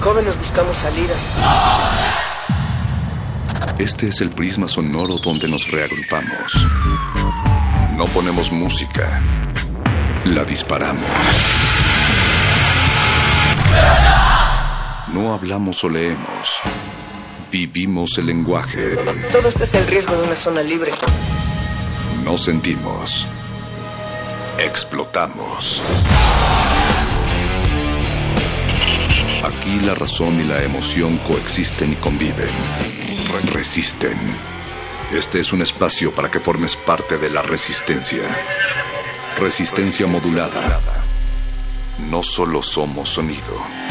jóvenes buscamos salidas. Este es el prisma sonoro donde nos reagrupamos. No ponemos música, la disparamos. No hablamos o leemos, vivimos el lenguaje. Todo esto es el riesgo de una zona libre. No sentimos, explotamos. Aquí la razón y la emoción coexisten y conviven. Resisten. Este es un espacio para que formes parte de la resistencia. Resistencia modulada. No solo somos sonido.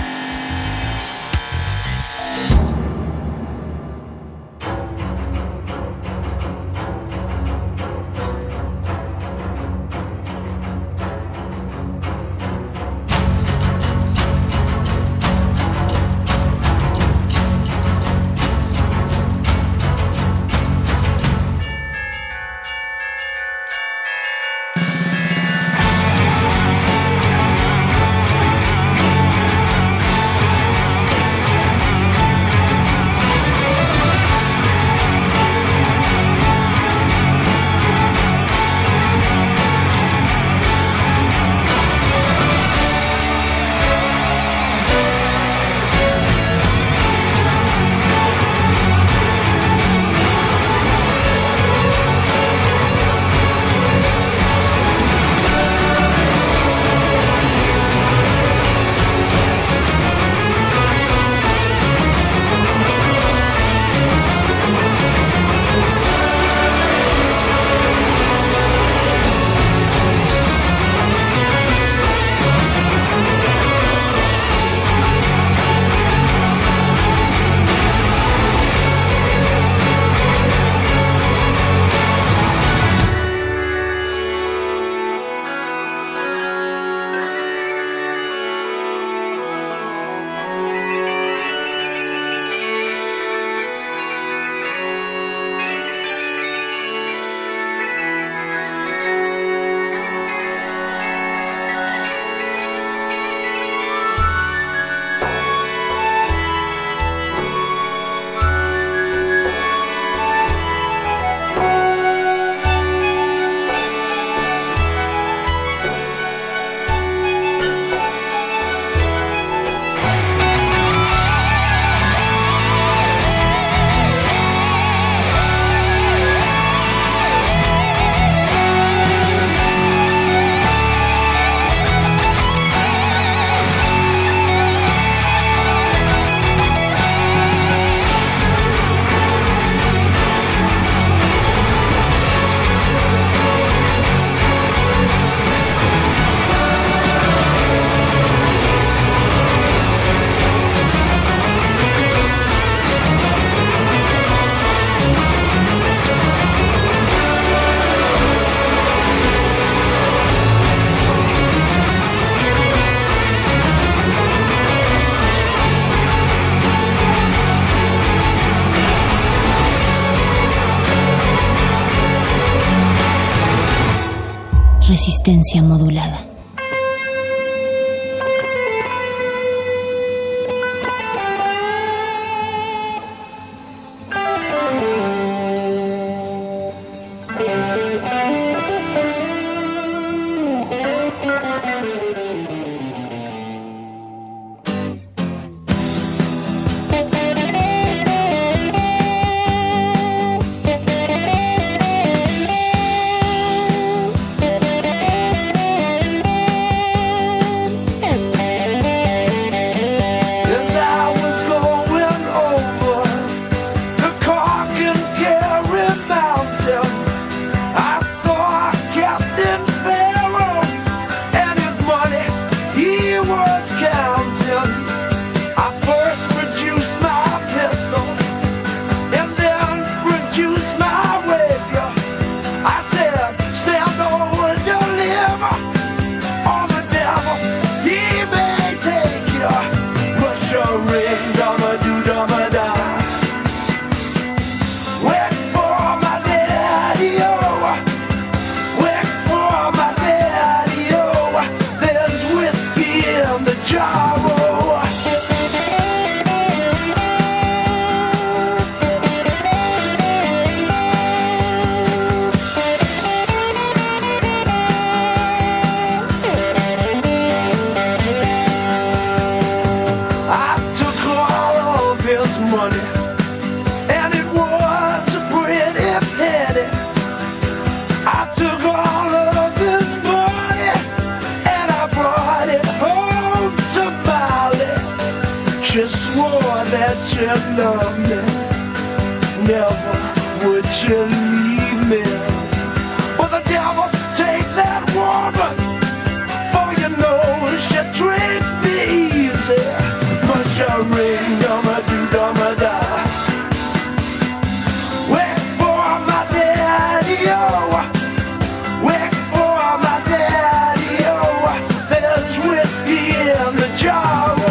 Resistencia modulada. Job. you swore that you loved me, never would you leave me. But the devil take that woman, for you know she treat me easy. Must you ring, dum-a-do-dum-a-da. Wait for my daddy, oh. Wait for my daddy, oh. There's whiskey in the jar, oh.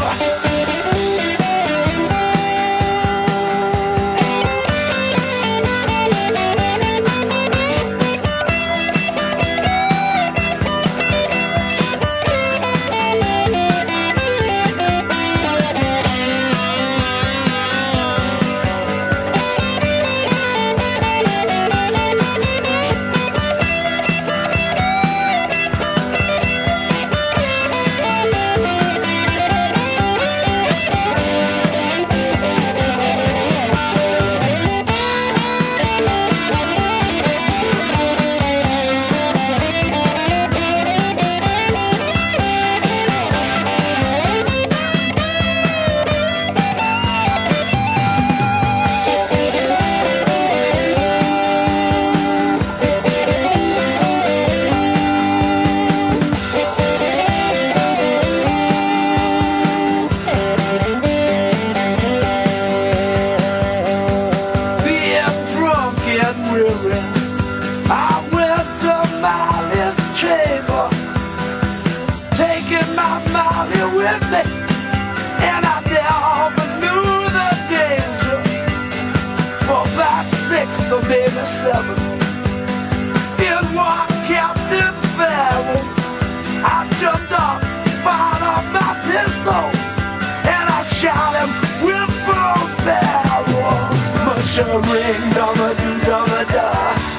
So maybe 7 in one Captain Farrell. I jumped up, fired off my pistols, and I shot him with 4 barrels. Mush a ring, dum-a-do-dum-a-da.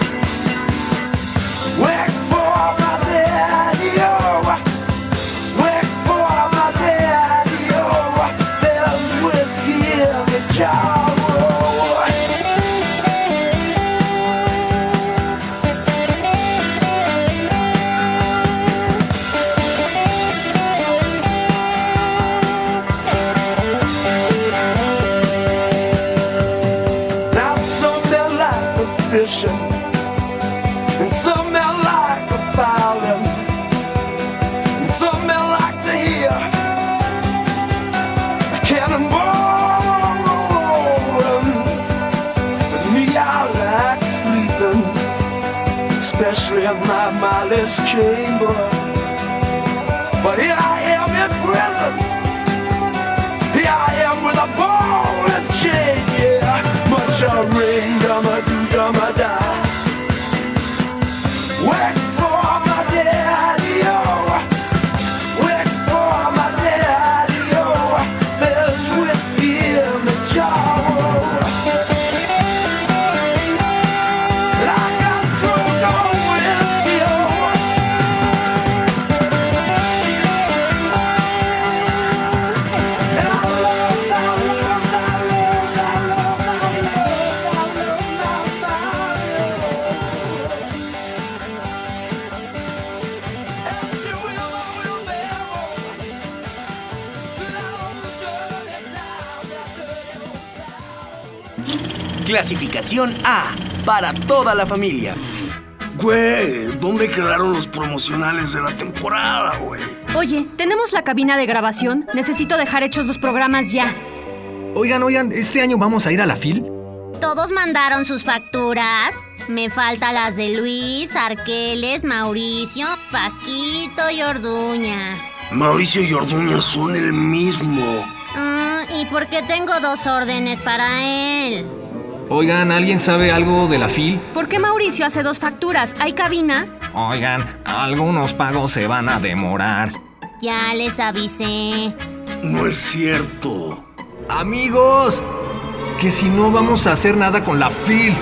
Wait for my daddy, oh. Wait for my daddy, oh. There's whiskey in the jar. And some men like a violin, and some men like to hear a cannonball rolling. But me, I like sleeping, especially in my mindless chamber. But here I am in prison, here I am with a ball and chain, yeah. Much a ring, dum-a-do-dum-a-da. Wait for my daddy, oh. Wait for my daddy, oh. There's whiskey in the jar, oh. And I got drunk on whiskey, oh. And I love Clasificación A, para toda la familia. Güey, ¿dónde quedaron los promocionales de la temporada, güey? Oye, tenemos la cabina de grabación. Necesito dejar hechos los programas ya. Oigan, ¿este año vamos a ir a la FIL? ¿Todos mandaron sus facturas? Me faltan las de Luis, Arqueles, Mauricio, Paquito y Orduña. Mauricio y Orduña son el mismo. ¿Y por qué tengo 2 órdenes para él? Oigan, ¿alguien sabe algo de la FIL? ¿Por qué Mauricio hace 2 facturas? ¿Hay cabina? Oigan, algunos pagos se van a demorar. Ya les avisé. No es cierto. Amigos, que si no vamos a hacer nada con la FIL.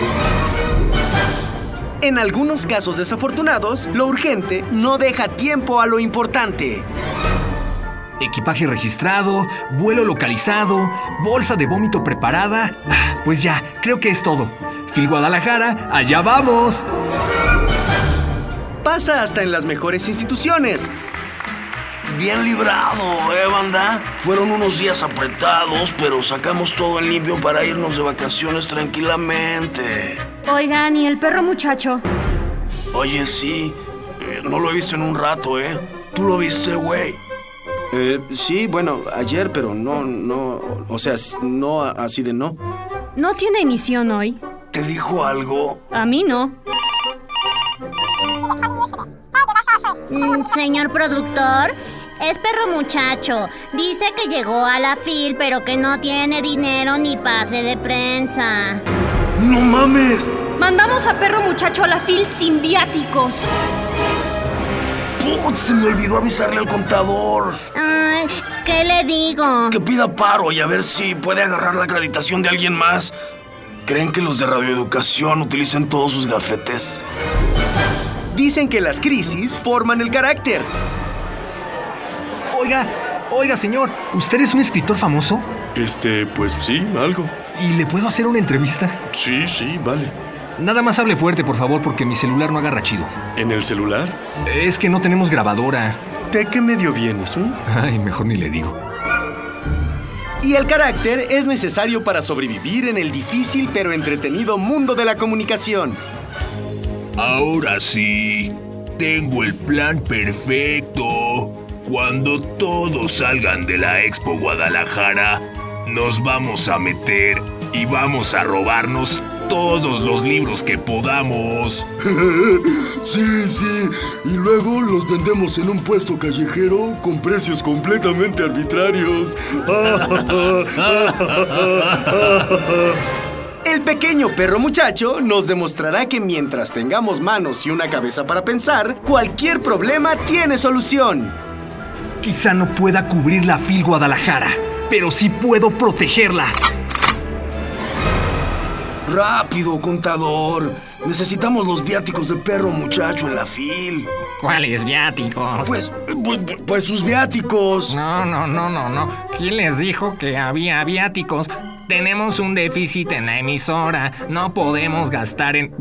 En algunos casos desafortunados, lo urgente no deja tiempo a lo importante. Equipaje registrado, vuelo localizado, bolsa de vómito preparada. Pues ya, creo que es todo. FIL Guadalajara, allá vamos. Pasa hasta en las mejores instituciones. Bien librado, banda? Fueron unos días apretados, pero sacamos todo en limpio para irnos de vacaciones tranquilamente. Oigan, ¿y el perro muchacho? Oye, sí. No lo he visto en un rato, ¿eh? ¿Tú lo viste, güey? Sí, bueno, ayer, pero no, o sea, no así de no. ¿No tiene emisión hoy? ¿Te dijo algo? A mí no. Señor productor, es perro muchacho. Dice que llegó a la FIL, pero que no tiene dinero ni pase de prensa. ¡No mames! Mandamos a perro muchacho a la FIL sin viáticos. ¡Putz! Se me olvidó avisarle al contador. Ay, ¿qué le digo? Que pida paro y a ver si puede agarrar la acreditación de alguien más. ¿Creen que los de radioeducación utilicen todos sus gafetes? Dicen que las crisis forman el carácter. Oiga, señor, ¿usted es un escritor famoso? Pues sí, algo. ¿Y le puedo hacer una entrevista? Sí, vale. Nada más hable fuerte, por favor, porque mi celular no agarra chido. ¿En el celular? Es que no tenemos grabadora. ¿De qué medio vienes, Ay, mejor ni le digo. Y el carácter es necesario para sobrevivir en el difícil pero entretenido mundo de la comunicación. Ahora sí, tengo el plan perfecto. Cuando todos salgan de la Expo Guadalajara, nos vamos a meter y vamos a robarnos todos los libros que podamos. Sí, y luego los vendemos en un puesto callejero con precios completamente arbitrarios. El pequeño perro muchacho nos demostrará que mientras tengamos manos y una cabeza para pensar, cualquier problema tiene solución. Quizá no pueda cubrir la FIL Guadalajara, pero sí puedo protegerla. ¡Rápido, contador! Necesitamos los viáticos de perro muchacho en la FIL. ¿Cuáles viáticos? Pues sus viáticos. No. ¿Quién les dijo que había viáticos? Tenemos un déficit en la emisora. No podemos gastar en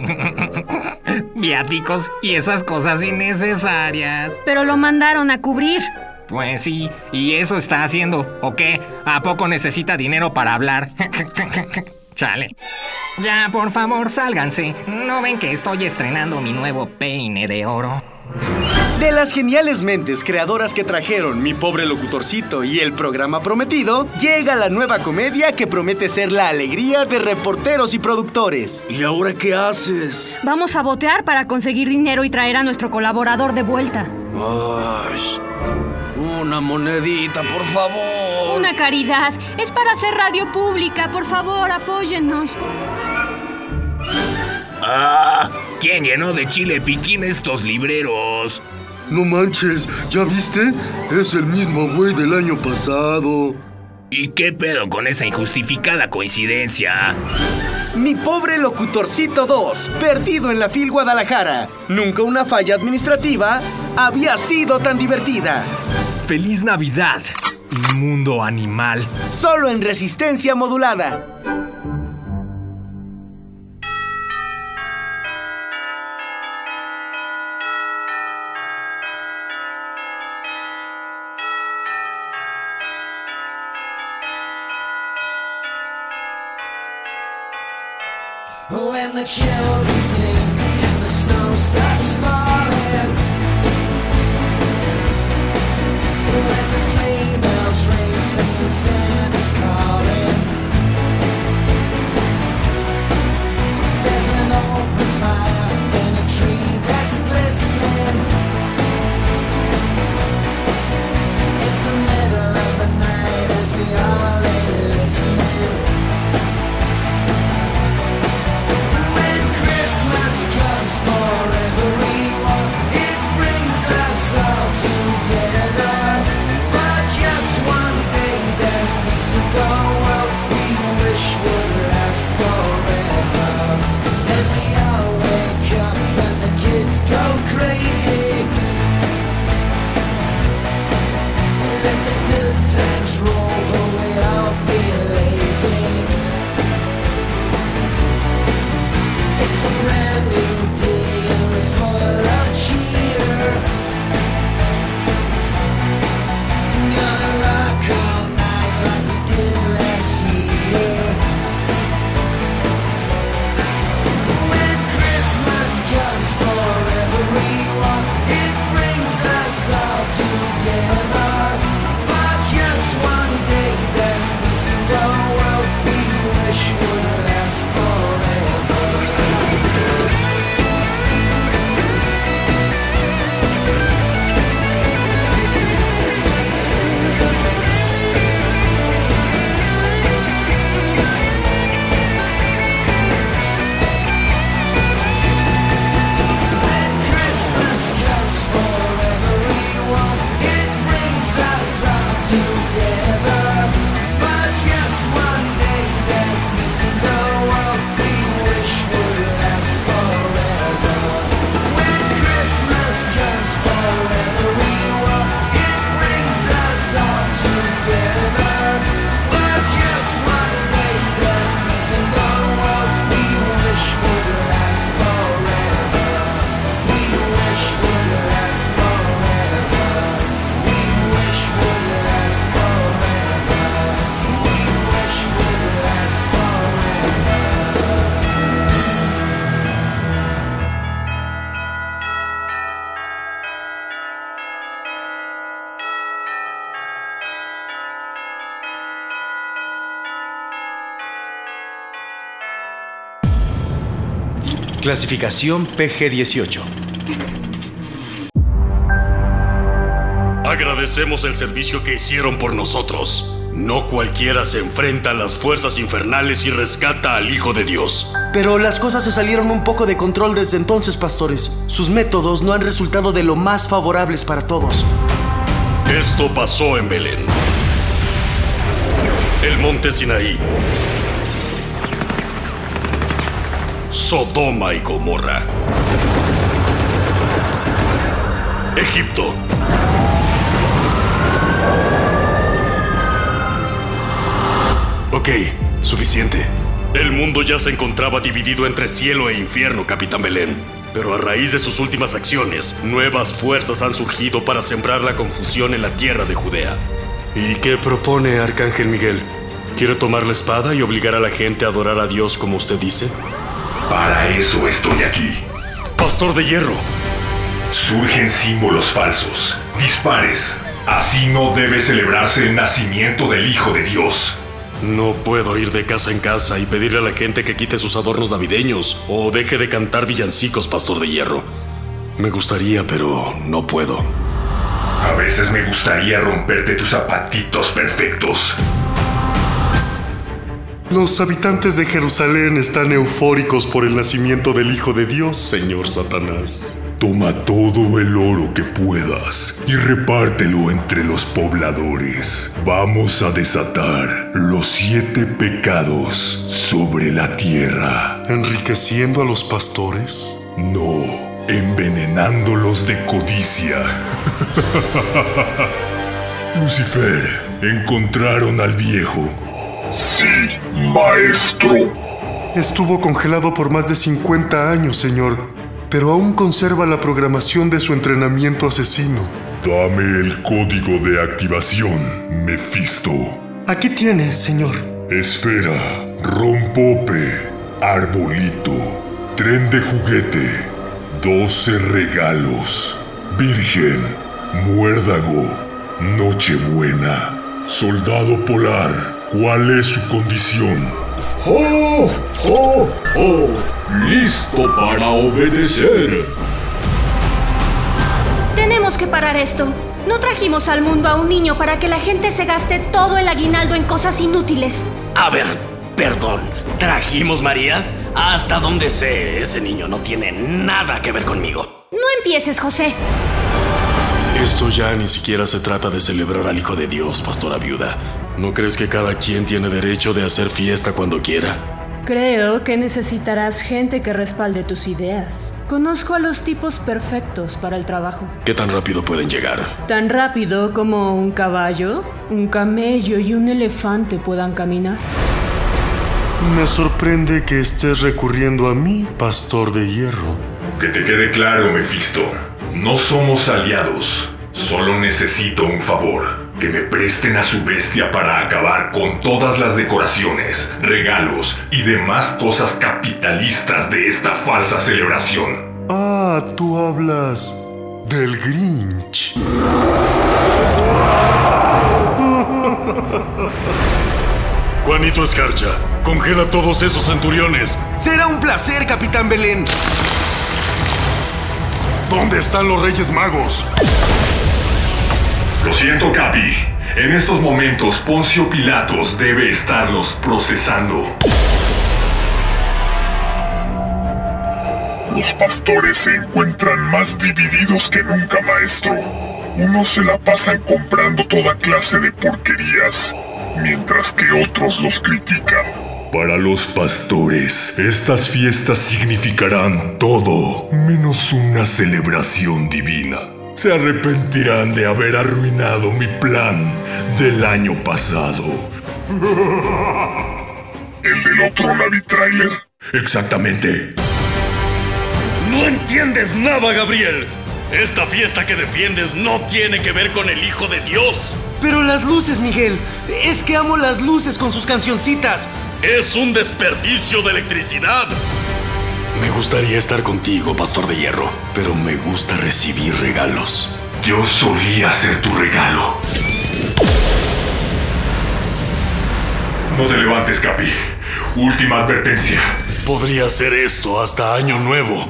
viáticos y esas cosas innecesarias. Pero lo mandaron a cubrir. Pues sí, y eso está haciendo, ¿o qué? ¿A poco necesita dinero para hablar? Chale. Ya, por favor, sálganse. ¿No ven que estoy estrenando mi nuevo peine de oro? De las geniales mentes creadoras que trajeron Mi Pobre Locutorcito y El Programa Prometido, llega la nueva comedia que promete ser la alegría de reporteros y productores. ¿Y ahora qué haces? Vamos a botear para conseguir dinero y traer a nuestro colaborador de vuelta. Ay, una monedita, por favor. Una caridad. Es para hacer radio pública. Por favor, apóyennos. ¿Quién llenó de chile piquín estos libreros? No manches, ¿ya viste? Es el mismo güey del año pasado. ¿Y qué pedo con esa injustificada coincidencia? Mi Pobre Locutorcito 2, perdido en la FIL Guadalajara. Nunca una falla administrativa había sido tan divertida. ¡Feliz Navidad, inmundo animal! Solo en Resistencia Modulada. When the children sing and the snow starts falling, when the sleigh bells ring saying Santa's calling, there's an open fire in a tree that's glistening. It's the middle of the night as we all lay listening. The Clasificación PG-18. Agradecemos el servicio que hicieron por nosotros. No cualquiera se enfrenta a las fuerzas infernales y rescata al Hijo de Dios. Pero las cosas se salieron un poco de control desde entonces, pastores. Sus métodos no han resultado de lo más favorables para todos. Esto pasó en Belén, el monte Sinaí, Sodoma y Gomorra, Egipto, Ok, suficiente. El mundo ya se encontraba dividido entre cielo e infierno, Capitán Belén. Pero a raíz de sus últimas acciones, nuevas fuerzas han surgido para sembrar la confusión en la tierra de Judea. ¿Y qué propone Arcángel Miguel? ¿Quiere tomar la espada y obligar a la gente a adorar a Dios como usted dice? Para eso estoy aquí. Pastor de Hierro. Surgen símbolos falsos, dispares. Así no debe celebrarse el nacimiento del Hijo de Dios. No puedo ir de casa en casa y pedirle a la gente que quite sus adornos navideños o deje de cantar villancicos, Pastor de Hierro. Me gustaría, pero no puedo. A veces me gustaría romperte tus zapatitos perfectos. Los habitantes de Jerusalén están eufóricos por el nacimiento del Hijo de Dios, señor Satanás. Toma todo el oro que puedas y repártelo entre los pobladores. Vamos a desatar los 7 pecados sobre la tierra. ¿Enriqueciendo a los pastores? No, envenenándolos de codicia. Lucifer, encontraron al viejo. Sí, maestro. Estuvo congelado por más de 50 años, señor. Pero aún conserva la programación de su entrenamiento asesino. Dame el código de activación, Mefisto. Aquí tiene, señor. Esfera, rompope, arbolito, tren de juguete, 12 regalos, virgen, muérdago, nochebuena, soldado polar. ¿Cuál es su condición? ¡Oh, oh, oh! ¡Listo para obedecer! Tenemos que parar esto. No trajimos al mundo a un niño para que la gente se gaste todo el aguinaldo en cosas inútiles. A ver, perdón. ¿Trajimos, María? Hasta donde sé, ese niño no tiene nada que ver conmigo. No empieces, José. Esto ya ni siquiera se trata de celebrar al Hijo de Dios, pastora viuda. ¿No crees que cada quien tiene derecho de hacer fiesta cuando quiera? Creo que necesitarás gente que respalde tus ideas. Conozco a los tipos perfectos para el trabajo. ¿Qué tan rápido pueden llegar? Tan rápido como un caballo, un camello y un elefante puedan caminar. Me sorprende que estés recurriendo a mí, Pastor de Hierro. Que te quede claro, Mefisto. No somos aliados. Solo necesito un favor. Que me presten a su bestia para acabar con todas las decoraciones, regalos y demás cosas capitalistas de esta falsa celebración. Ah, tú hablas del Grinch. Juanito Escarcha, congela todos esos centuriones. Será un placer, Capitán Belén. ¿Dónde están los Reyes Magos? Lo siento, Capi. En estos momentos, Poncio Pilatos debe estarlos procesando. Los pastores se encuentran más divididos que nunca, maestro. Unos se la pasan comprando toda clase de porquerías, mientras que otros los critican. Para los pastores, estas fiestas significarán todo, menos una celebración divina. Se arrepentirán de haber arruinado mi plan del año pasado. ¿El del otro Navi-Trailer? Exactamente. No entiendes nada, Gabriel. Esta fiesta que defiendes no tiene que ver con el Hijo de Dios. Pero las luces, Miguel. Es que amo las luces con sus cancioncitas. Es un desperdicio de electricidad. Me gustaría estar contigo, Pastor de Hierro, pero me gusta recibir regalos. Yo solía ser tu regalo. No te levantes, Capi. Última advertencia. podría ser esto hasta Año Nuevo.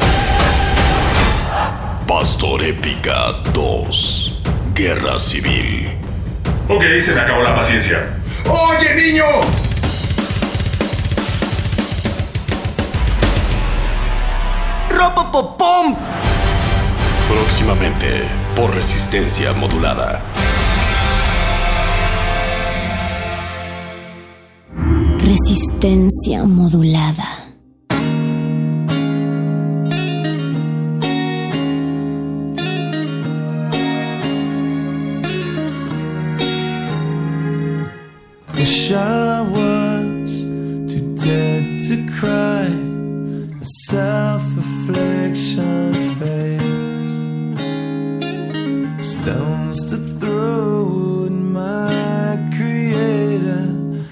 Pastor Épica 2. Guerra Civil. Ok, se me acabó la paciencia. ¡Oye, niño! ¡Ropopopom! Próximamente, por Resistencia Modulada. Resistencia modulada. Wish I was too dead to cry. A self-affliction fades. Stones to throw at my creator.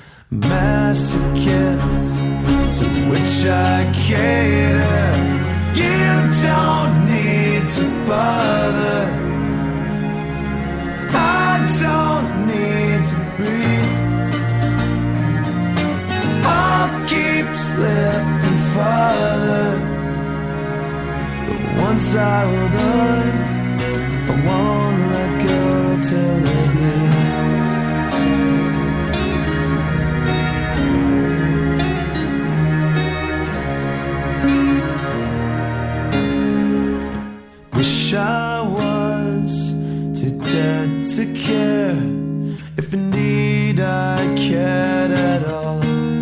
Masochists to which I cater. You don't need to bother. I don't need to breathe. I'll keep slipping farther, but once I hold on, I won't let go till it bleeds. Wish I was too dead to care, if indeed I cared at all.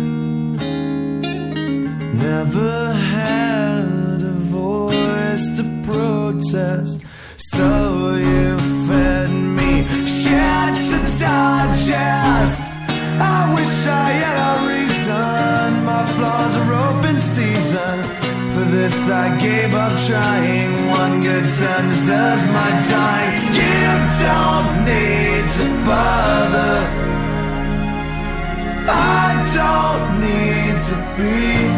Never had a voice to protest, so you fed me shit to digest. I wish I had a reason, my flaws are open season. For this I gave up trying, one good turn deserves my time. You don't need to bother, I don't need to be.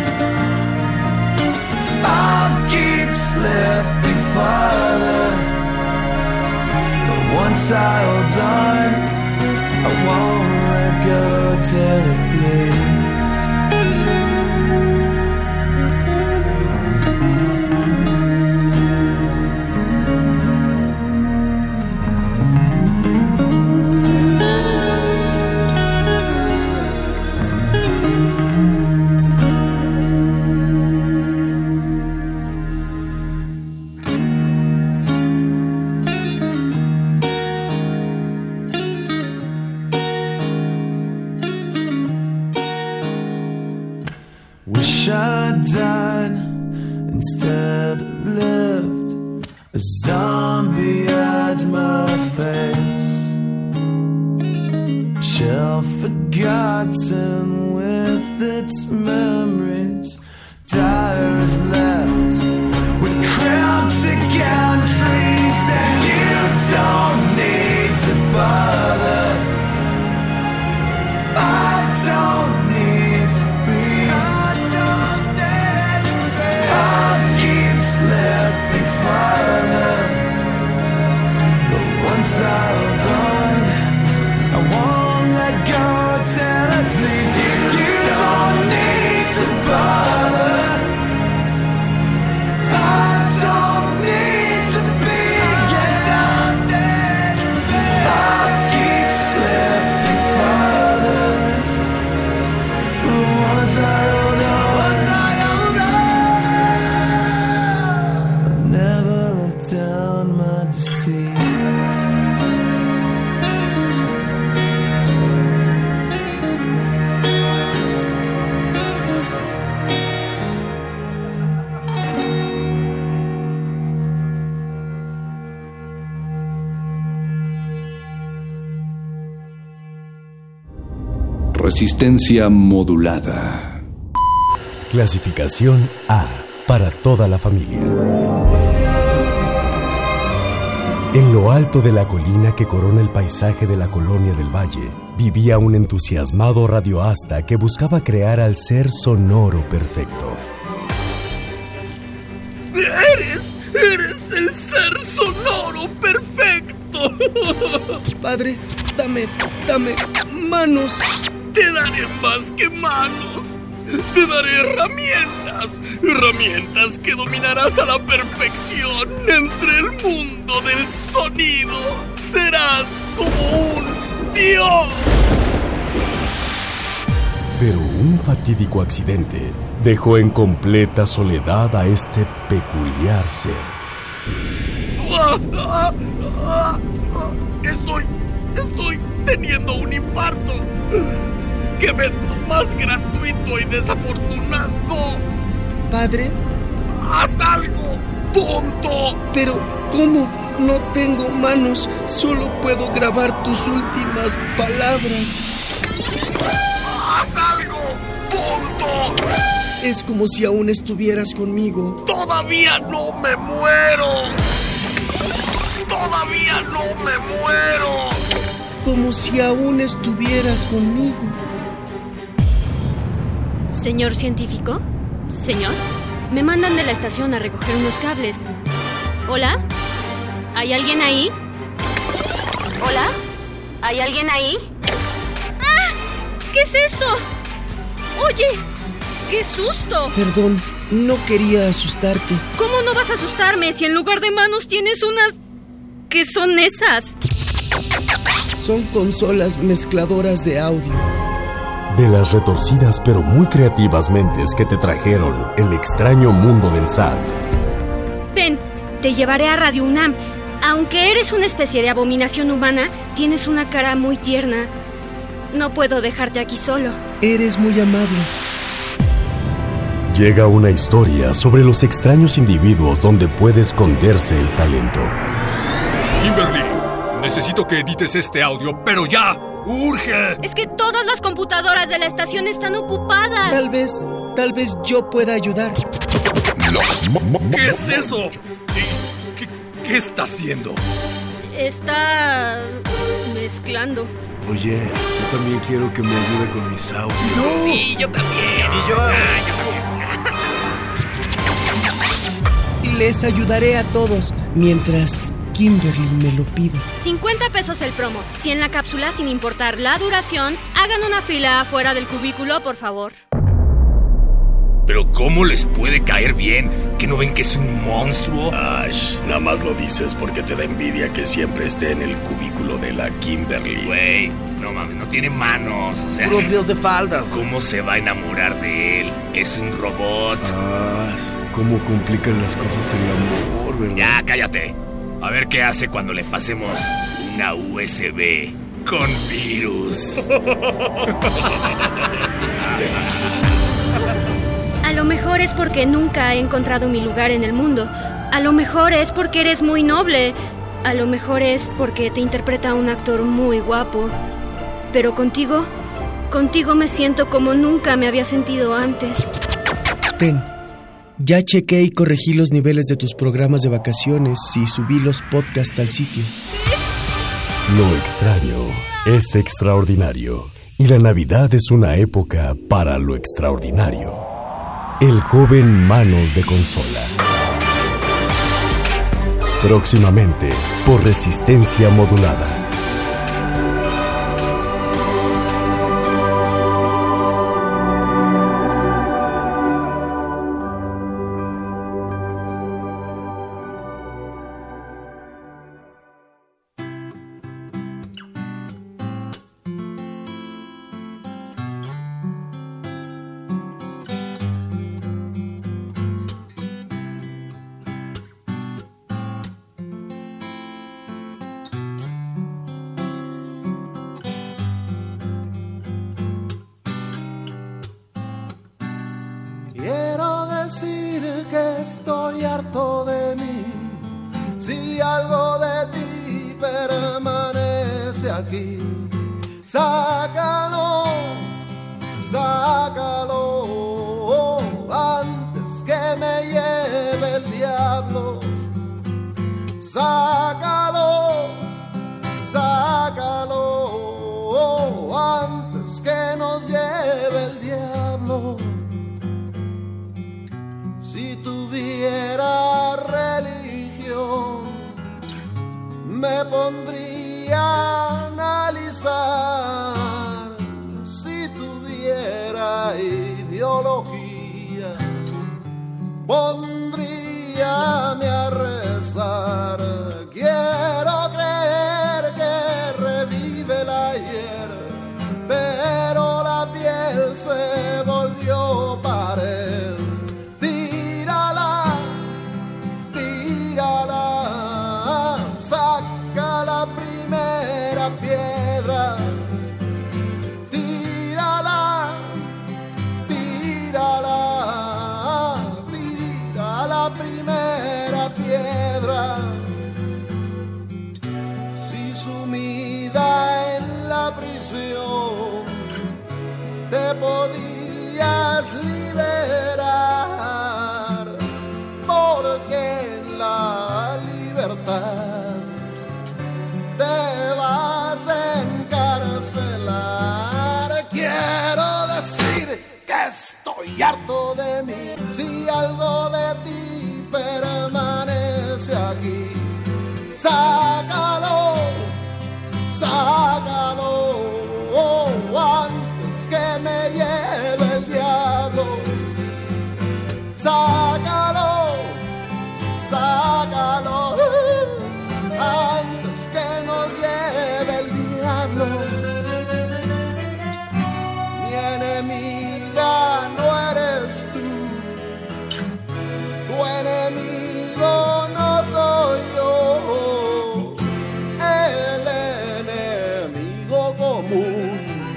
I'll keep slipping farther, but once I hold on, I won't let go till it bleeds. Wish I died instead of lived. A zombie hides my face, shell forgotten with its memories. Dire is left with cryptic entries, and you don't need to bother. I don't need to be. I'll keep slipping farther, but once I hold on, I won't let go till it bleeds. You don't need to bother, I don't need to be. I'll keep slipping farther, but once I hold on, never let down my deceit. Resistencia modulada. Clasificación A, para toda la familia. En lo alto de la colina que corona el paisaje de la colonia del Valle, vivía un entusiasmado radioasta que buscaba crear al ser sonoro perfecto. Eres el ser sonoro perfecto. Padre, dame manos. Te daré más que manos. Te daré herramientas que dominarás a la perfección. Entre el mundo del sonido serás como un dios. Pero un fatídico accidente dejó en completa soledad a este peculiar ser. Estoy teniendo un infarto. ¡Qué evento más gratuito y desafortunado! ¿Padre? ¡Haz algo, tonto! Pero, ¿cómo? No tengo manos. Solo puedo grabar tus últimas palabras. ¡Haz algo, tonto! Es como si aún estuvieras conmigo. ¡Todavía no me muero! ¡Todavía no me muero! Como si aún estuvieras conmigo. Señor científico, señor, me mandan de la estación a recoger unos cables. ¿Hola? ¿Hay alguien ahí? ¿Hola? ¿Hay alguien ahí? ¡Ah! ¿Qué es esto? Oye, ¡qué susto! Perdón, no quería asustarte. ¿Cómo no vas a asustarme si en lugar de manos tienes unas... ¿Qué son esas? Son consolas mezcladoras de audio. De las retorcidas pero muy creativas mentes que te trajeron el extraño mundo del SAT. Ven, te llevaré a Radio UNAM. Aunque eres una especie de abominación humana, tienes una cara muy tierna. No puedo dejarte aquí solo. Eres muy amable. Llega una historia sobre los extraños individuos donde puede esconderse el talento. Kimberly, necesito que edites este audio, pero ya. ¡Urge! Es que todas las computadoras de la estación están ocupadas. Tal vez yo pueda ayudar. ¿Qué es eso? ¿Qué está haciendo? Está... mezclando. Oye, yo también quiero que me ayude con mis audios. No. Sí, yo también. Y yo también. Les ayudaré a todos mientras Kimberly me lo pide. 50 pesos el promo. Si en la cápsula, sin importar la duración, hagan una fila afuera del cubículo, por favor. Pero ¿cómo les puede caer bien? ¿Que no ven que es un monstruo? Ash, nada más lo dices porque te da envidia que siempre esté en el cubículo de la Kimberly. Güey, no mames, no tiene manos, o sea... Puros ríos de faldas. ¿Cómo se va a enamorar de él? Es un robot. ¿Cómo complican las cosas el amor, verdad? Ya, cállate. A ver qué hace cuando le pasemos una USB con virus. A lo mejor es porque nunca he encontrado mi lugar en el mundo. A lo mejor es porque eres muy noble. A lo mejor es porque te interpreta un actor muy guapo. Pero contigo me siento como nunca me había sentido antes. Ten, ya chequé y corregí los niveles de tus programas de vacaciones y subí los podcasts al sitio. Lo extraño es extraordinario y la Navidad es una época para lo extraordinario. El joven Manos de Consola. Próximamente por Resistencia Modulada. Quiero decir que estoy harto de mí. Si algo de ti permanece aquí, sácalo, sácalo antes que me lleve el diablo. Sácalo, sácalo antes que nos lleve el diablo. Si tuviera religión, me pondría a analizar. Si tuviera ideología, ideología, pondríame a rezar. Quiero creer que revive el ayer, pero la piel se volvió pared. Tírala, tírala, saca la primera piedra. Tírala, tírala, tira la primera piedra. Si sumida en la prisión te podías liberar, porque en la libertad te vas a encarcelar. Quiero decir que estoy harto de mí. Si algo de ti permanece aquí, sácalo, sácalo, antes que me lleve el diablo. Sácalo, sácalo, antes que nos lleve el diablo. Mi enemiga no eres tú, tu enemigo no soy yo. El enemigo común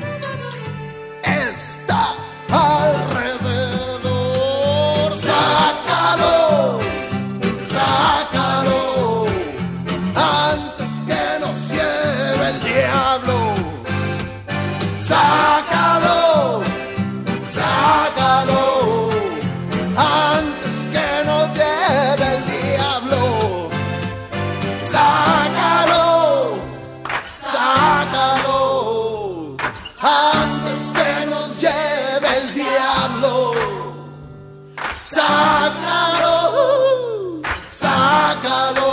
está alrededor. Sácalo, sácalo, antes que nos lleve el diablo. Sácalo, sácalo, antes que nos lleve el diablo. Sácalo, sácalo, antes que nos lleve el diablo. Sácalo, sácalo,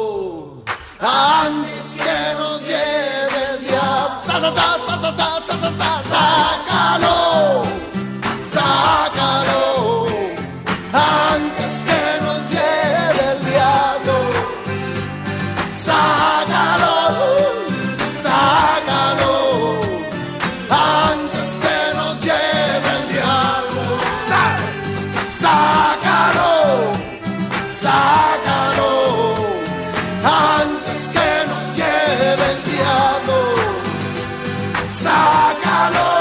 antes que nos lleve el diablo. Sácalo, sácalo, antes que nos lleve el diablo. Sácalo, sácalo, antes que nos lleve el diablo. Sácalo, sácalo, antes que nos lleve el diablo. Sácalo,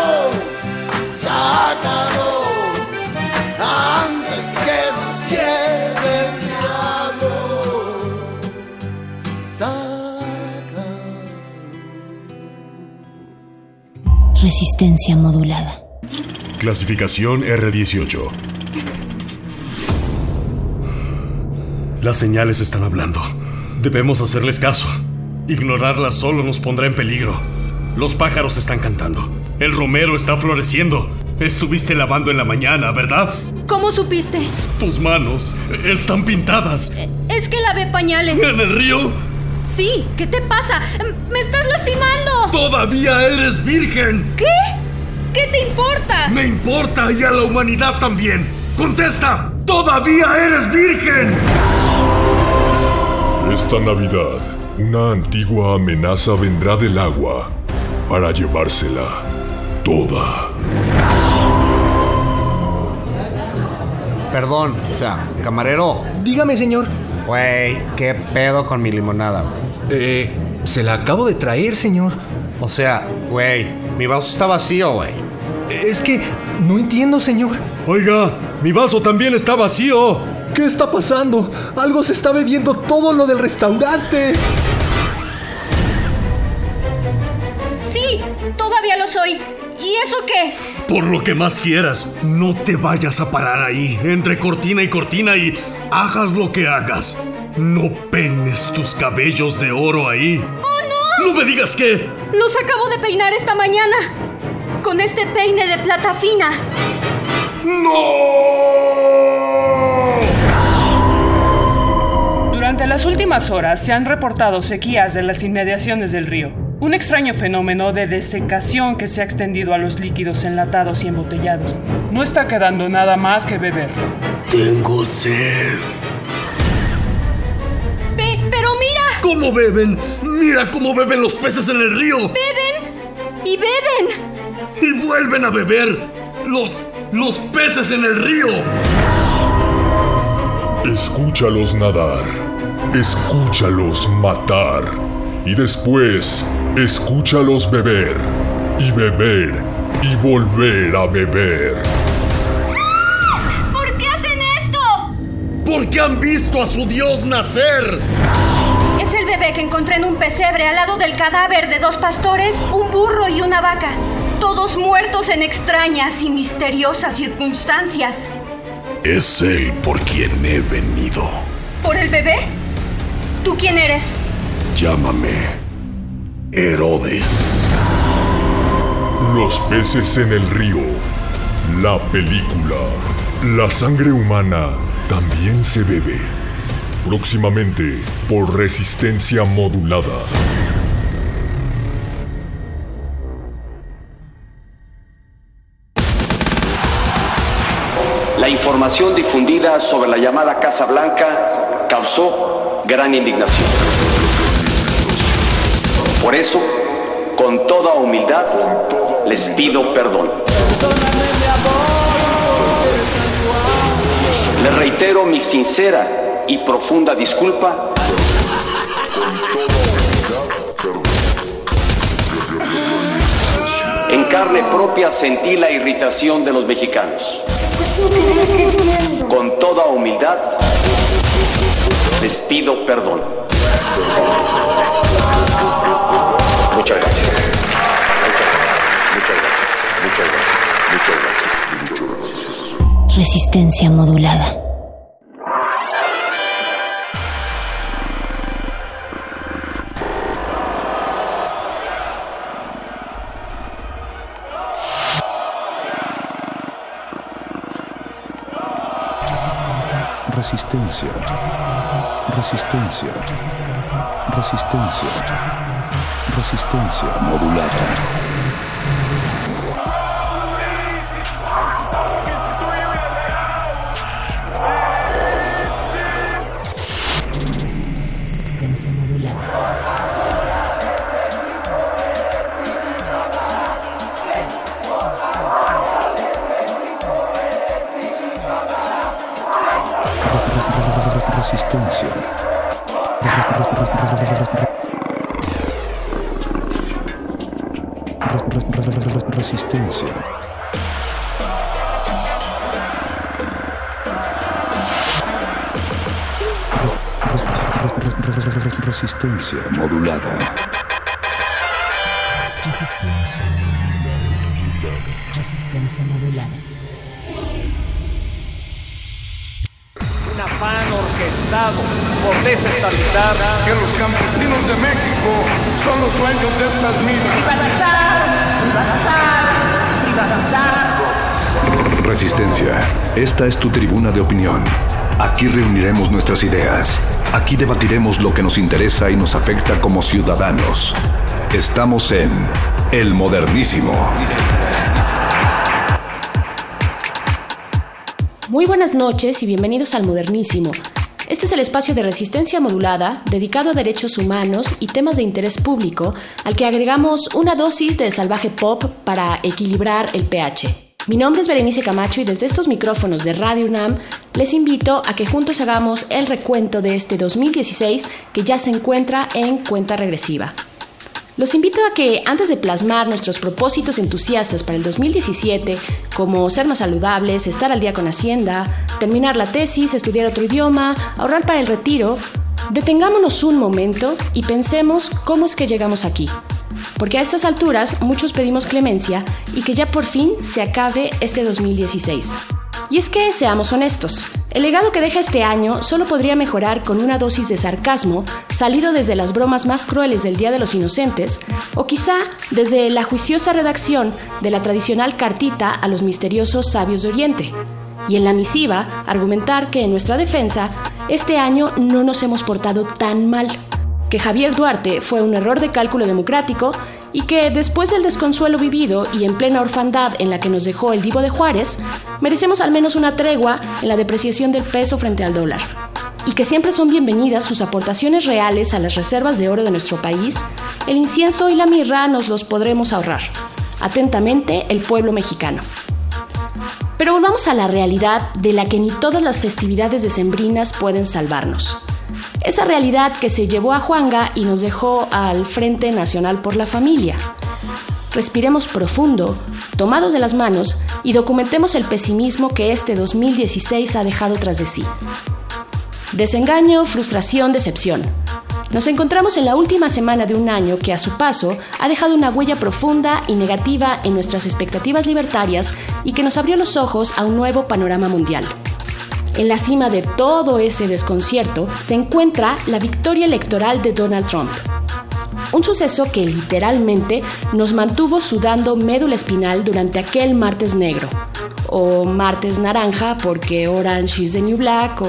sácalo, antes que nos lleve el diablo. Sácalo. Resistencia modulada. Clasificación R18. Las señales están hablando. Debemos hacerles caso. Ignorarlas solo nos pondrá en peligro. Los pájaros están cantando. El romero está floreciendo. Estuviste lavando en la mañana, ¿verdad? ¿Cómo supiste? Tus manos están pintadas. Es que lavé pañales. ¿En el río? Sí, ¿qué te pasa? ¡Me estás lastimando! ¡Todavía eres virgen! ¿Qué? ¿Qué te importa? Me importa, y a la humanidad también. ¡Contesta! ¡Todavía eres virgen! Esta Navidad, una antigua amenaza vendrá del agua para llevársela toda. Perdón, o sea, camarero. Dígame, señor. Güey, ¿qué pedo con mi limonada, güey? Se la acabo de traer, señor. O sea, güey, mi vaso está vacío, güey. Es que no entiendo, señor. Oiga, mi vaso también está vacío. ¿Qué está pasando? Algo se está bebiendo todo lo del restaurante. Sí, todavía lo soy. ¿Y eso qué? Por lo que más quieras, no te vayas a parar ahí, entre cortina y cortina, y hagas lo que hagas. No peines tus cabellos de oro ahí. ¡Oh, no! ¡No me digas que! Los acabo de peinar esta mañana. Con este peine de plata fina. ¡No! Durante las últimas horas se han reportado sequías en las inmediaciones del río. Un extraño fenómeno de desecación que se ha extendido a los líquidos enlatados y embotellados. No está quedando nada más que beber. Tengo sed. Pero mira. ¿Cómo beben? Mira cómo beben los peces en el río. Beben y beben. Y vuelven a beber los peces en el río. Escúchalos nadar. Escúchalos matar. Y después, escúchalos beber. Y beber. Y volver a beber. ¿Por qué hacen esto? Porque han visto a su dios nacer. Es el bebé que encontré en un pesebre al lado del cadáver de 2 pastores, un burro y una vaca. Todos muertos en extrañas y misteriosas circunstancias. Es él por quien he venido. ¿Por el bebé? ¿Tú quién eres? Llámame Herodes. Los peces en el río. La película. La sangre humana también se bebe. Próximamente por Resistencia Modulada. La información difundida sobre la llamada Casa Blanca causó gran indignación. Por eso, con toda humildad, les pido perdón. Les reitero mi sincera y profunda disculpa. En carne propia sentí la irritación de los mexicanos. Con toda humildad, les pido perdón. Muchas gracias. Muchas gracias. Resistencia modulada. Resistencia. Resistencia. Resistencia. Resistencia modulada. Resistencia modulada. Resistencia. Resistencia. Resistencia modulada. Resistencia modulada. Un afán orquestado por desestabilizar que los campesinos de México son los dueños de estas minas. Privatizar. Resistencia. Esta es tu tribuna de opinión. Aquí reuniremos nuestras ideas. Aquí debatiremos lo que nos interesa y nos afecta como ciudadanos. Estamos en El Modernísimo. Muy buenas noches y bienvenidos al Modernísimo. Este es el espacio de resistencia modulada dedicado a derechos humanos y temas de interés público al que agregamos una dosis de salvaje pop para equilibrar el pH. Mi nombre es Berenice Camacho y desde estos micrófonos de Radio UNAM les invito a que juntos hagamos el recuento de este 2016 que ya se encuentra en cuenta regresiva. Los invito a que, antes de plasmar nuestros propósitos entusiastas para el 2017, como ser más saludables, estar al día con Hacienda, terminar la tesis, estudiar otro idioma, ahorrar para el retiro, detengámonos un momento y pensemos cómo es que llegamos aquí. Porque a estas alturas muchos pedimos clemencia y que ya por fin se acabe este 2016. Y es que, seamos honestos, el legado que deja este año solo podría mejorar con una dosis de sarcasmo salido desde las bromas más crueles del Día de los Inocentes o quizá desde la juiciosa redacción de la tradicional cartita a los misteriosos sabios de Oriente. Y en la misiva, argumentar que en nuestra defensa, este año no nos hemos portado tan mal. que Javier Duarte fue un error de cálculo democrático y que después del desconsuelo vivido y en plena orfandad en la que nos dejó el Divo de Juárez, merecemos al menos una tregua en la depreciación del peso frente al dólar. Y que siempre son bienvenidas sus aportaciones reales a las reservas de oro de nuestro país, el incienso y la mirra nos los podremos ahorrar. Atentamente, el pueblo mexicano. Pero volvamos a la realidad de la que ni todas las festividades decembrinas pueden salvarnos. Esa realidad que se llevó a Juanga y nos dejó al Frente Nacional por la Familia. Respiremos profundo, tomados de las manos, y documentemos el pesimismo que este 2016 ha dejado tras de sí. Desengaño, frustración, decepción. Nos encontramos en la última semana de un año que a su paso ha dejado una huella profunda y negativa en nuestras expectativas libertarias y que nos abrió los ojos a un nuevo panorama mundial. En la cima de todo ese desconcierto se encuentra la victoria electoral de Donald Trump. Un suceso que literalmente nos mantuvo sudando médula espinal durante aquel martes negro. O martes naranja porque Orange is the New Black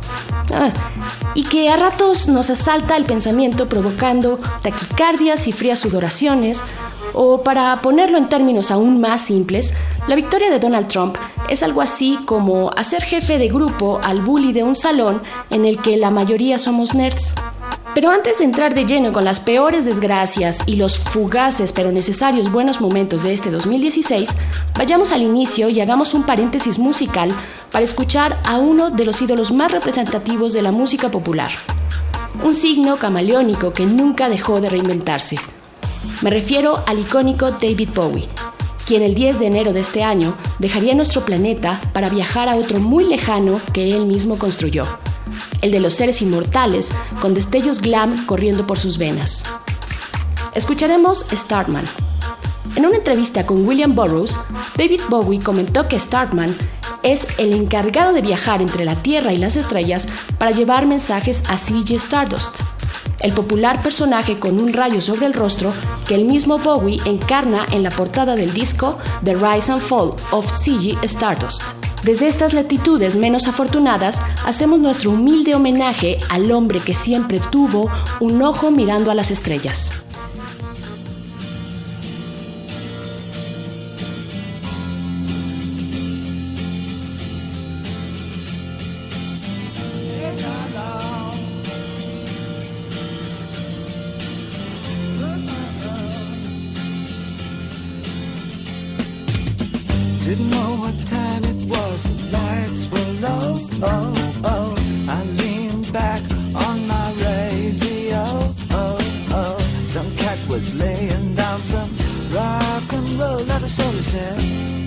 y que a ratos nos asalta el pensamiento provocando taquicardias y frías sudoraciones. O para ponerlo en términos aún más simples, la victoria de Donald Trump es algo así como hacer jefe de grupo al bully de un salón en el que la mayoría somos nerds. Pero antes de entrar de lleno con las peores desgracias y los fugaces pero necesarios buenos momentos de este 2016, vayamos al inicio y hagamos un paréntesis musical para escuchar a uno de los ídolos más representativos de la música popular. Un signo camaleónico que nunca dejó de reinventarse. Me refiero al icónico David Bowie, quien el 10 de enero de este año dejaría nuestro planeta para viajar a otro muy lejano que él mismo construyó. El de los seres inmortales, con destellos glam corriendo por sus venas. Escucharemos Starman. En una entrevista con William Burroughs, David Bowie comentó que Starman es el encargado de viajar entre la Tierra y las estrellas para llevar mensajes a Ziggy Stardust, el popular personaje con un rayo sobre el rostro que el mismo Bowie encarna en la portada del disco The Rise and Fall of Ziggy Stardust. Desde estas latitudes menos afortunadas, hacemos nuestro humilde homenaje al hombre que siempre tuvo un ojo mirando a las estrellas. Didn't know what time it was, the lights were low. I leaned back on my radio. Some cat was laying down some rock and roll, not a soul said.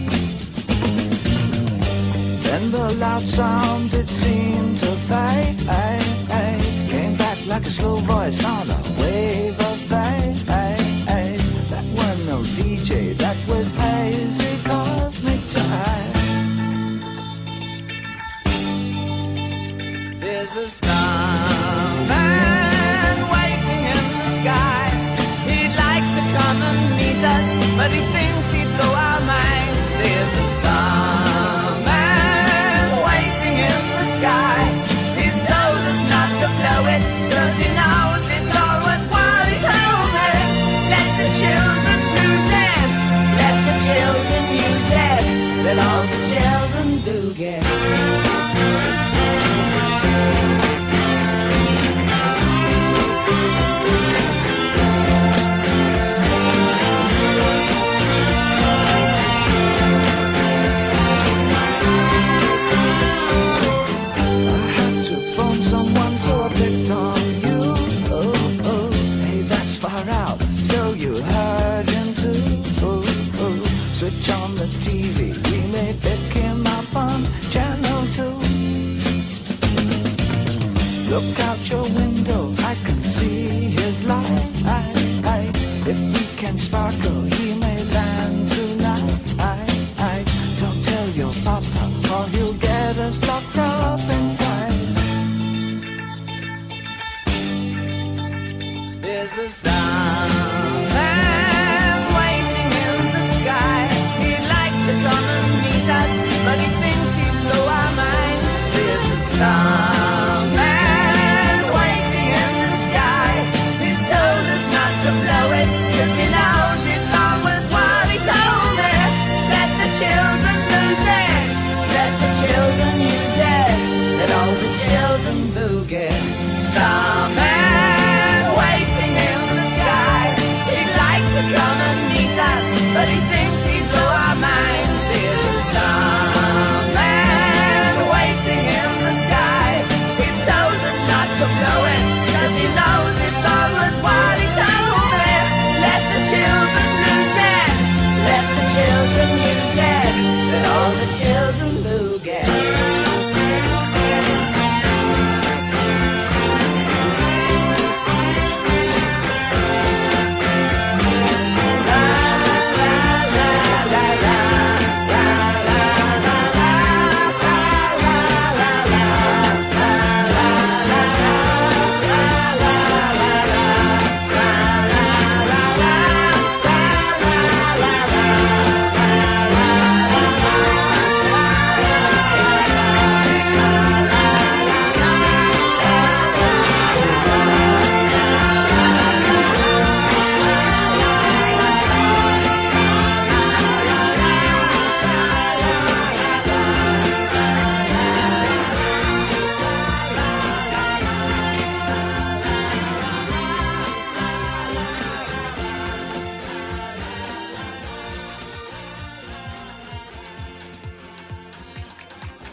Then the loud sound, it seemed to fade. Came back like a slow voice on a wave of fate. That was no DJ, that was hazy cosmic jive. There's a starman waiting in the sky. He'd like to come and meet us, but he thinks he'd blow our minds. There's a starman waiting in the sky. He's told us not to blow it, 'cause he knows it's all worthwhile. He told me, let the children lose it, let the children use it, let all the children do get. Switch on the TV, we may pick him up on channel 2. Look out your window, I can see his light. If we can sparkle, he may land tonight. Don't tell your papa, or he'll get us locked up in fights. There's a starman waiting in the sky. He'd like to come and meet us, but he thinks he'd blow our minds. There's a starman waiting in the sky.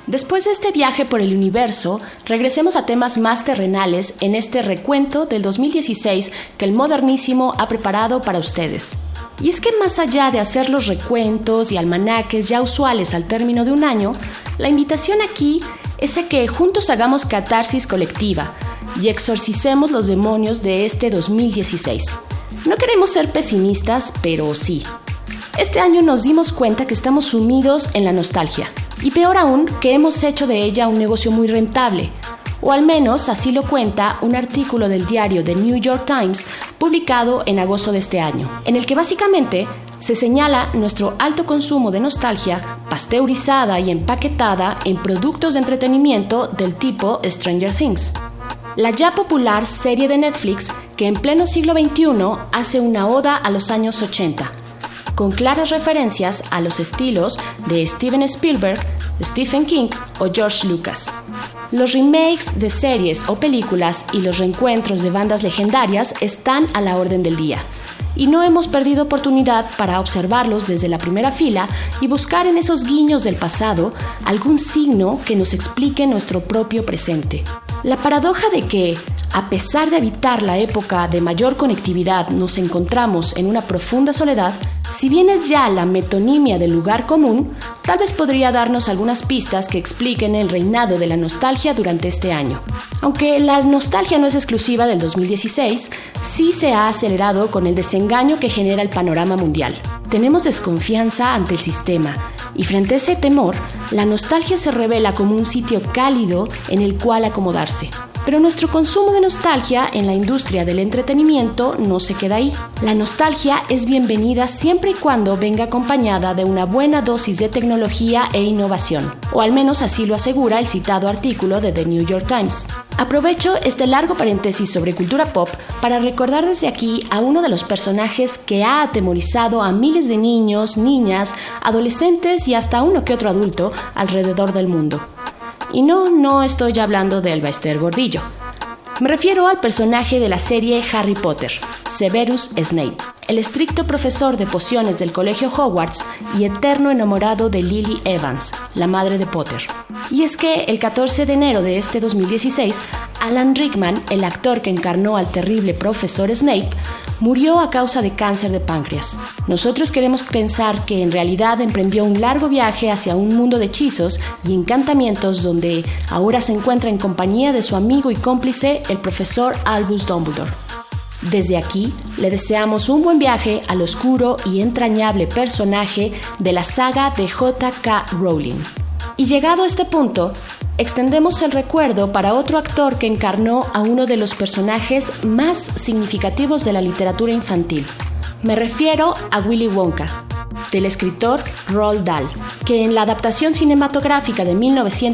Después de este viaje por el universo, regresemos a temas más terrenales en este recuento del 2016 que el Modernísimo ha preparado para ustedes. Y es que más allá de hacer los recuentos y almanaques ya usuales al término de un año, la invitación aquí es a que juntos hagamos catarsis colectiva y exorcicemos los demonios de este 2016. No queremos ser pesimistas, pero sí. Este año nos dimos cuenta que estamos sumidos en la nostalgia. Y peor aún, que hemos hecho de ella un negocio muy rentable. O al menos así lo cuenta un artículo del diario The New York Times publicado en agosto de este año, en el que básicamente se señala nuestro alto consumo de nostalgia pasteurizada y empaquetada en productos de entretenimiento del tipo Stranger Things. La ya popular serie de Netflix que en pleno siglo XXI hace una oda a los años 80, con claras referencias a los estilos de Steven Spielberg, Stephen King o George Lucas. Los remakes de series o películas y los reencuentros de bandas legendarias están a la orden del día, y no hemos perdido oportunidad para observarlos desde la primera fila y buscar en esos guiños del pasado algún signo que nos explique nuestro propio presente. La paradoja de que, a pesar de habitar la época de mayor conectividad, nos encontramos en una profunda soledad, si bien es ya la metonimia del lugar común, tal vez podría darnos algunas pistas que expliquen el reinado de la nostalgia durante este año. Aunque la nostalgia no es exclusiva del 2016, sí se ha acelerado con el desengaño que genera el panorama mundial. Tenemos desconfianza ante el sistema, y frente a ese temor, la nostalgia se revela como un sitio cálido en el cual acomodarse. Pero nuestro consumo de nostalgia en la industria del entretenimiento no se queda ahí. La nostalgia es bienvenida siempre y cuando venga acompañada de una buena dosis de tecnología e innovación, o al menos así lo asegura el citado artículo de The New York Times. Aprovecho este largo paréntesis sobre cultura pop para recordar desde aquí a uno de los personajes que ha atemorizado a miles de niños, niñas, adolescentes y hasta uno que otro adulto alrededor del mundo. Y no estoy hablando de Elbester Gordillo. Me refiero al personaje de la serie Harry Potter, Severus Snape, el estricto profesor de pociones del colegio Hogwarts y eterno enamorado de Lily Evans, la madre de Potter. Y es que el 14 de enero de este 2016, Alan Rickman, el actor que encarnó al terrible profesor Snape, murió a causa de cáncer de páncreas. Nosotros queremos pensar que en realidad emprendió un largo viaje hacia un mundo de hechizos y encantamientos donde ahora se encuentra en compañía de su amigo y cómplice, el profesor Albus Dumbledore. Desde aquí, le deseamos un buen viaje al oscuro y entrañable personaje de la saga de J.K. Rowling. Y llegado a este punto, extendemos el recuerdo para otro actor que encarnó a uno de los personajes más significativos de la literatura infantil. Me refiero a Willy Wonka, del escritor Roald Dahl, que en la adaptación cinematográfica de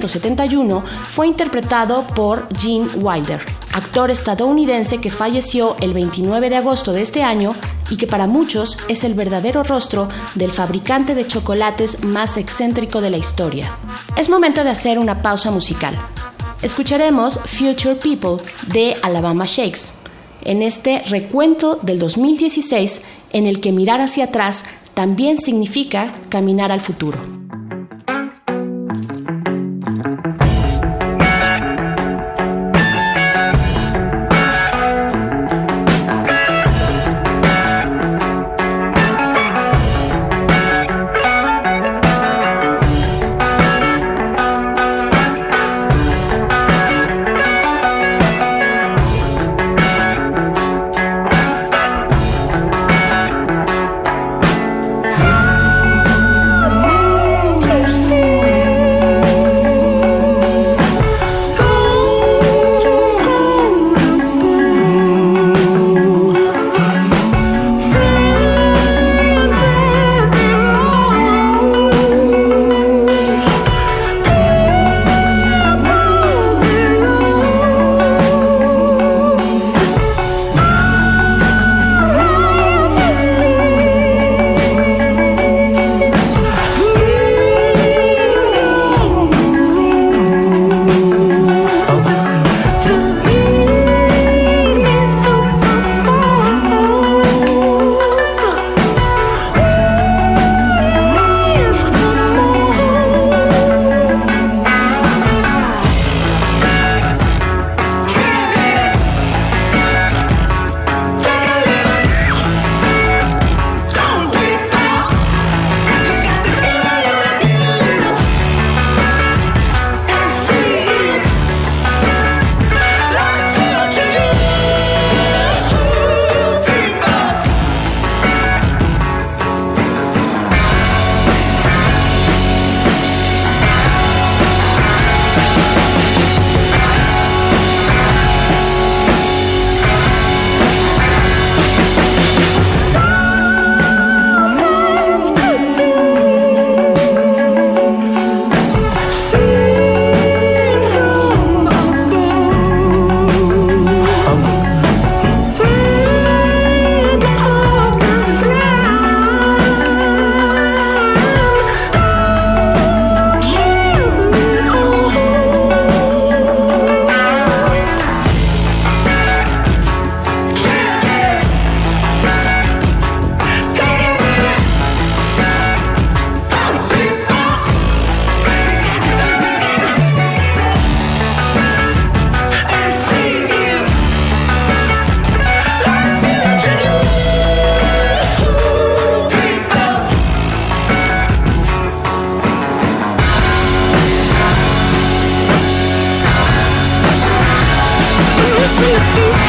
1971 fue interpretado por Gene Wilder, actor estadounidense que falleció el 29 de agosto de este año y que para muchos es el verdadero rostro del fabricante de chocolates más excéntrico de la historia. Es momento de hacer una pausa musical. Escucharemos Future People de Alabama Shakes, en este recuento del 2016 en el que mirar hacia atrás también significa caminar al futuro.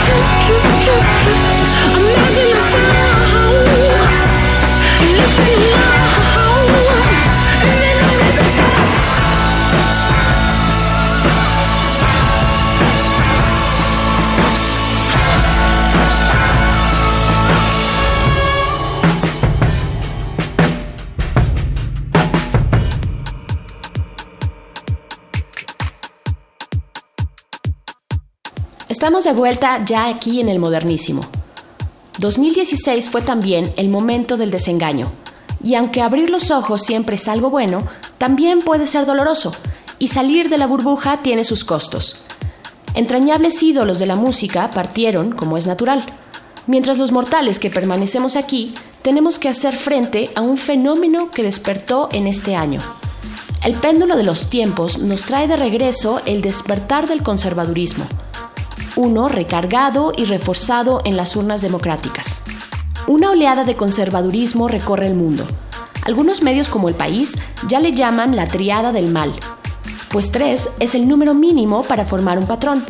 Estamos de vuelta ya aquí en el modernísimo. 2016 fue también el momento del desengaño. Y aunque abrir los ojos siempre es algo bueno, también puede ser doloroso. Y salir de la burbuja tiene sus costos. Entrañables ídolos de la música partieron, como es natural. Mientras los mortales que permanecemos aquí, tenemos que hacer frente a un fenómeno que despertó en este año. El péndulo de los tiempos nos trae de regreso el despertar del conservadurismo. Uno recargado y reforzado en las urnas democráticas. Una oleada de conservadurismo recorre el mundo. Algunos medios como El País ya le llaman la triada del mal, pues 3 es el número mínimo para formar un patrón.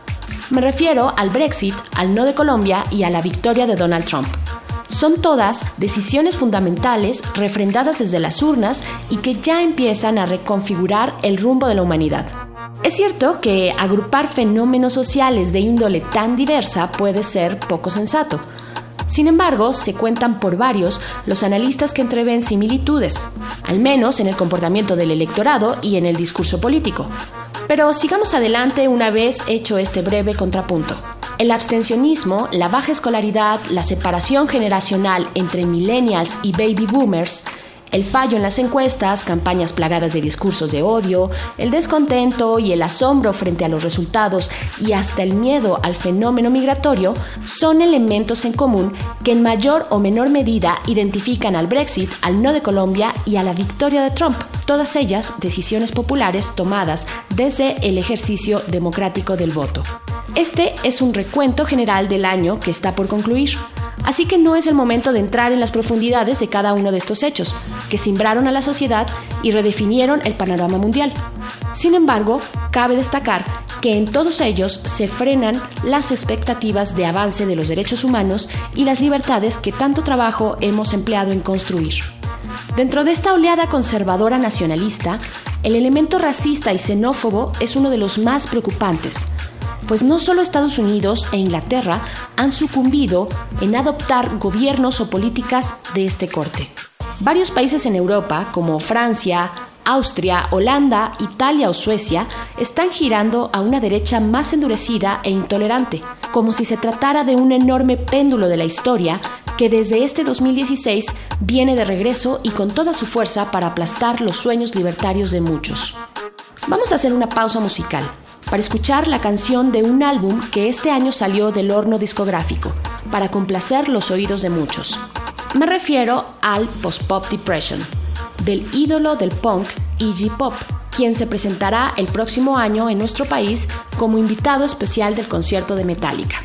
Me refiero al Brexit, al no de Colombia y a la victoria de Donald Trump. Son todas decisiones fundamentales refrendadas desde las urnas y que ya empiezan a reconfigurar el rumbo de la humanidad. Es cierto que agrupar fenómenos sociales de índole tan diversa puede ser poco sensato. Sin embargo, se cuentan por varios los analistas que entreven similitudes, al menos en el comportamiento del electorado y en el discurso político. Pero sigamos adelante una vez hecho este breve contrapunto. El abstencionismo, la baja escolaridad, la separación generacional entre millennials y baby boomers, el fallo en las encuestas, campañas plagadas de discursos de odio, el descontento y el asombro frente a los resultados y hasta el miedo al fenómeno migratorio son elementos en común que en mayor o menor medida identifican al Brexit, al no de Colombia y a la victoria de Trump. Todas ellas decisiones populares tomadas desde el ejercicio democrático del voto. Este es un recuento general del año que está por concluir. Así que no es el momento de entrar en las profundidades de cada uno de estos hechos, que cimbraron a la sociedad y redefinieron el panorama mundial. Sin embargo, cabe destacar que en todos ellos se frenan las expectativas de avance de los derechos humanos y las libertades que tanto trabajo hemos empleado en construir. Dentro de esta oleada conservadora nacionalista, el elemento racista y xenófobo es uno de los más preocupantes, pues no solo Estados Unidos e Inglaterra han sucumbido en adoptar gobiernos o políticas de este corte. Varios países en Europa, como Francia, Austria, Holanda, Italia o Suecia, están girando a una derecha más endurecida e intolerante, como si se tratara de un enorme péndulo de la historia que desde este 2016 viene de regreso y con toda su fuerza para aplastar los sueños libertarios de muchos. Vamos a hacer una pausa musical para escuchar la canción de un álbum que este año salió del horno discográfico, para complacer los oídos de muchos. Me refiero al Post-Pop Depression, del ídolo del punk Iggy Pop, quien se presentará el próximo año en nuestro país como invitado especial del concierto de Metallica.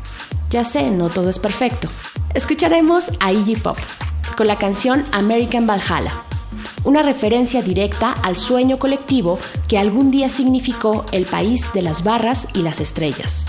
Ya sé, no todo es perfecto. Escucharemos a Iggy Pop con la canción American Valhalla, una referencia directa al sueño colectivo que algún día significó el país de las barras y las estrellas.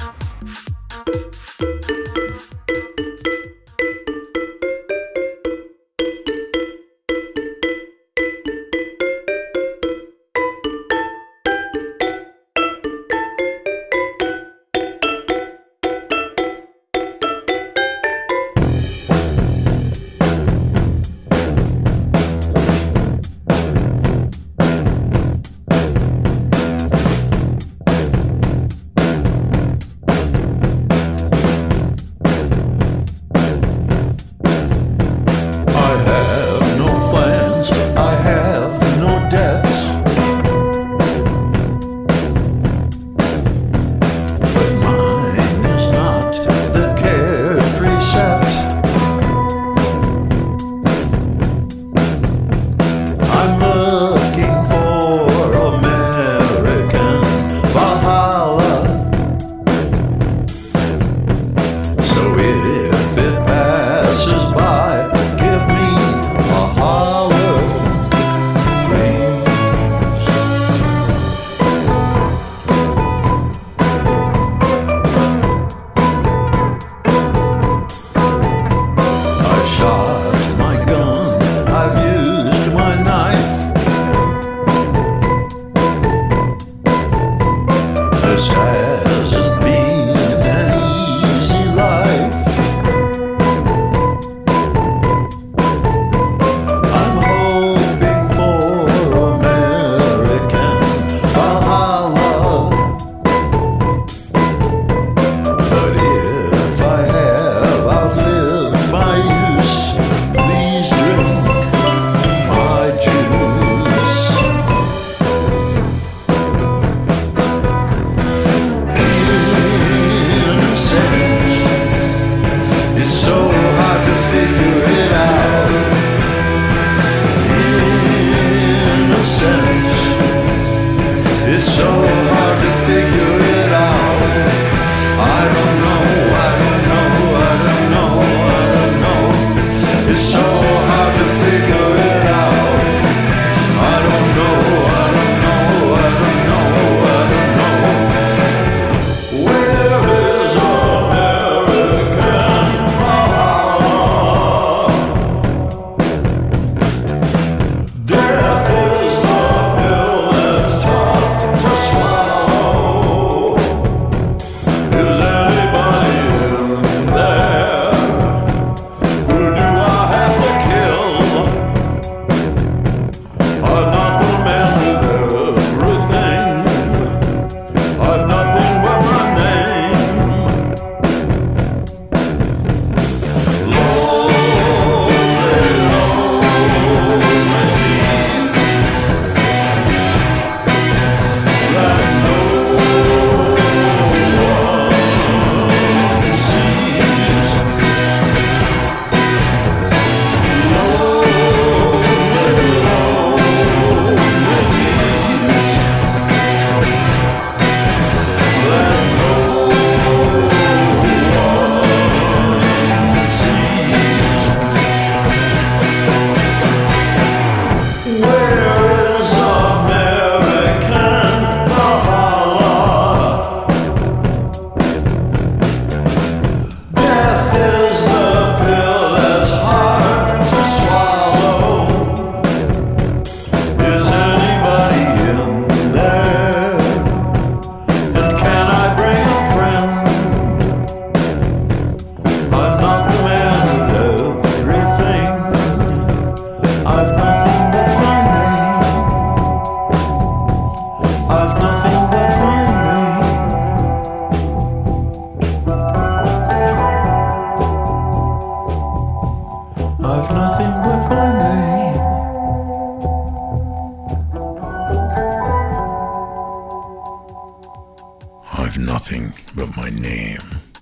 nothing but my name.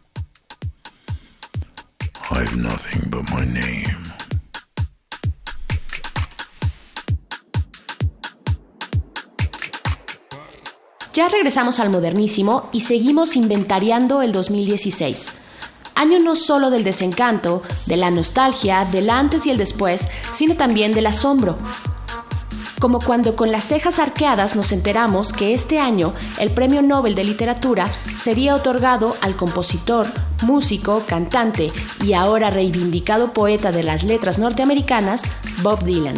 I've nothing but my name. Ya regresamos al modernísimo y seguimos inventariando el 2016. Año no solo del desencanto, de la nostalgia, del antes y el después, sino también del asombro. Como cuando con las cejas arqueadas nos enteramos que este año el Premio Nobel de Literatura sería otorgado al compositor, músico, cantante y ahora reivindicado poeta de las letras norteamericanas, Bob Dylan.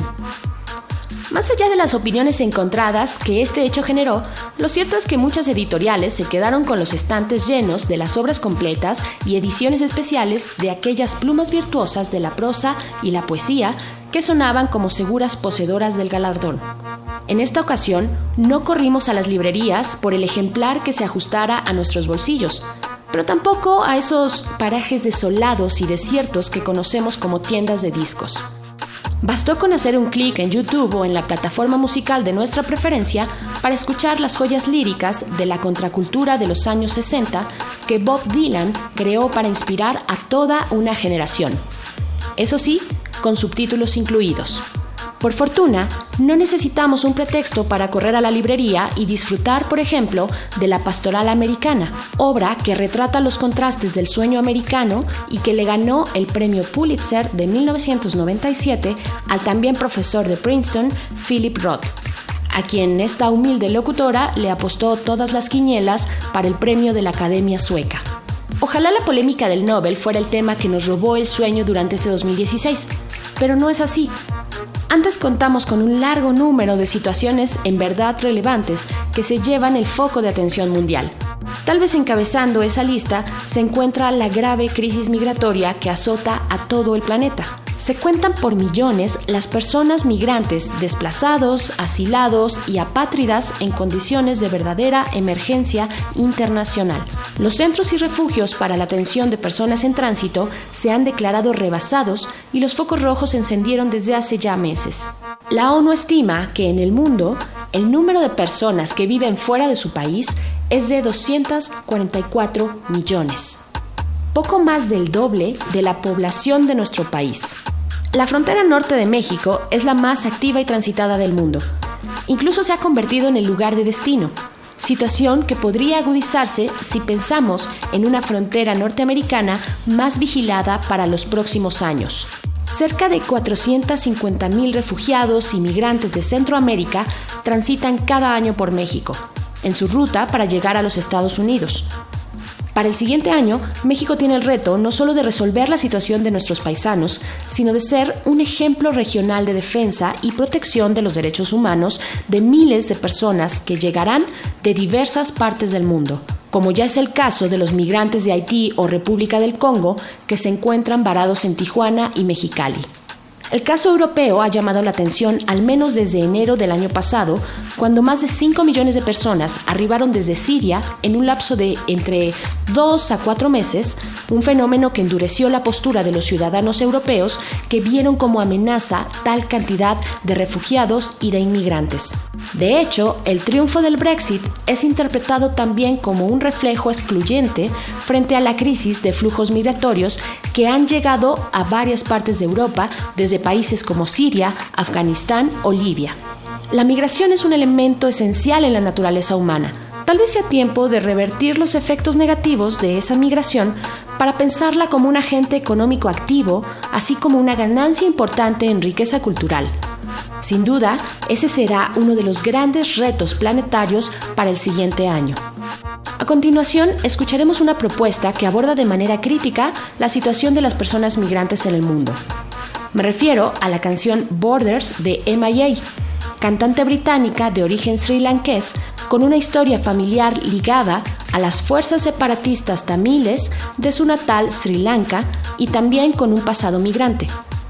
Más allá de las opiniones encontradas que este hecho generó, lo cierto es que muchas editoriales se quedaron con los estantes llenos de las obras completas y ediciones especiales de aquellas plumas virtuosas de la prosa y la poesía que sonaban como seguras poseedoras del galardón. En esta ocasión, no corrimos a las librerías por el ejemplar que se ajustara a nuestros bolsillos, pero tampoco a esos parajes desolados y desiertos que conocemos como tiendas de discos. Bastó con hacer un clic en YouTube o en la plataforma musical de nuestra preferencia para escuchar las joyas líricas de la contracultura de los años 60 que Bob Dylan creó para inspirar a toda una generación. Eso sí, con subtítulos incluidos. Por fortuna, no necesitamos un pretexto para correr a la librería y disfrutar, por ejemplo, de La Pastoral Americana, obra que retrata los contrastes del sueño americano y que le ganó el premio Pulitzer de 1997 al también profesor de Princeton, Philip Roth, a quien esta humilde locutora le apostó todas las quinielas para el premio de la Academia Sueca. Ojalá la polémica del Nobel fuera el tema que nos robó el sueño durante este 2016, pero no es así. Antes contamos con un largo número de situaciones en verdad relevantes que se llevan el foco de atención mundial. Tal vez encabezando esa lista se encuentra la grave crisis migratoria que azota a todo el planeta. Se cuentan por millones las personas migrantes desplazados, asilados y apátridas en condiciones de verdadera emergencia internacional. Los centros y refugios para la atención de personas en tránsito se han declarado rebasados y los focos rojos se encendieron desde hace ya meses. La ONU estima que en el mundo el número de personas que viven fuera de su país es de 244 millones. Poco más del doble de la población de nuestro país. La frontera norte de México es la más activa y transitada del mundo. Incluso se ha convertido en el lugar de destino, situación que podría agudizarse si pensamos en una frontera norteamericana más vigilada para los próximos años. Cerca de 450,000 refugiados y migrantes de Centroamérica transitan cada año por México, en su ruta para llegar a los Estados Unidos. Para el siguiente año, México tiene el reto no solo de resolver la situación de nuestros paisanos, sino de ser un ejemplo regional de defensa y protección de los derechos humanos de miles de personas que llegarán de diversas partes del mundo, como ya es el caso de los migrantes de Haití o República del Congo que se encuentran varados en Tijuana y Mexicali. El caso europeo ha llamado la atención al menos desde enero del año pasado, cuando más de 5 millones de personas arribaron desde Siria en un lapso de entre 2 a 4 meses, un fenómeno que endureció la postura de los ciudadanos europeos que vieron como amenaza tal cantidad de refugiados y de inmigrantes. De hecho, el triunfo del Brexit es interpretado también como un reflejo excluyente frente a la crisis de flujos migratorios que han llegado a varias partes de Europa desde países como Siria, Afganistán o Libia. La migración es un elemento esencial en la naturaleza humana. Tal vez sea tiempo de revertir los efectos negativos de esa migración para pensarla como un agente económico activo, así como una ganancia importante en riqueza cultural. Sin duda, ese será uno de los grandes retos planetarios para el siguiente año. A continuación, escucharemos una propuesta que aborda de manera crítica la situación de las personas migrantes en el mundo. Me refiero a la canción Borders de M.I.A., cantante británica de origen srilankés con una historia familiar ligada a las fuerzas separatistas tamiles de su natal Sri Lanka y también con un pasado migrante.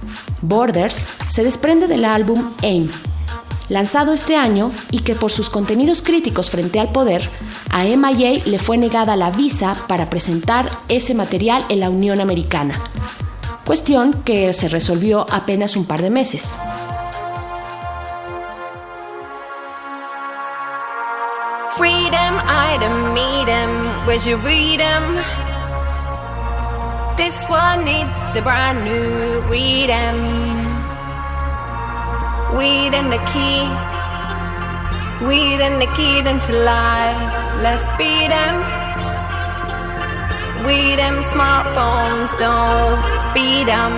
Borders se desprende del álbum AIM, lanzado este año y que por sus contenidos críticos frente al poder, a M.I.A. le fue negada la visa para presentar ese material en la Unión Americana, cuestión que se resolvió apenas un par de meses. Freedom freedom, I don't meet him. Where's your freedom? This one needs a brand new freedom. Weed and the key. Weed and the key into life. Let's beat them. Weed them smartphones, don't beat them.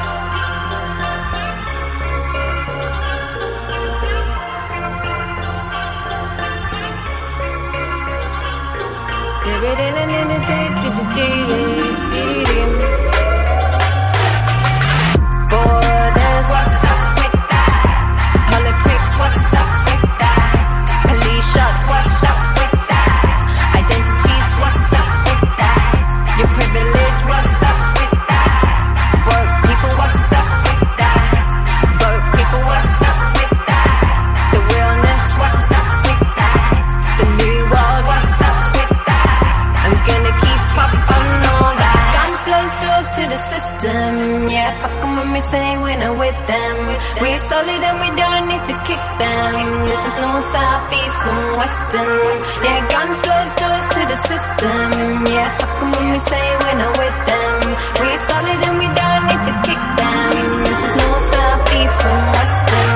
Borders, what's up with that? Politics, what's up with that? Police shots, what's up with that? Identities, what's up with that? Your privilege, what's up with that? Broke people, what's up with that? Broke people, what's up with that? The realness, what's up with that? The new world, what's up with that? I'm gonna keep up on all that. Guns blows doors to the system. Yeah, fuck them when we say we're not with them. We're solid and we don't need to kick them. This is no south, east and western. Yeah, guns blows doors to the system. Yeah, fuck them when we say we're not with them. We're solid and we don't need to kick them. This is no south, east and western.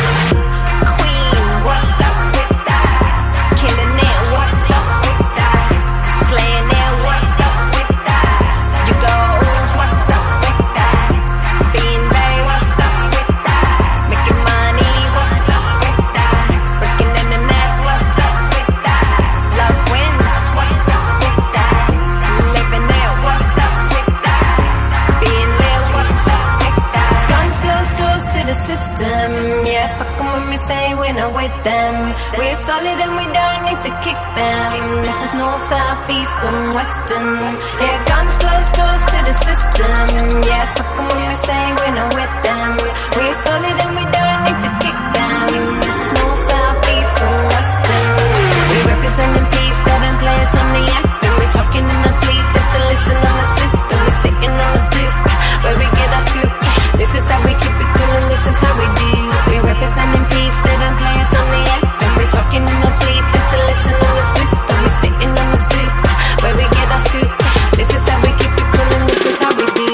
Queen, what's up with that? Killing it, what's up with that? Slaying it, what's up with that? You goals, what's up with that? Being they, what's up with that? Making money, what's up with that? Breaking in the net, what's up with that? Love wins, what's up with that? Living it, what's up with that? Being real, what's up with that? Guns close doors to the system. Yeah, fuck them when we say we're not with them. We're solid and we don't need to kick them. This is north, south, east and western. Yeah, guns close doors to the system. Yeah, fuck them when we say we're not with them. We're solid and we don't need to kick them. This is north, south, east and western. We representing peeps that don't play us on the app. And we're talking in our sleep just to listen on the system. We're sitting on the stoop where we get our scoop. This is how we keep it cool and this is how we do. We representing peeps that don't play us on the app. And we're talking in our sleep just to listen on the system. We're sitting on the stoop where we get our scoop. This is how we keep it cool and this is how we do.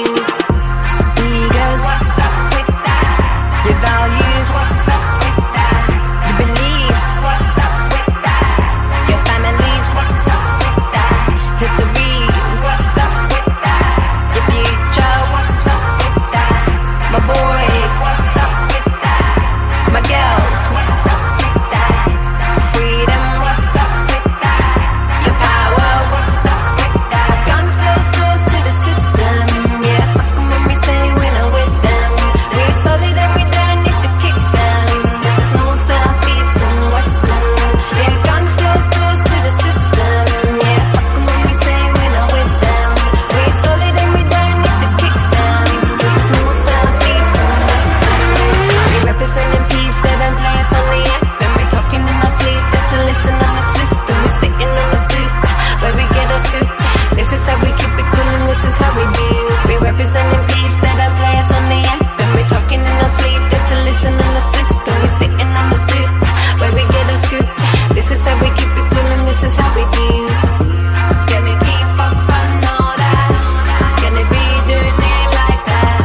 Egos, what's up with that? Your values, what's up with that? Your beliefs, what's up with that? Your families, what's up with that? History, what's up with that? Your future, what's up with that? My boys, what's up with that? My girls, what's up with that? Freedom, what's up with that? Your power, what's up with that? Guns close doors to the system. Yeah, fuck them when we say we're not with them. We're solid and we don't need to kick them. This is north, south, east and western. Yeah, guns close doors to the system. Yeah, fuck them when we say we're not with them. We're solid and we don't need to kick them. This is north, south, east and western. We representing peeps that don't play us on the app. And we're talking in our sleep just to listen on the system. We're sitting on the stoop where we get our scoop. This is how we keep it cool and this is how we do. We representing peeps that don't play us on the app. And we're talking in our sleep just to listen on the system. We're sitting on the stoop where we get our scoop. This is how we keep it cool and this is how we do. Gonna keep up on all that. Gonna be doing it like that.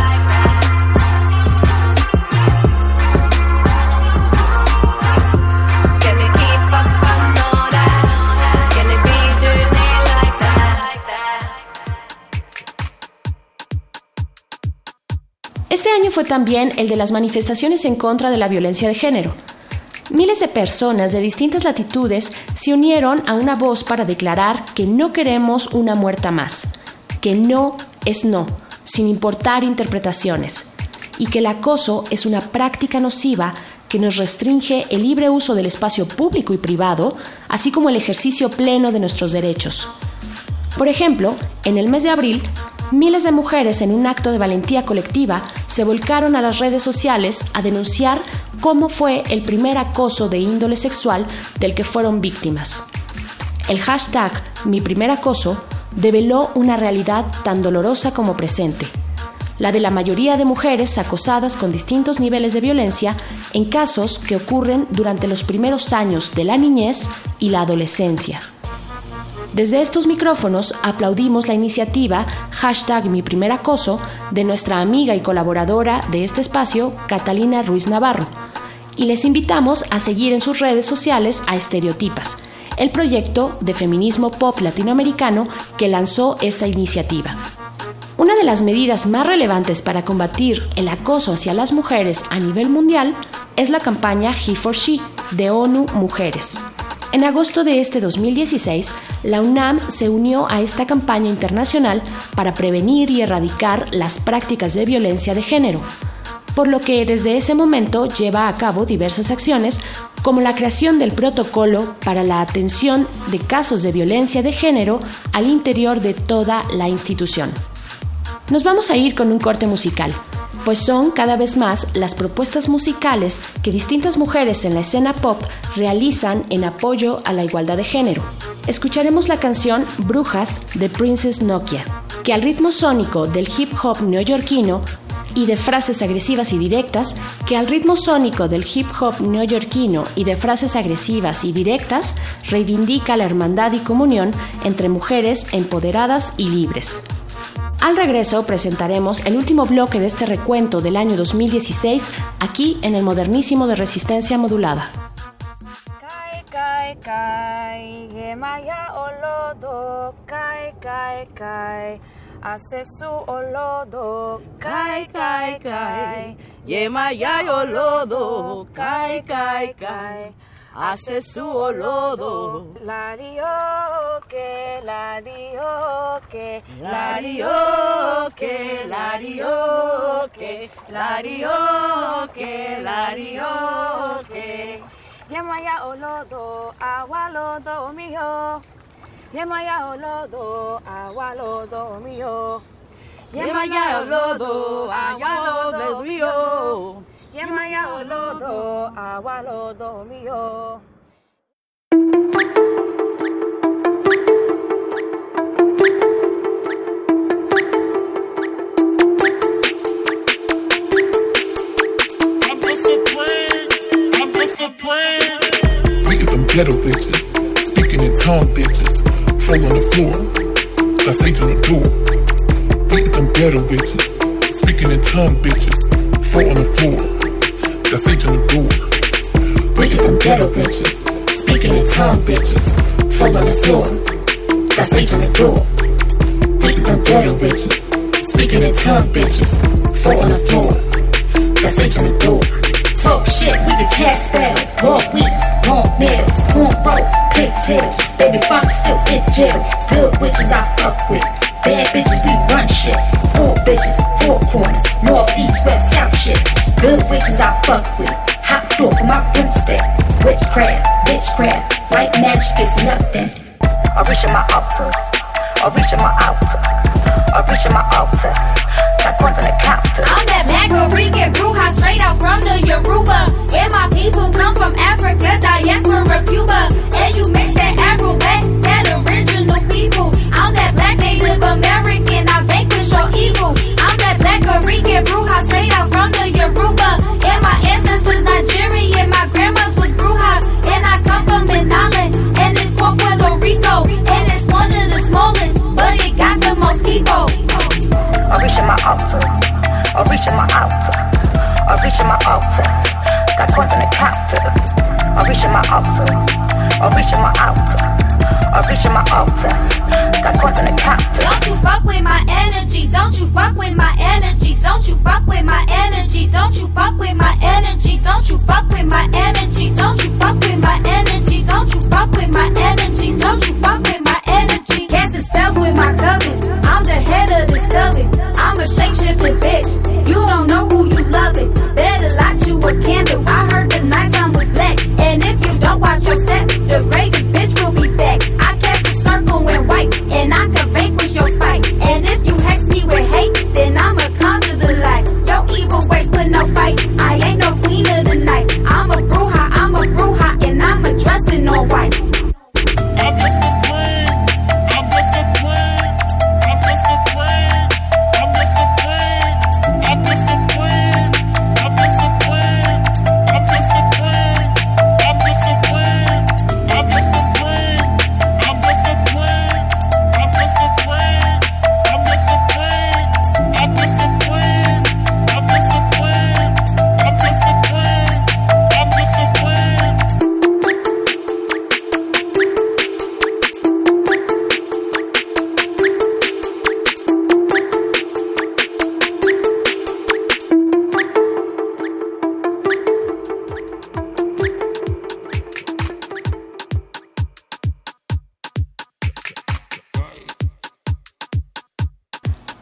Gonna keep up on all that. Gonna be doing it like that. Este año fue también el de las manifestaciones en contra de la violencia de género. Miles de personas de distintas latitudes se unieron a una voz para declarar que no queremos una muerta más, que no es no, sin importar interpretaciones, y que el acoso es una práctica nociva que nos restringe el libre uso del espacio público y privado, así como el ejercicio pleno de nuestros derechos. Por ejemplo, en el mes de abril, miles de mujeres en un acto de valentía colectiva se volcaron a las redes sociales a denunciar cómo fue el primer acoso de índole sexual del que fueron víctimas. El hashtag #MiPrimerAcoso develó una realidad tan dolorosa como presente. la de la mayoría de mujeres acosadas con distintos niveles de violencia en casos que ocurren durante los primeros años de la niñez y la adolescencia. Desde estos micrófonos aplaudimos la iniciativa #MiPrimerAcoso de nuestra amiga y colaboradora de este espacio, Catalina Ruiz Navarro, y les invitamos a seguir en sus redes sociales a Estereotipas, el proyecto de feminismo pop latinoamericano que lanzó esta iniciativa. Una de las medidas más relevantes para combatir el acoso hacia las mujeres a nivel mundial es la campaña He4She de ONU Mujeres. En agosto de este 2016, la UNAM se unió a esta campaña internacional para prevenir y erradicar las prácticas de violencia de género, por lo que desde ese momento lleva a cabo diversas acciones como la creación del protocolo para la atención de casos de violencia de género al interior de toda la institución. Nos vamos a ir con un corte musical, pues son cada vez más las propuestas musicales que distintas mujeres en la escena pop realizan en apoyo a la igualdad de género. Escucharemos la canción Brujas de Princess Nokia, que al ritmo sónico del hip hop neoyorquino y de frases agresivas y directas, reivindica la hermandad y comunión entre mujeres empoderadas y libres. Al regreso presentaremos el último bloque de este recuento del año 2016 aquí en el Modernísimo de Resistencia Modulada. Kai kai yemaya olodo kai kai kai hace su olodo kai kai kai yemaya olodo kai kai kai hace su olodo. La dio que, la dio que, la dio que, la dio que, la dio que, la dio que. Yemaya olodo, agua lodo mío. Yemaya olodo, agua lodo mío. Yemaya olodo, agua lodo mío. Yemaya olodo, agua lodo mío. We get them ghetto bitches, speaking in tongue bitches, fall on the floor, that's H on the door. We get them ghetto bitches, speaking in tongue bitches, fall on the floor, that's H on the door. We get them ghetto bitches, speaking in tongue bitches, fall on the floor, that's H on the door. We get them ghetto bitches, speaking in tongue bitches, fall on the floor, that's H on the door. Talk shit, we the cast battle. Long weeks, long nails, cornrow, pigtails. Baby funk, still in jail. Good witches I fuck with. Bad bitches, we run shit. 4 bitches, 4 corners. North, east, west, south shit. Good witches I fuck with. Hot door for my broomstick. Witchcraft, bitchcraft. White magic is nothing. I reach in my altar. I reach in my altar. I reach in my altar. Got coins on the counter. I'm that black Rican bruja straight out from the Yoruba. And my people come from Africa, diaspora, Cuba. And you mix that Afro back, that original people. I'm that black Native American, I vanquish your evil. I'm that black Rican bruja straight out from the Yoruba. And my ancestors Nigerian, my grandma's was brujas. And I come from Manala, and it's for Puerto Rico. And it's one of the smallest, but it got the most people. I reach in my altar. I reach in my altar. I reach in my altar. Got coins on the counter. I reach in my altar. I reach in my altar. I reach in my altar. Got coins on the counter. Don't you fuck with my energy. Don't you fuck with my energy. Don't you fuck with my energy. Don't you fuck with my energy. Don't you fuck with my energy. Don't you fuck with my energy. Don't you fuck with my energy. Don't you fuck with my energy. Casting spells with my cousins. I'm the head of this coven. I'm a shape-shifting bitch. You don't know who you loving. Better light you a candle. I heard the nighttime was black. And if you don't watch your step, the greatest bitch will be back. I cast a circle in white, and I can vanquish your spite. And if you hex me with hate, then I'ma conjure the light. Your evil ways with no fight. I ain't no queen of the night. I'm a bruja.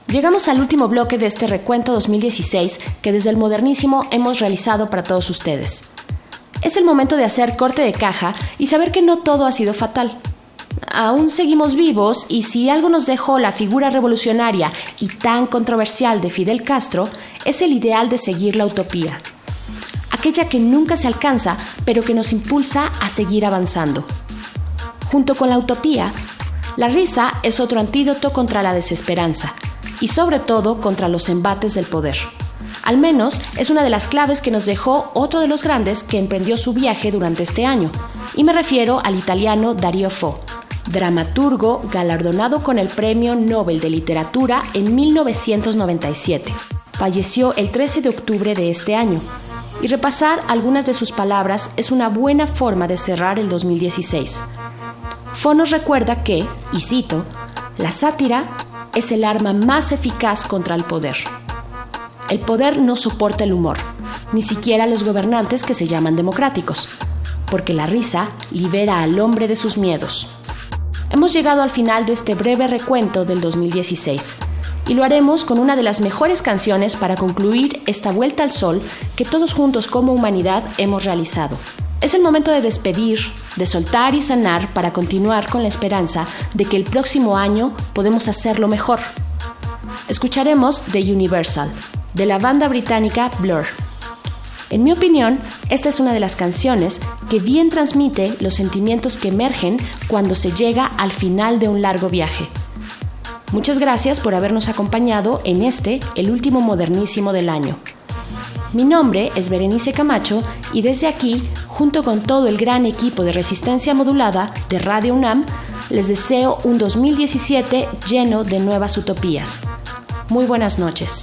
Llegamos al último bloque de este recuento 2016 que desde el Modernísimo hemos realizado para todos ustedes. Es el momento de hacer corte de caja y saber que no todo ha sido fatal. Aún seguimos vivos y si algo nos dejó la figura revolucionaria y tan controversial de Fidel Castro, es el ideal de seguir la utopía. Aquella que nunca se alcanza, pero que nos impulsa a seguir avanzando. Junto con la utopía, la risa es otro antídoto contra la desesperanza y sobre todo contra los embates del poder. Al menos es una de las claves que nos dejó otro de los grandes que emprendió su viaje durante este año, y me refiero al italiano Dario Fo, dramaturgo galardonado con el Premio Nobel de Literatura en 1997. Falleció el 13 de octubre de este año, y repasar algunas de sus palabras es una buena forma de cerrar el 2016. Fo nos recuerda que, y cito, la sátira es el arma más eficaz contra el poder. El poder no soporta el humor, ni siquiera los gobernantes que se llaman democráticos, porque la risa libera al hombre de sus miedos. Hemos llegado al final de este breve recuento del 2016, y lo haremos con una de las mejores canciones para concluir esta vuelta al sol que todos juntos como humanidad hemos realizado. Es el momento de despedir, de soltar y sanar para continuar con la esperanza de que el próximo año podemos hacerlo mejor. Escucharemos The Universal, de la banda británica Blur. En mi opinión, esta es una de las canciones que bien transmite los sentimientos que emergen cuando se llega al final de un largo viaje. Muchas gracias por habernos acompañado en el último Modernísimo del año. Mi nombre es Berenice Camacho y desde aquí, junto con todo el gran equipo de Resistencia Modulada de Radio UNAM, les deseo un 2017 lleno de nuevas utopías. Muy buenas noches.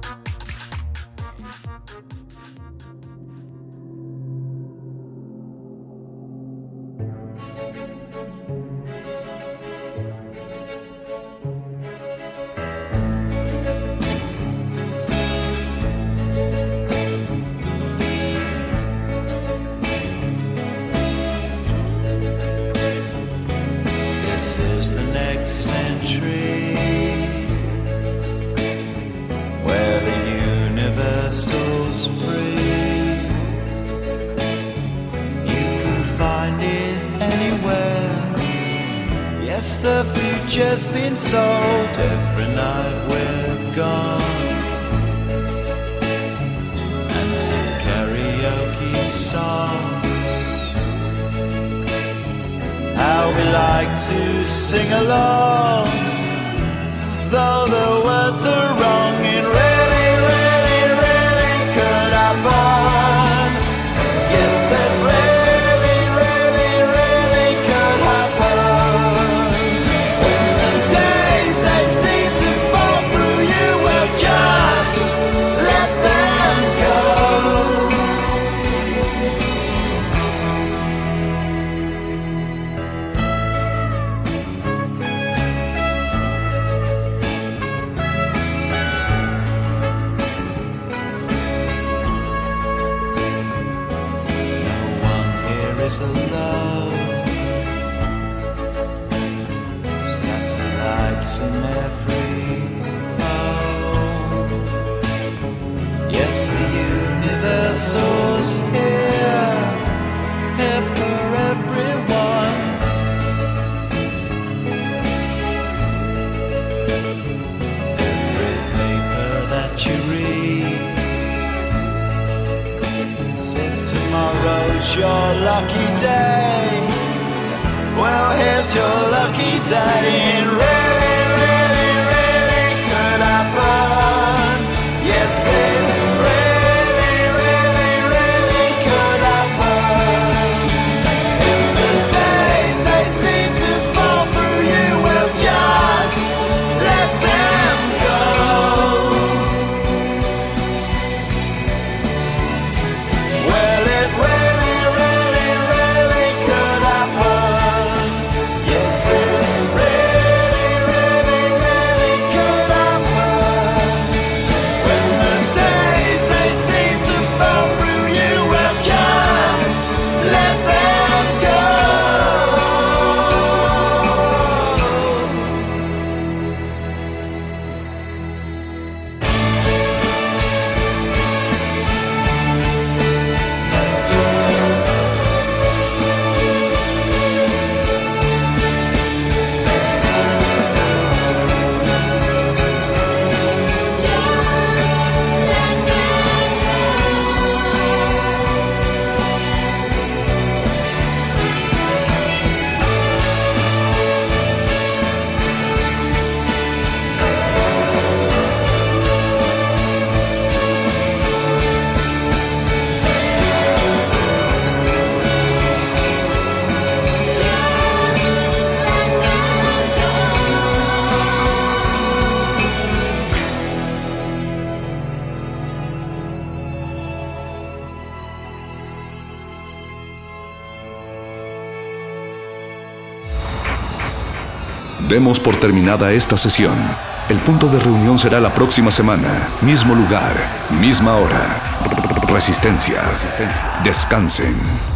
The future's been sold every night we're gone, and some karaoke songs. How we like to sing along, though the words are wrong. And really, really, really could I burn? Yes, it really, really, really could happen. Just let them go. No one here is alone. Satellites in every yes, the universal's here, here for everyone. Every paper that you read says tomorrow's your lucky day. Well, here's your lucky day. And really, really, really could happen. Yes, it really, really could happen. Yes, it really Demos por terminada esta sesión. El punto de reunión será la próxima semana. Mismo lugar, misma hora. Resistencia. Descansen.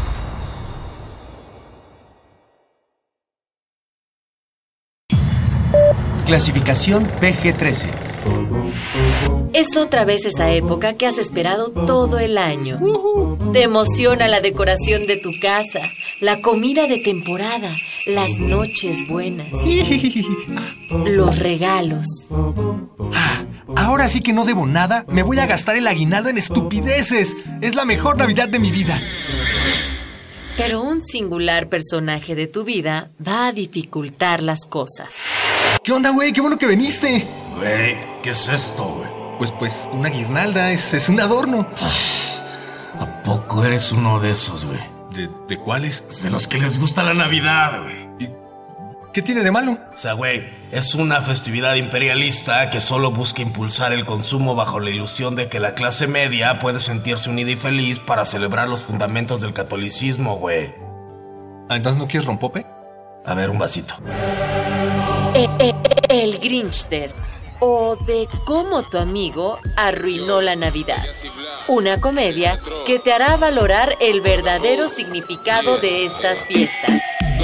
Clasificación PG-13. Es otra vez esa época que has esperado todo el año. Te emociona la decoración de tu casa, la comida de temporada, las noches buenas, los regalos. Ahora sí que no debo nada, me voy a gastar el aguinaldo en estupideces. Es la mejor Navidad de mi vida. Pero un singular personaje de tu vida va a dificultar las cosas. ¿Qué onda, güey? ¡Qué bueno que viniste! Güey, ¿qué es esto, güey? Pues una guirnalda, es un adorno. ¿A poco eres uno de esos, güey? ¿De cuáles? De los que les gusta la Navidad, güey. ¿Qué tiene de malo? O sea, güey, es una festividad imperialista que solo busca impulsar el consumo bajo la ilusión de que la clase media puede sentirse unida y feliz para celebrar los fundamentos del catolicismo, güey. ¿Entonces no quieres rompope? A ver, un vasito. El Grinchster, o de cómo tu amigo arruinó la Navidad. Una comedia que te hará valorar el verdadero significado de estas fiestas.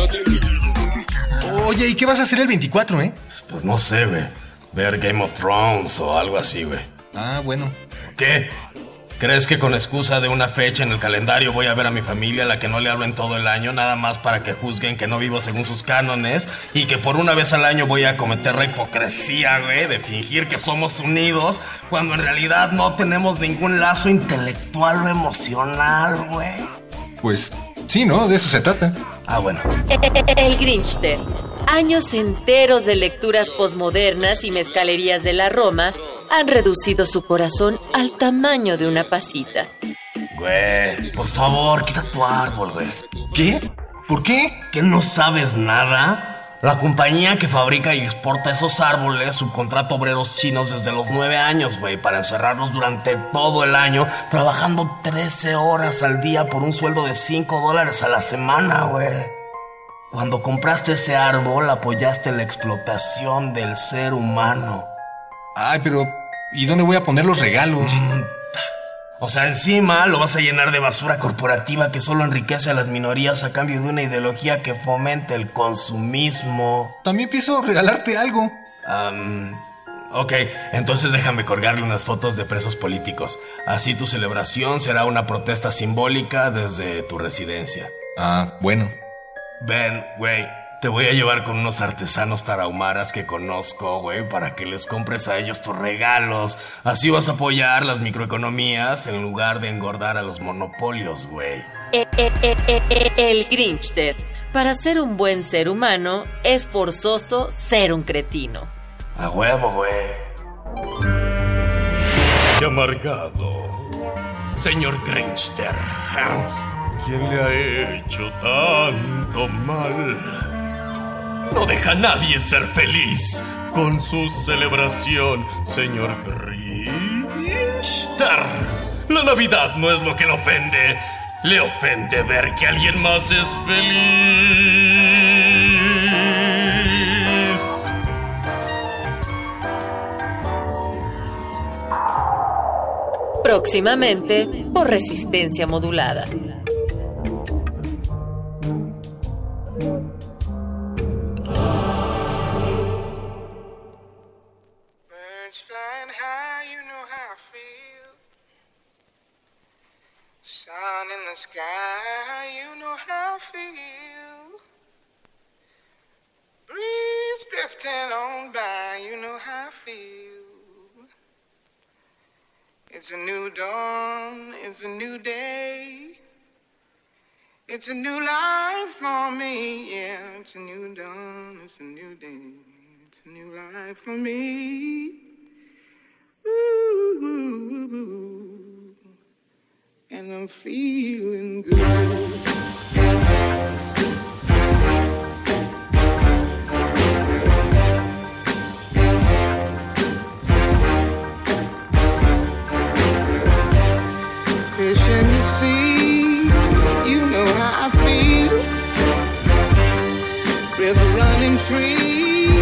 Oye, ¿y qué vas a hacer el 24, Pues no sé, güey. Ver Game of Thrones o algo así, güey. Ah, bueno. ¿Qué? ¿Crees que con excusa de una fecha en el calendario voy a ver a mi familia, a la que no le hablo en todo el año, nada más para que juzguen que no vivo según sus cánones y que por una vez al año voy a cometer la hipocresía, güey, de fingir que somos unidos cuando en realidad no tenemos ningún lazo intelectual o emocional, güey? Pues sí, ¿no? De eso se trata. Ah, bueno. El Grinchster. Años enteros de lecturas posmodernas y mezcalerías de la Roma han reducido su corazón al tamaño de una pasita. Güey, por favor, quita tu árbol, güey. ¿Qué? ¿Por qué? ¿Que no sabes nada? La compañía que fabrica y exporta esos árboles subcontrata obreros chinos desde los 9 años, güey, para encerrarlos durante todo el año, trabajando 13 horas al día por un sueldo de $5 a la semana, güey. Cuando compraste ese árbol, apoyaste la explotación del ser humano. Ay, pero ¿y dónde voy a poner los regalos? O sea, encima lo vas a llenar de basura corporativa que solo enriquece a las minorías a cambio de una ideología que fomenta el consumismo. También pienso regalarte algo. Ok, entonces déjame colgarle unas fotos de presos políticos. Así tu celebración será una protesta simbólica desde tu residencia. Ah, bueno. Ven, güey, te voy a llevar con unos artesanos tarahumaras que conozco, güey, para que les compres a ellos tus regalos. Así vas a apoyar las microeconomías en lugar de engordar a los monopolios, güey. El Grinchster. Para ser un buen ser humano, es forzoso ser un cretino. A huevo, güey. Qué amargado. Señor Grinchster. ¿Quién le ha hecho tanto mal? No deja a nadie ser feliz con su celebración, señor Grinchster. La Navidad no es lo que le ofende. Le ofende ver que alguien más es feliz. Próximamente, por Resistencia Modulada. Sun in the sky, you know how I feel. Breeze drifting on by, you know how I feel. It's a new dawn, it's a new day. It's a new life for me, yeah. It's a new dawn, it's a new day. It's a new life for me. Ooh, ooh, ooh. And I'm feeling good. Fish in the sea, you know how I feel. River running free,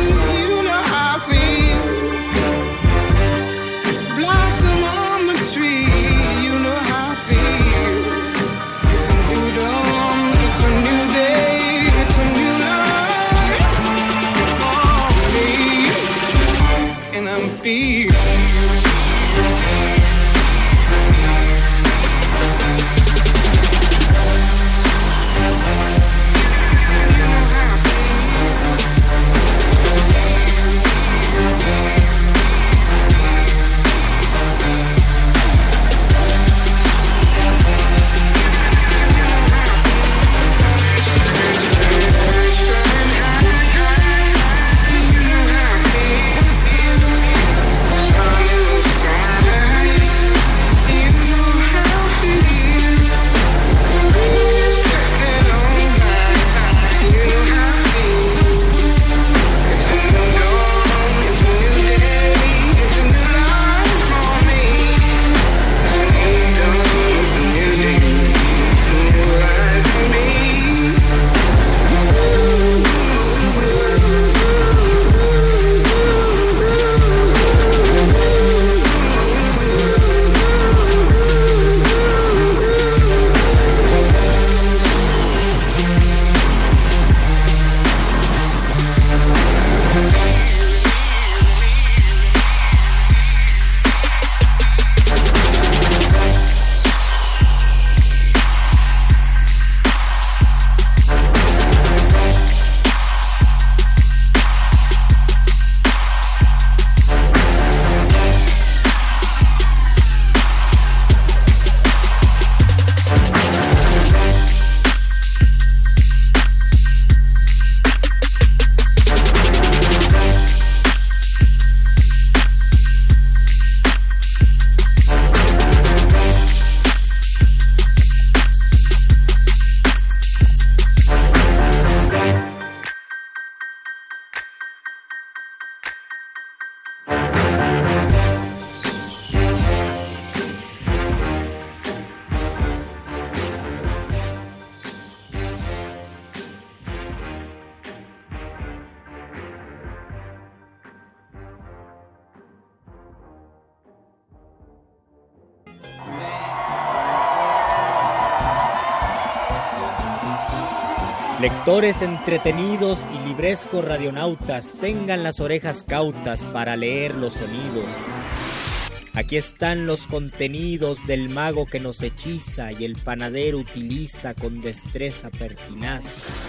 Lectores entretenidos y librescos radionautas, tengan las orejas cautas para leer los sonidos. Aquí están los contenidos del mago que nos hechiza y el panadero utiliza con destreza pertinaz.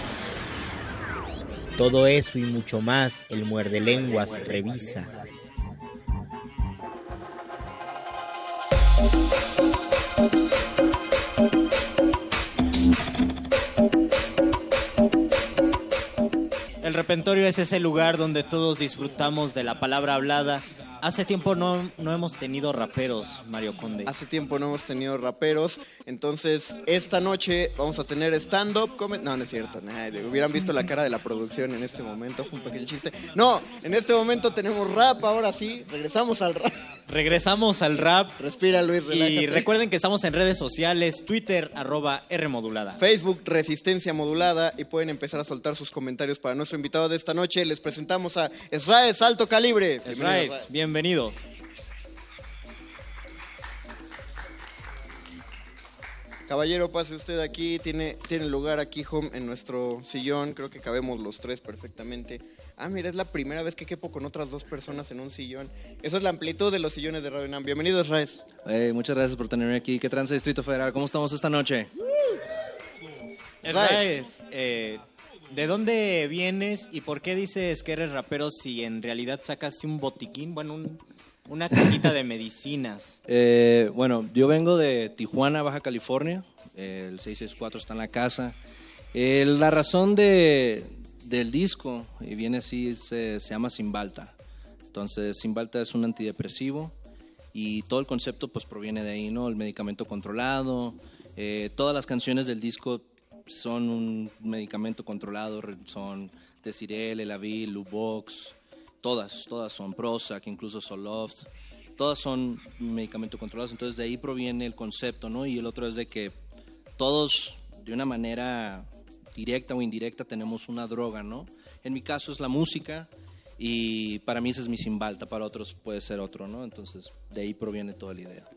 Todo eso y mucho más el muerdelenguas revisa. El repertorio es ese lugar donde todos disfrutamos de la palabra hablada. Hace tiempo no hemos tenido raperos, Mario Conde. Hace tiempo no hemos tenido raperos, entonces esta noche vamos a tener stand-up comedy. No es cierto, hubieran visto la cara de la producción en este momento, fue un pequeño chiste. No, en este momento tenemos rap, ahora sí, regresamos al rap. Regresamos al rap. Respira, Luis, relájate. Y recuerden que estamos en redes sociales, Twitter, @Rmodulada. Facebook, Resistencia Modulada, y pueden empezar a soltar sus comentarios para nuestro invitado de esta noche. Les presentamos a Esraes Alto Calibre. Esraes, bienvenido. Caballero, pase usted aquí, tiene lugar aquí, home, en nuestro sillón. Creo que cabemos los tres perfectamente. Ah, mira, es la primera vez que quepo con otras dos personas en un sillón. Eso es la amplitud de los sillones de Radio UNAM. Bienvenido, Esraes. Muchas gracias por tenerme aquí. ¿Qué trance, Distrito Federal? ¿Cómo estamos esta noche? Esraes, ¿de dónde vienes y por qué dices que eres rapero si en realidad sacaste un botiquín? Bueno, una cajita de medicinas. Bueno, yo vengo de Tijuana, Baja California. El 664 está en la casa. La razón del disco viene así, se llama Cymbalta. Entonces, Cymbalta es un antidepresivo y todo el concepto pues proviene de ahí, ¿no? El medicamento controlado. Todas las canciones del disco son un medicamento controlado, son Desirel, Elavil, Luvox. Todas son Prozac, incluso Zoloft, todas son medicamentos controlados, entonces de ahí proviene el concepto, ¿no? Y el otro es de que todos, de una manera directa o indirecta, tenemos una droga, ¿no? En mi caso es la música y para mí ese es mi Cymbalta, para otros puede ser otro, ¿no? Entonces de ahí proviene toda la idea.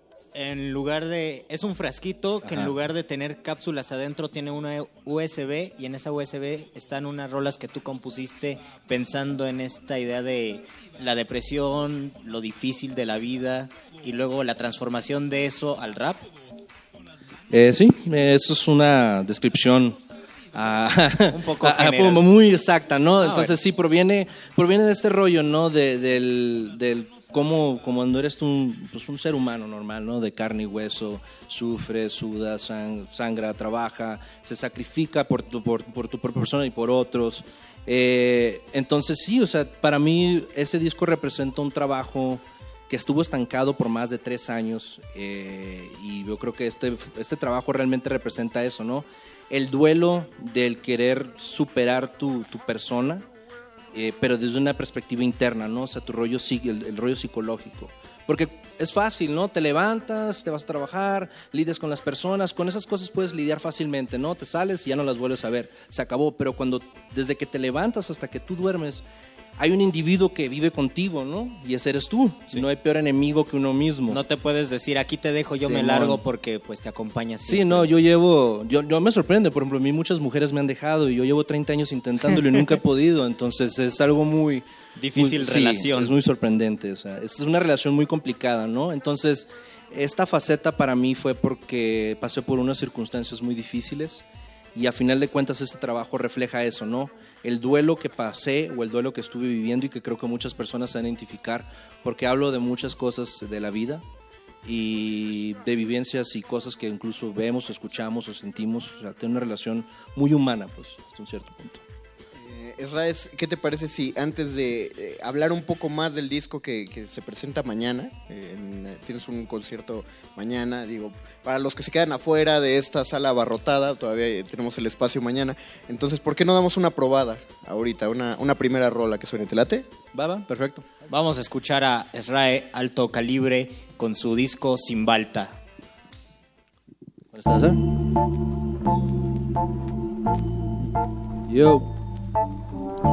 Es un frasquito que en lugar de tener cápsulas adentro tiene una USB y en esa USB están unas rolas que tú compusiste pensando en esta idea de la depresión, lo difícil de la vida y luego la transformación de eso al rap. Sí, eso es una descripción un poco muy exacta, ¿no? Entonces bueno. Sí, proviene de este rollo, ¿no? Del como cuando eres un ser humano normal, ¿no? De carne y hueso, sufre, suda, sangra, trabaja, se sacrifica por tu propia persona y por otros. Entonces sí, o sea, para mí ese disco representa un trabajo que estuvo estancado por más de 3 años y yo creo que este trabajo realmente representa eso, ¿no? El duelo del querer superar tu persona, pero desde una perspectiva interna, ¿no? O sea, el rollo psicológico. Porque es fácil, ¿no? Te levantas, te vas a trabajar, lidias con las personas, con esas cosas puedes lidiar fácilmente, ¿no? Te sales y ya no las vuelves a ver, se acabó. Pero desde que te levantas hasta que tú duermes, hay un individuo que vive contigo, ¿no? Y ese eres tú. Sí. No hay peor enemigo que uno mismo. No te puedes decir, aquí te dejo, yo me largo porque pues te acompañas siempre. Sí, no, yo me sorprende, por ejemplo, a mí muchas mujeres me han dejado y yo llevo 30 años intentándolo y nunca he podido, entonces es algo muy... Difícil relación. Sí, es muy sorprendente, o sea, es una relación muy complicada, ¿no? Entonces, esta faceta para mí fue porque pasé por unas circunstancias muy difíciles y a final de cuentas este trabajo refleja eso, ¿no? El duelo que pasé o el duelo que estuve viviendo y que creo que muchas personas se van a identificar porque hablo de muchas cosas de la vida y de vivencias y cosas que incluso vemos, escuchamos o sentimos, o sea, tiene una relación muy humana, pues, hasta un cierto punto. Esraes, ¿qué te parece si antes de hablar un poco más del disco que se presenta mañana, tienes un concierto mañana, digo, para los que se quedan afuera de esta sala abarrotada, todavía tenemos el espacio mañana, entonces, ¿por qué no damos una probada ahorita, una primera rola que suene? ¿Te late? Va, perfecto. Vamos a escuchar a Esraes Alto Calibre con su disco Cymbalta. ¿Estás, Yo.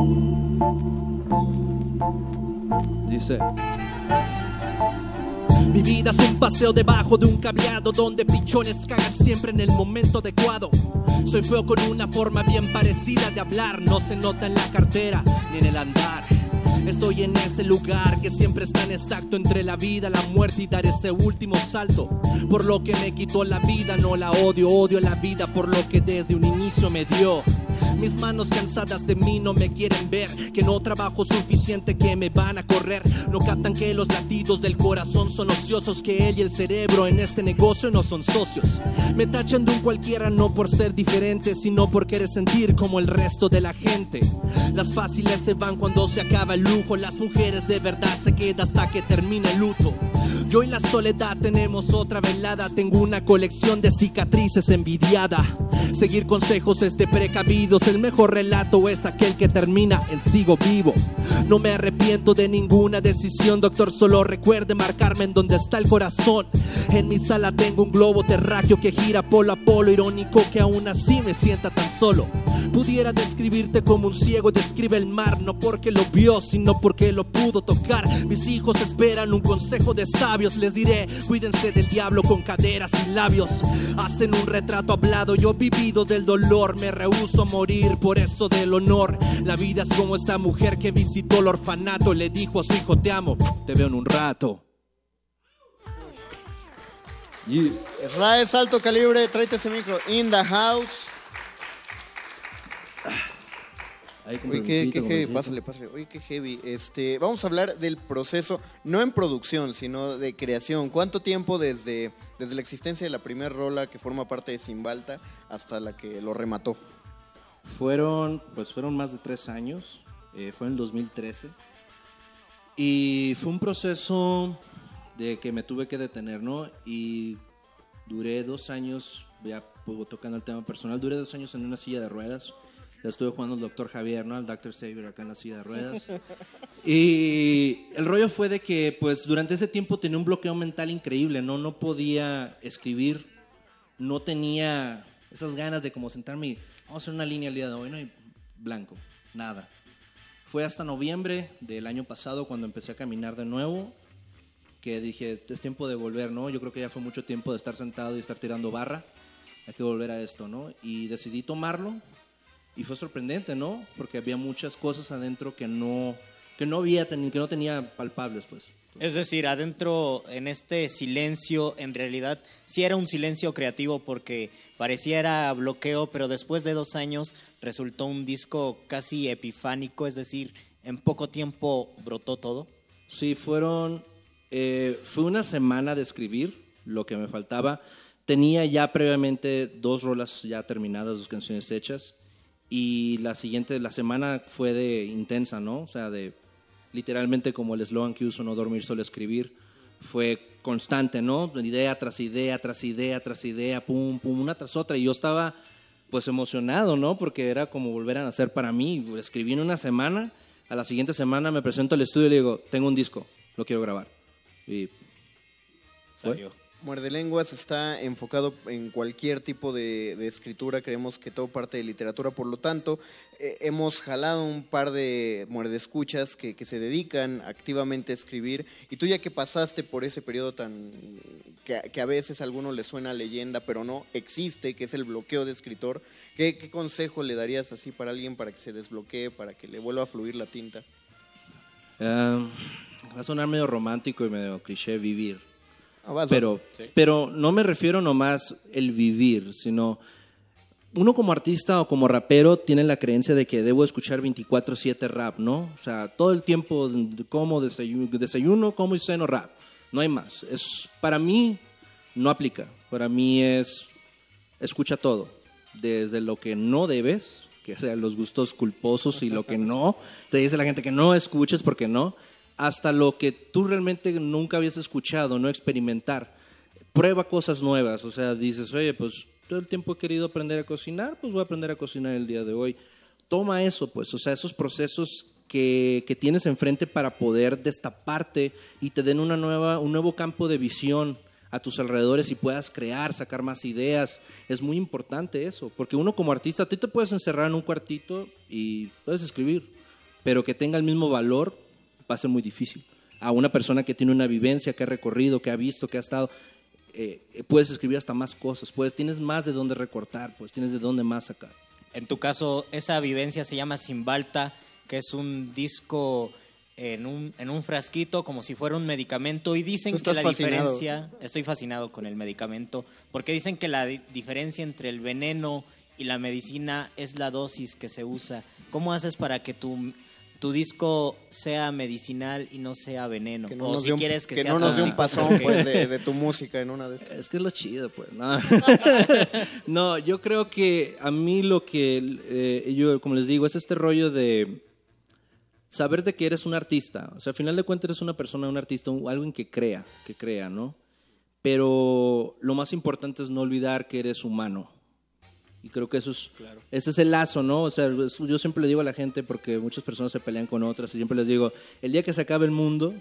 Dice: Mi vida es un paseo debajo de un cableado donde pichones cagan siempre en el momento adecuado. Soy feo con una forma bien parecida de hablar, no se nota en la cartera ni en el andar. Estoy en ese lugar que siempre es tan exacto entre la vida, la muerte y dar ese último salto. Por lo que me quitó la vida, no la odio, odio la vida por lo que desde un inicio me dio. Mis manos cansadas de mí no me quieren ver, que no trabajo suficiente, que me van a correr. No captan que los latidos del corazón son ociosos, que él y el cerebro en este negocio no son socios. Me tachan de un cualquiera no por ser diferente, sino por querer sentir como el resto de la gente. Las fáciles se van cuando se acaba el lujo, las mujeres de verdad se quedan hasta que termina el luto. Yo y la soledad tenemos otra velada, tengo una colección de cicatrices envidiada. Seguir consejos es de precavidos, el mejor relato es aquel que termina en sigo vivo. No me arrepiento de ninguna decisión, doctor, solo recuerde marcarme en donde está el corazón. En mi sala tengo un globo terráqueo que gira polo a polo, irónico que aún así me sienta tan solo. Pudiera describirte como un ciego describe el mar, no porque lo vio, sino porque lo pudo tocar. Mis hijos esperan un consejo de sabios, les diré, cuídense del diablo con caderas y labios. Hacen un retrato hablado, yo vivido del dolor, me rehúso a morir por eso del honor. La vida es como esa mujer que visitó el orfanato, le dijo a su hijo, te amo, te veo en un rato. Raes Alto Calibre, tráete ese micro, in the house. Oye, qué heavy, pásale. Oye, qué heavy. Vamos a hablar del proceso, no en producción, sino de creación. ¿Cuánto tiempo desde la existencia de la primera rola que forma parte de Simbalta hasta la que lo remató? Fueron más de 3 años. Fue en el 2013. Y fue un proceso de que me tuve que detener, ¿no? Y duré 2 años, ya tocando el tema personal, duré 2 años en una silla de ruedas. Ya estuve jugando al Dr. Javier, ¿no? Al Dr. Xavier acá en la silla de ruedas. Y el rollo fue de que, pues, durante ese tiempo tenía un bloqueo mental increíble, ¿no? No podía escribir, no tenía esas ganas de como sentarme y vamos a hacer una línea el día de hoy, ¿no? Y blanco, nada. Fue hasta noviembre del año pasado cuando empecé a caminar de nuevo que dije, es tiempo de volver, ¿no? Yo creo que ya fue mucho tiempo de estar sentado y estar tirando barra. Hay que volver a esto, ¿no? Y decidí tomarlo. Y fue sorprendente, ¿no? Porque había muchas cosas adentro que no tenía palpables, pues. Es decir, adentro, en este silencio, en realidad sí era un silencio creativo porque pareciera bloqueo, pero después de 2 años resultó un disco casi epifánico, es decir, en poco tiempo brotó todo. Sí, fue una semana de escribir lo que me faltaba. Tenía ya previamente 2 rolas ya terminadas, 2 canciones hechas. Y la semana fue de intensa, ¿no? O sea, de literalmente como el eslogan que uso, no dormir, solo escribir. Fue constante, ¿no? Idea tras idea, tras idea, tras idea, pum, pum, una tras otra. Y yo estaba, pues, emocionado, ¿no? Porque era como volver a nacer para mí. Escribí en una semana, a la siguiente semana me presento al estudio y le digo, tengo un disco, lo quiero grabar. Y salió. Muerde Lenguas está enfocado en cualquier tipo de escritura, creemos que todo parte de literatura, por lo tanto, hemos jalado un par de muerdescuchas que se dedican activamente a escribir, y tú ya que pasaste por ese periodo que a veces a algunos les suena leyenda, pero no existe, que es el bloqueo de escritor, ¿qué consejo le darías así para alguien para que se desbloquee, para que le vuelva a fluir la tinta? Va a sonar medio romántico y medio cliché, vivir. Sí. Pero no me refiero nomás el vivir, sino uno como artista o como rapero tiene la creencia de que debo escuchar 24/7 rap, ¿no? O sea, todo el tiempo como desayuno, como y ceno rap. No hay más. Para mí no aplica. Para mí escucha todo. Desde lo que no debes, que sean los gustos culposos y lo que no. Te dice la gente que no escuches porque no. Hasta lo que tú realmente nunca habías escuchado, no experimentar. Prueba cosas nuevas, o sea, dices, oye, pues todo el tiempo he querido aprender a cocinar, pues voy a aprender a cocinar el día de hoy. Toma eso, pues, o sea, esos procesos que tienes enfrente para poder destaparte y te den un nuevo campo de visión a tus alrededores y puedas crear, sacar más ideas. Es muy importante eso, porque uno como artista, tú te puedes encerrar en un cuartito y puedes escribir, pero que tenga el mismo valor va a ser muy difícil. a una persona que tiene una vivencia, que ha recorrido, que ha visto, que ha estado. Puedes escribir hasta más cosas, tienes más de dónde recortar, pues tienes de dónde más sacar. En tu caso, esa vivencia se llama Cymbalta, que es un disco en un frasquito como si fuera un medicamento, y dicen que la diferencia... Estoy fascinado con el medicamento, porque dicen que la diferencia entre el veneno y la medicina es la dosis que se usa. ¿Cómo haces para que tu disco sea medicinal y no sea veneno? Que no o nos si dé un, quieres que que sea no nos dé un tóxico, pasón pues, de tu música en una de estas. Es que es lo chido, pues. No, no, yo creo que a mí lo que yo, como les digo, es este rollo de saber de que eres un artista. O sea, al final de cuentas eres una persona, un artista, alguien que crea, ¿no? Pero lo más importante es no olvidar que eres humano. Y creo que eso es, claro. Ese es el lazo, ¿no? O sea, yo siempre le digo a la gente, porque muchas personas se pelean con otras, y siempre les digo, el día que se acabe el mundo,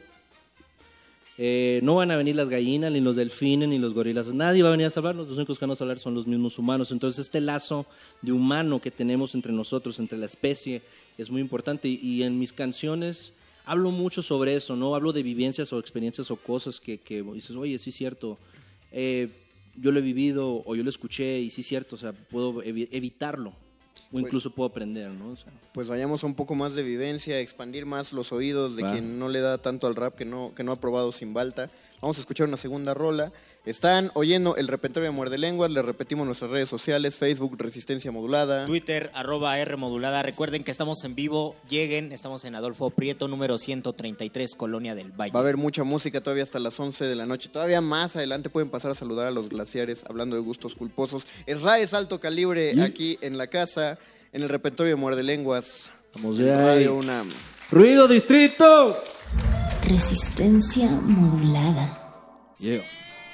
no van a venir las gallinas, ni los delfines, ni los gorilas. Nadie va a venir a salvarnos, los únicos que van a salvar son los mismos humanos. Entonces, este lazo de humano que tenemos entre nosotros, entre la especie, es muy importante. Y en mis canciones hablo mucho sobre eso, ¿no? Hablo de vivencias o experiencias o cosas que dices, oye, sí es cierto, yo lo he vivido o yo lo escuché y sí es cierto, o sea, puedo evitarlo o incluso puedo aprender, ¿no? O sea, pues vayamos a un poco más de vivencia, expandir más los oídos de quien no le da tanto al rap, que no ha probado Cymbalta. Vamos a escuchar una segunda rola. Están oyendo el repertorio de Muerde Lenguas. Les repetimos nuestras redes sociales: Facebook Resistencia Modulada, Twitter @Rmodulada. Recuerden que estamos en vivo, lleguen, estamos en Adolfo Prieto número 133, Colonia del Valle. Va a haber mucha música todavía hasta las 11 de la noche. Todavía más adelante pueden pasar a saludar a los glaciares, hablando de gustos culposos. Es Alto Calibre aquí en la casa, en el repertorio de Muerde Lenguas. Vamos de ahí. Radio UNAM. ¡Ruido Distrito! Resistencia modulada. Yeah.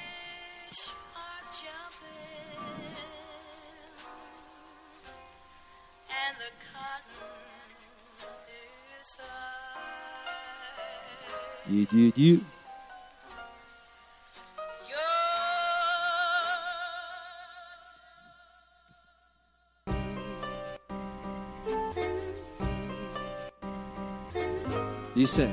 You. Dice: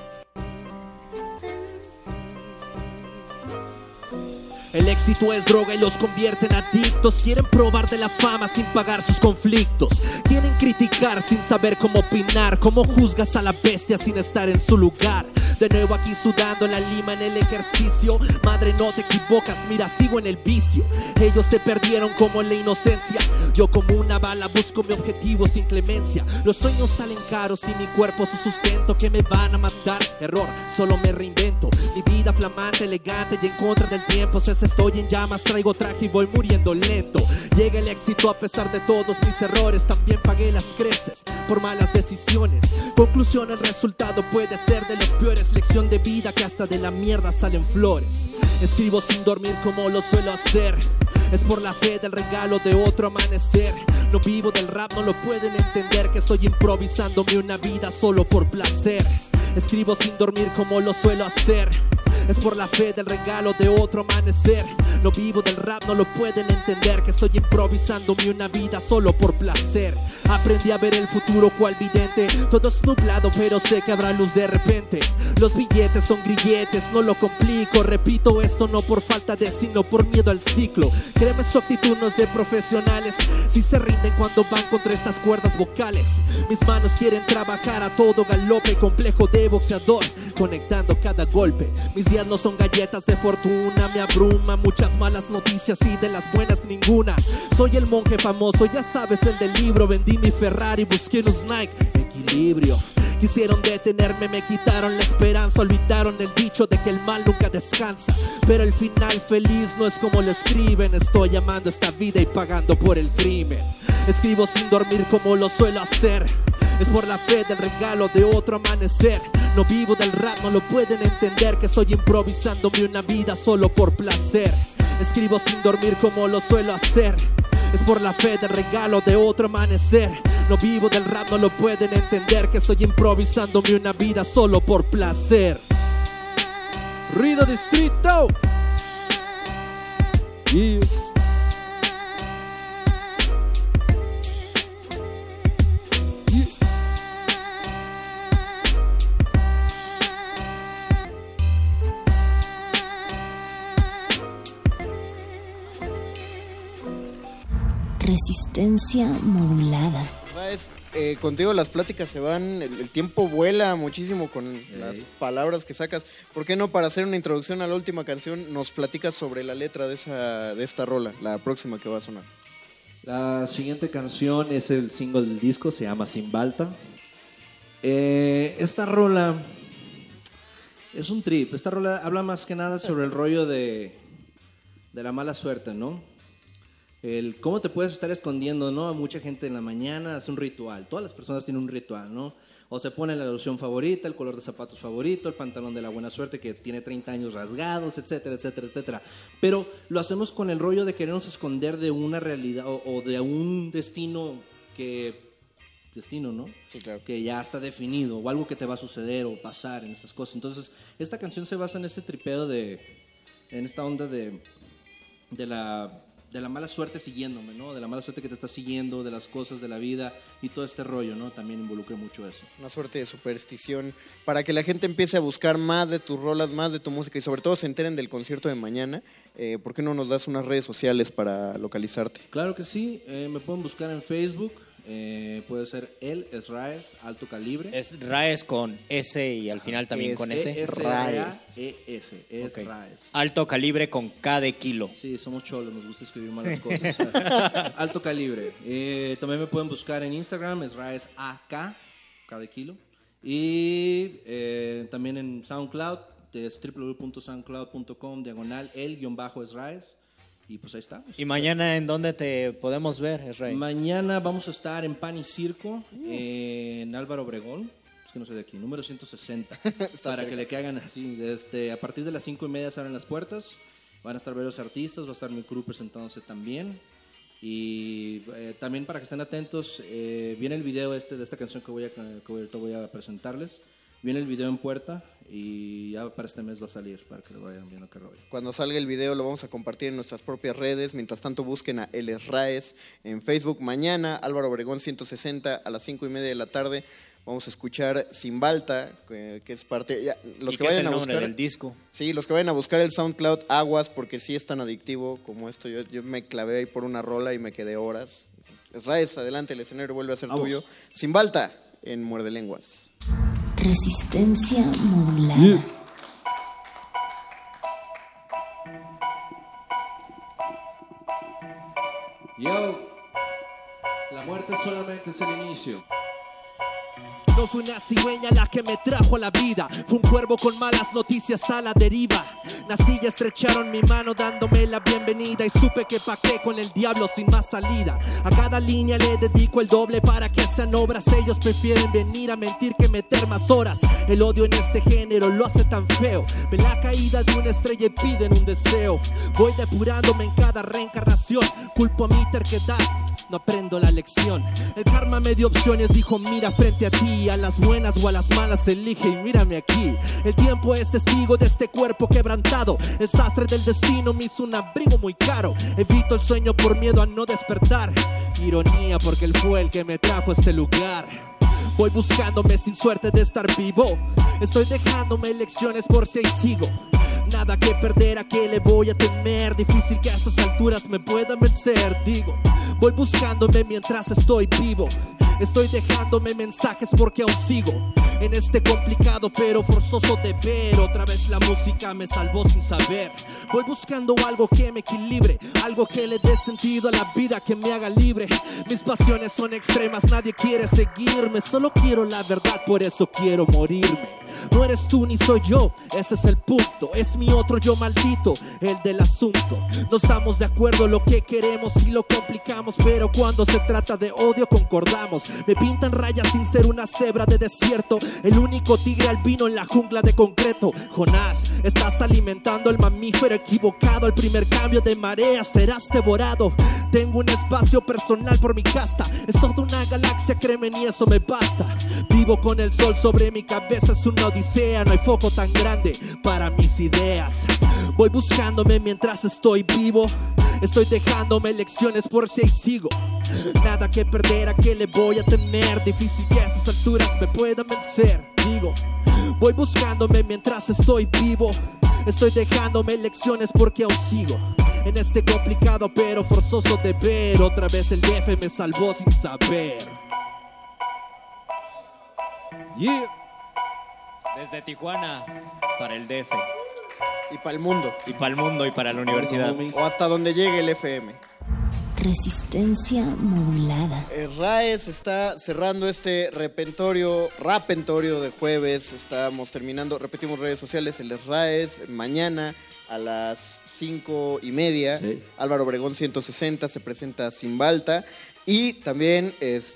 el éxito es droga y los convierte en adictos. Quieren probar de la fama sin pagar sus conflictos. Quieren criticar sin saber cómo opinar. Cómo juzgas a la bestia sin estar en su lugar. De nuevo aquí sudando la lima en el ejercicio. Madre, no te equivocas, mira, sigo en el vicio. Ellos se perdieron como en la inocencia. Yo como una bala busco mi objetivo sin clemencia. Los sueños salen caros y mi cuerpo su sustento. Que me van a matar, error, solo me reinvento. Mi vida flamante, elegante y en contra del tiempo. Estoy en llamas, traigo traje y voy muriendo lento. Llega el éxito a pesar de todos mis errores. También pagué las creces por malas decisiones. Conclusión, el resultado puede ser de los peores. Lección de vida que hasta de la mierda salen flores. Escribo sin dormir como lo suelo hacer. Es por la fe del regalo de otro amanecer. No vivo del rap, no lo pueden entender. Que estoy improvisándome una vida solo por placer. Escribo sin dormir como lo suelo hacer. Es por la fe del regalo de otro amanecer. No vivo del rap, no lo pueden entender. Que estoy improvisándome una vida solo por placer. Aprendí a ver el futuro cual vidente. Todo es nublado pero sé que habrá luz de repente. Los billetes son grilletes, no lo complico. Repito esto no por falta de, sino por miedo al ciclo. Créeme, su actitud no es de profesionales. Si se rinden cuando van contra estas cuerdas vocales. Mis manos quieren trabajar a todo galope. Complejo de boxeador, conectando cada golpe. Mis días no son galletas de fortuna. Me abruma muchas malas noticias y de las buenas ninguna. Soy el monje famoso, ya sabes, el del libro. Vendí mi Ferrari, busqué los Nike. Equilibrio. Quisieron detenerme, me quitaron la esperanza. Olvidaron el dicho de que el mal nunca descansa. Pero el final feliz no es como lo escriben. Estoy amando esta vida y pagando por el crimen. Escribo sin dormir como lo suelo hacer. Es por la fe del regalo de otro amanecer. No vivo del rap, no lo pueden entender. Que estoy improvisándome una vida solo por placer. Escribo sin dormir como lo suelo hacer. Es por la fe del regalo de otro amanecer. No vivo del rap, no lo pueden entender. Que estoy improvisándome una vida solo por placer. Ruido Distrito. Yeah. Resistencia modulada. Contigo las pláticas se van, el tiempo vuela muchísimo con las palabras que sacas. ¿Por qué no, para hacer una introducción a la última canción, nos platicas sobre la letra de esta rola, la próxima que va a sonar? La siguiente canción es el single del disco, se llama Simbalta. Esta rola es un trip. Esta rola habla más que nada sobre el rollo de la mala suerte, ¿no? El cómo te puedes estar escondiendo, ¿no? Mucha gente en la mañana hace un ritual. Todas las personas tienen un ritual, ¿no? O se pone la loción favorita, el color de zapatos favorito, el pantalón de la buena suerte que tiene 30 años rasgados, etcétera, etcétera, etcétera. Pero lo hacemos con el rollo de querernos esconder de una realidad o de un destino ¿no? Sí, claro. Que ya está definido, o algo que te va a suceder o pasar en estas cosas. Entonces, esta canción se basa en este tripeo en esta onda de la mala suerte siguiéndome, ¿no? De la mala suerte que te está siguiendo, de las cosas de la vida y todo este rollo, ¿no? También involucra mucho eso. Una suerte de superstición para que la gente empiece a buscar más de tus rolas, más de tu música y sobre todo se enteren del concierto de mañana. ¿Por qué no nos das unas redes sociales para localizarte? Claro que sí, me pueden buscar en Facebook. Puede ser es Raes, Alto Calibre. Es Raes con S y al final también con S. Raes. Okay. Raes. Alto Calibre con K de kilo. Sí, somos cholos, nos gusta escribir malas cosas. Alto Calibre. También me pueden buscar en Instagram, es Raes AK, K de kilo. Y también en SoundCloud, es www.soundcloud.com/el_es-Raes. Y pues ahí estamos. ¿Y mañana en dónde te podemos ver, Israel? Mañana vamos a estar en Pan y Circo, en Álvaro Obregón, es que no soy de aquí, número 160, para cerca. Que le caigan así. A partir de las 5:30 se abren las puertas, van a estar varios artistas, va a estar mi crew presentándose también. Y también para que estén atentos, viene el video de esta canción que ahorita voy a presentarles. Viene el video en puerta y ya para este mes va a salir, para que lo vayan viendo qué rollo. Cuando salga el video lo vamos a compartir en nuestras propias redes. Mientras tanto busquen a El Raes en Facebook. Mañana, Álvaro Obregón 160 a las 5:30 de la tarde. Vamos a escuchar Simbalta, que es parte... Ya, los ¿Y que qué vayan es el a nombre buscar, del disco? Sí, los que vayan a buscar el SoundCloud, aguas, porque sí es tan adictivo como esto. Yo me clavé ahí por una rola y me quedé horas. El Raes, adelante, el escenario vuelve a ser tuyo. Simbalta en Muerde Lenguas. Resistencia modulada. Yo, la muerte solamente es el inicio. No fue una cigüeña la que me trajo a la vida, fue un cuervo con malas noticias a la deriva. Nací y estrecharon mi mano dándome la bienvenida y supe que paqué con el diablo sin más salida. A cada línea le dedico el doble para que sean obras. Ellos prefieren venir a mentir que meter más horas. El odio en este género lo hace tan feo. Ven la caída de una estrella y piden un deseo. Voy depurándome en cada reencarnación. Culpo a mi terquedad, no aprendo la lección. El karma me dio opciones, dijo mira frente a ti. A las buenas o a las malas elige y mírame aquí. El tiempo es testigo de este cuerpo quebrantado. El sastre del destino me hizo un abrigo muy caro. Evito el sueño por miedo a no despertar. Ironía porque él fue el que me trajo a este lugar. Voy buscándome sin suerte de estar vivo. Estoy dejándome lecciones por si ahí sigo. Nada que perder, ¿a qué le voy a temer? Difícil que a estas alturas me puedan vencer. Digo, voy buscándome mientras estoy vivo. Estoy dejándome mensajes porque aún sigo en este complicado pero forzoso deber. Otra vez la música me salvó sin saber. Voy buscando algo que me equilibre, algo que le dé sentido a la vida, que me haga libre. Mis pasiones son extremas, nadie quiere seguirme. Solo quiero la verdad, por eso quiero morirme. No eres tú ni soy yo, ese es el punto. Es mi otro yo maldito, el del asunto. No estamos de acuerdo en lo que queremos y lo complicamos, pero cuando se trata de odio concordamos. Me pintan rayas sin ser una cebra de desierto, el único tigre albino en la jungla de concreto. Jonás, estás alimentando el mamífero equivocado. El primer cambio de marea serás devorado. Tengo un espacio personal por mi casta. Es toda una galaxia, créeme, ni eso me basta. Vivo con el sol sobre mi cabeza, es una odisea. No hay foco tan grande para mis ideas. Voy buscándome mientras estoy vivo. Estoy dejándome lecciones por si ahí sigo. Nada que perder, ¿a qué le voy a temer? Difícil que a estas alturas me puedan vencer. Digo, voy buscándome mientras estoy vivo. Estoy dejándome lecciones porque aún sigo en este complicado pero forzoso deber. Otra vez el DF me salvó sin saber. Yeah. Desde Tijuana para el DF. Y para el mundo. Y para el mundo y para la universidad. O hasta donde llegue el FM. Resistencia modulada. RAES está cerrando este rapentorio de jueves. Estamos terminando, repetimos redes sociales, el RAES mañana a las 5:30. Sí. Álvaro Obregón 160 se presenta Sin Balta. Y también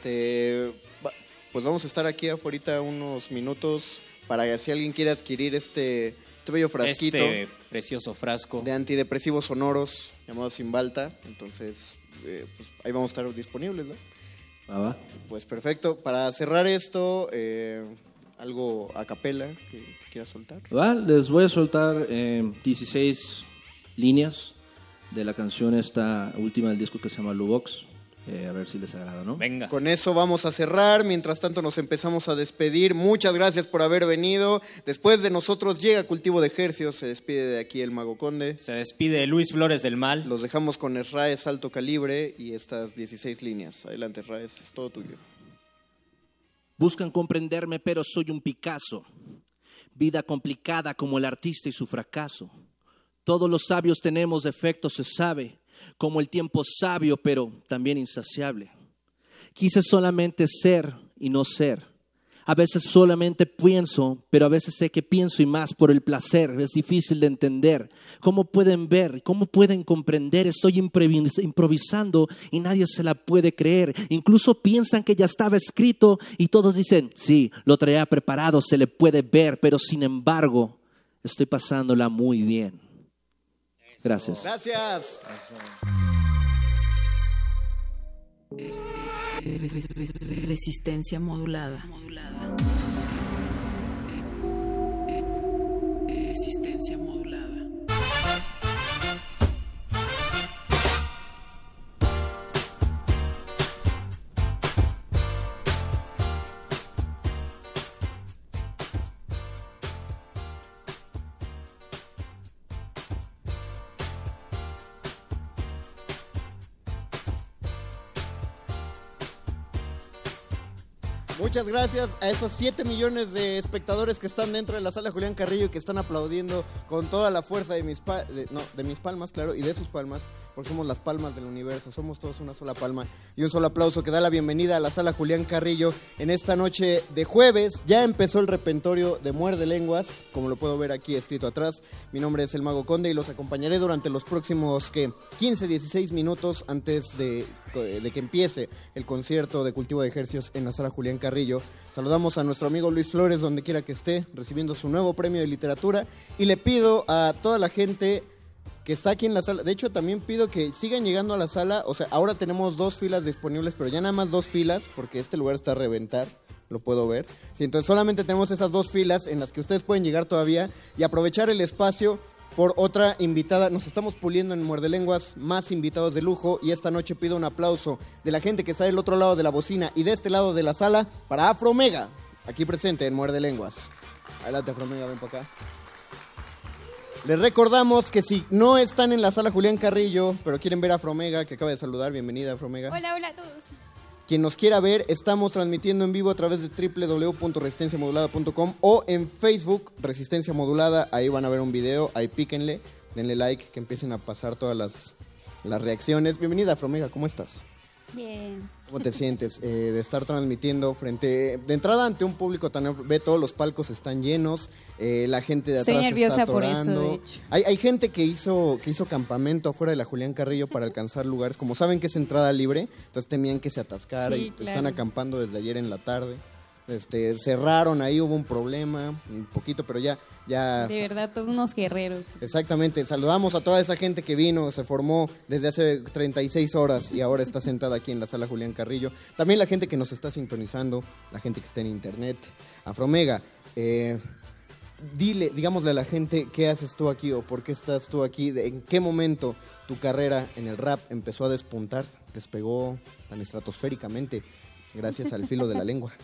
pues vamos a estar aquí afuera unos minutos para si alguien quiere adquirir este bello frasquito. Este precioso frasco. De antidepresivos sonoros llamado Sin Balta. Entonces, pues ahí vamos a estar disponibles, ¿no? Va. Pues perfecto. Para cerrar esto, algo a capela que quieras soltar. Les voy a soltar 16 líneas de la canción esta última del disco que se llama Luvox. A ver si les agrada, ¿no? Venga. Con eso vamos a cerrar. Mientras tanto nos empezamos a despedir. Muchas gracias por haber venido. Después de nosotros llega Cultivo de Ejercicios. Se despide de aquí el Mago Conde. Se despide Luis Flores del Mal. Los dejamos con el RAES Alto Calibre y estas 16 líneas. Adelante, RAES, es todo tuyo. Buscan comprenderme, pero soy un Picasso. Vida complicada como el artista y su fracaso. Todos los sabios tenemos defectos, se sabe. Como el tiempo sabio, pero también insaciable. Quise solamente ser y no ser. A veces solamente pienso, pero a veces sé que pienso y más por el placer. Es difícil de entender. ¿Cómo pueden ver? ¿Cómo pueden comprender? Estoy improvisando y nadie se la puede creer. Incluso piensan que ya estaba escrito y todos dicen, sí, lo traía preparado, se le puede ver, pero sin embargo, estoy pasándola muy bien. Gracias. Gracias. Resistencia modulada. Resistencia modulada. Muchas gracias a esos 7 millones de espectadores que están dentro de la sala Julián Carrillo y que están aplaudiendo con toda la fuerza de mis palmas, claro, y de sus palmas, porque somos las palmas del universo, somos todos una sola palma y un solo aplauso que da la bienvenida a la sala Julián Carrillo en esta noche de jueves. Ya empezó el repentorio de Muerde Lenguas, como lo puedo ver aquí escrito atrás. Mi nombre es el Mago Conde y los acompañaré durante los próximos 15-16 minutos antes de que empiece el concierto de Cultivo de Ejercicios en la sala Julián Carrillo. Saludamos a nuestro amigo Luis Flores donde quiera que esté, recibiendo su nuevo premio de literatura, y le pido a toda la gente que está aquí en la sala, de hecho también pido que sigan llegando a la sala. O sea, ahora tenemos 2 filas disponibles, pero ya nada más 2 filas porque este lugar está a reventar, lo puedo ver. Sí, entonces solamente tenemos esas 2 filas en las que ustedes pueden llegar todavía y aprovechar el espacio por otra invitada. Nos estamos puliendo en Muerde Lenguas, más invitados de lujo, y esta noche pido un aplauso de la gente que está del otro lado de la bocina y de este lado de la sala para Afromega, aquí presente en Muerde Lenguas. Adelante, Afromega, ven para acá. Les recordamos que si no están en la sala Julián Carrillo, pero quieren ver a Afromega, que acaba de saludar, bienvenida, Afromega. Hola, hola a todos. Quien nos quiera ver, estamos transmitiendo en vivo a través de www.resistenciamodulada.com o en Facebook, Resistencia Modulada. Ahí van a ver un video, ahí píquenle, denle like, que empiecen a pasar todas las reacciones. Bienvenida, Afromega, ¿cómo estás? Bien. ¿Cómo te sientes de estar transmitiendo de entrada ante un público tan... Ve, todos los palcos están llenos, la gente de atrás Estoy nerviosa está atorando. por eso, de hecho. Hay gente que hizo campamento afuera de la Julián Carrillo para alcanzar lugares. Como saben que es entrada libre, entonces temían que se atascara, Sí, y claro. están acampando desde ayer en la tarde. Cerraron, ahí hubo un problema, un poquito, pero ya... De verdad, todos unos guerreros. Exactamente, saludamos a toda esa gente que vino, se formó desde hace 36 horas y ahora está sentada aquí en la sala Julián Carrillo. También la gente que nos está sintonizando, la gente que está en internet. Afromega, digámosle a la gente qué haces tú aquí o por qué estás tú aquí, en qué momento tu carrera en el rap empezó a despuntar, despegó tan estratosféricamente gracias al filo de la lengua.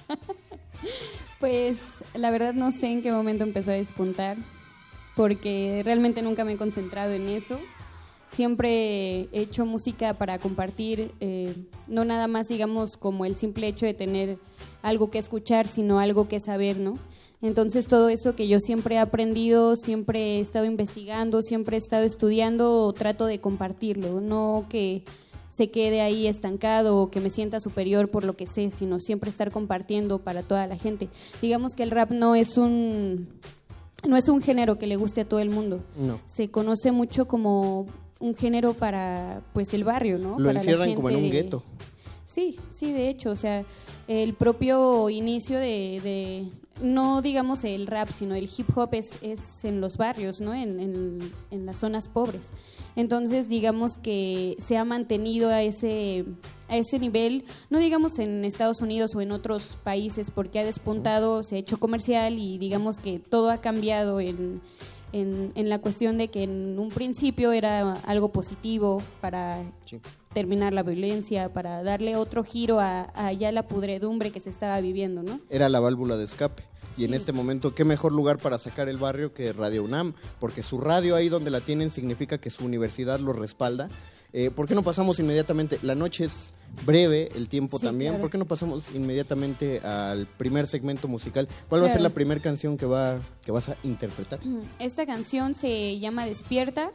Pues la verdad no sé en qué momento empezó a despuntar, porque realmente nunca me he concentrado en eso. siempre he hecho música para compartir, no nada más, digamos, como el simple hecho de tener algo que escuchar, sino algo que saber, ¿no? Entonces todo eso que yo siempre he aprendido, siempre he estado investigando, siempre he estado estudiando, trato de compartirlo, no que se quede ahí estancado o que me sienta superior por lo que sé, sino siempre estar compartiendo para toda la gente. Digamos que el rap no es un género que le guste a todo el mundo. No. Se conoce mucho como un género para, pues, el barrio, ¿no? Lo para encierran como en un gueto. Sí, de hecho, o sea, el propio inicio de no digamos el rap, sino el hip hop es en los barrios, ¿no? En las zonas pobres. Entonces, digamos que se ha mantenido a ese nivel, no digamos en Estados Unidos o en otros países, porque ha despuntado, se ha hecho comercial y digamos que todo ha cambiado en la cuestión de que en un principio era algo positivo para terminar la violencia, para darle otro giro a ya la pudredumbre que se estaba viviendo, ¿no? Era la válvula de escape. Y en este momento, ¿qué mejor lugar para sacar el barrio que Radio UNAM? Porque su radio ahí donde la tienen significa que su universidad lo respalda. ¿Por qué no pasamos inmediatamente? La noche es breve, el tiempo también. Claro. ¿Por qué no pasamos inmediatamente al primer segmento musical? ¿Cuál va a ser la primera canción que vas a interpretar? Esta canción se llama Despierta.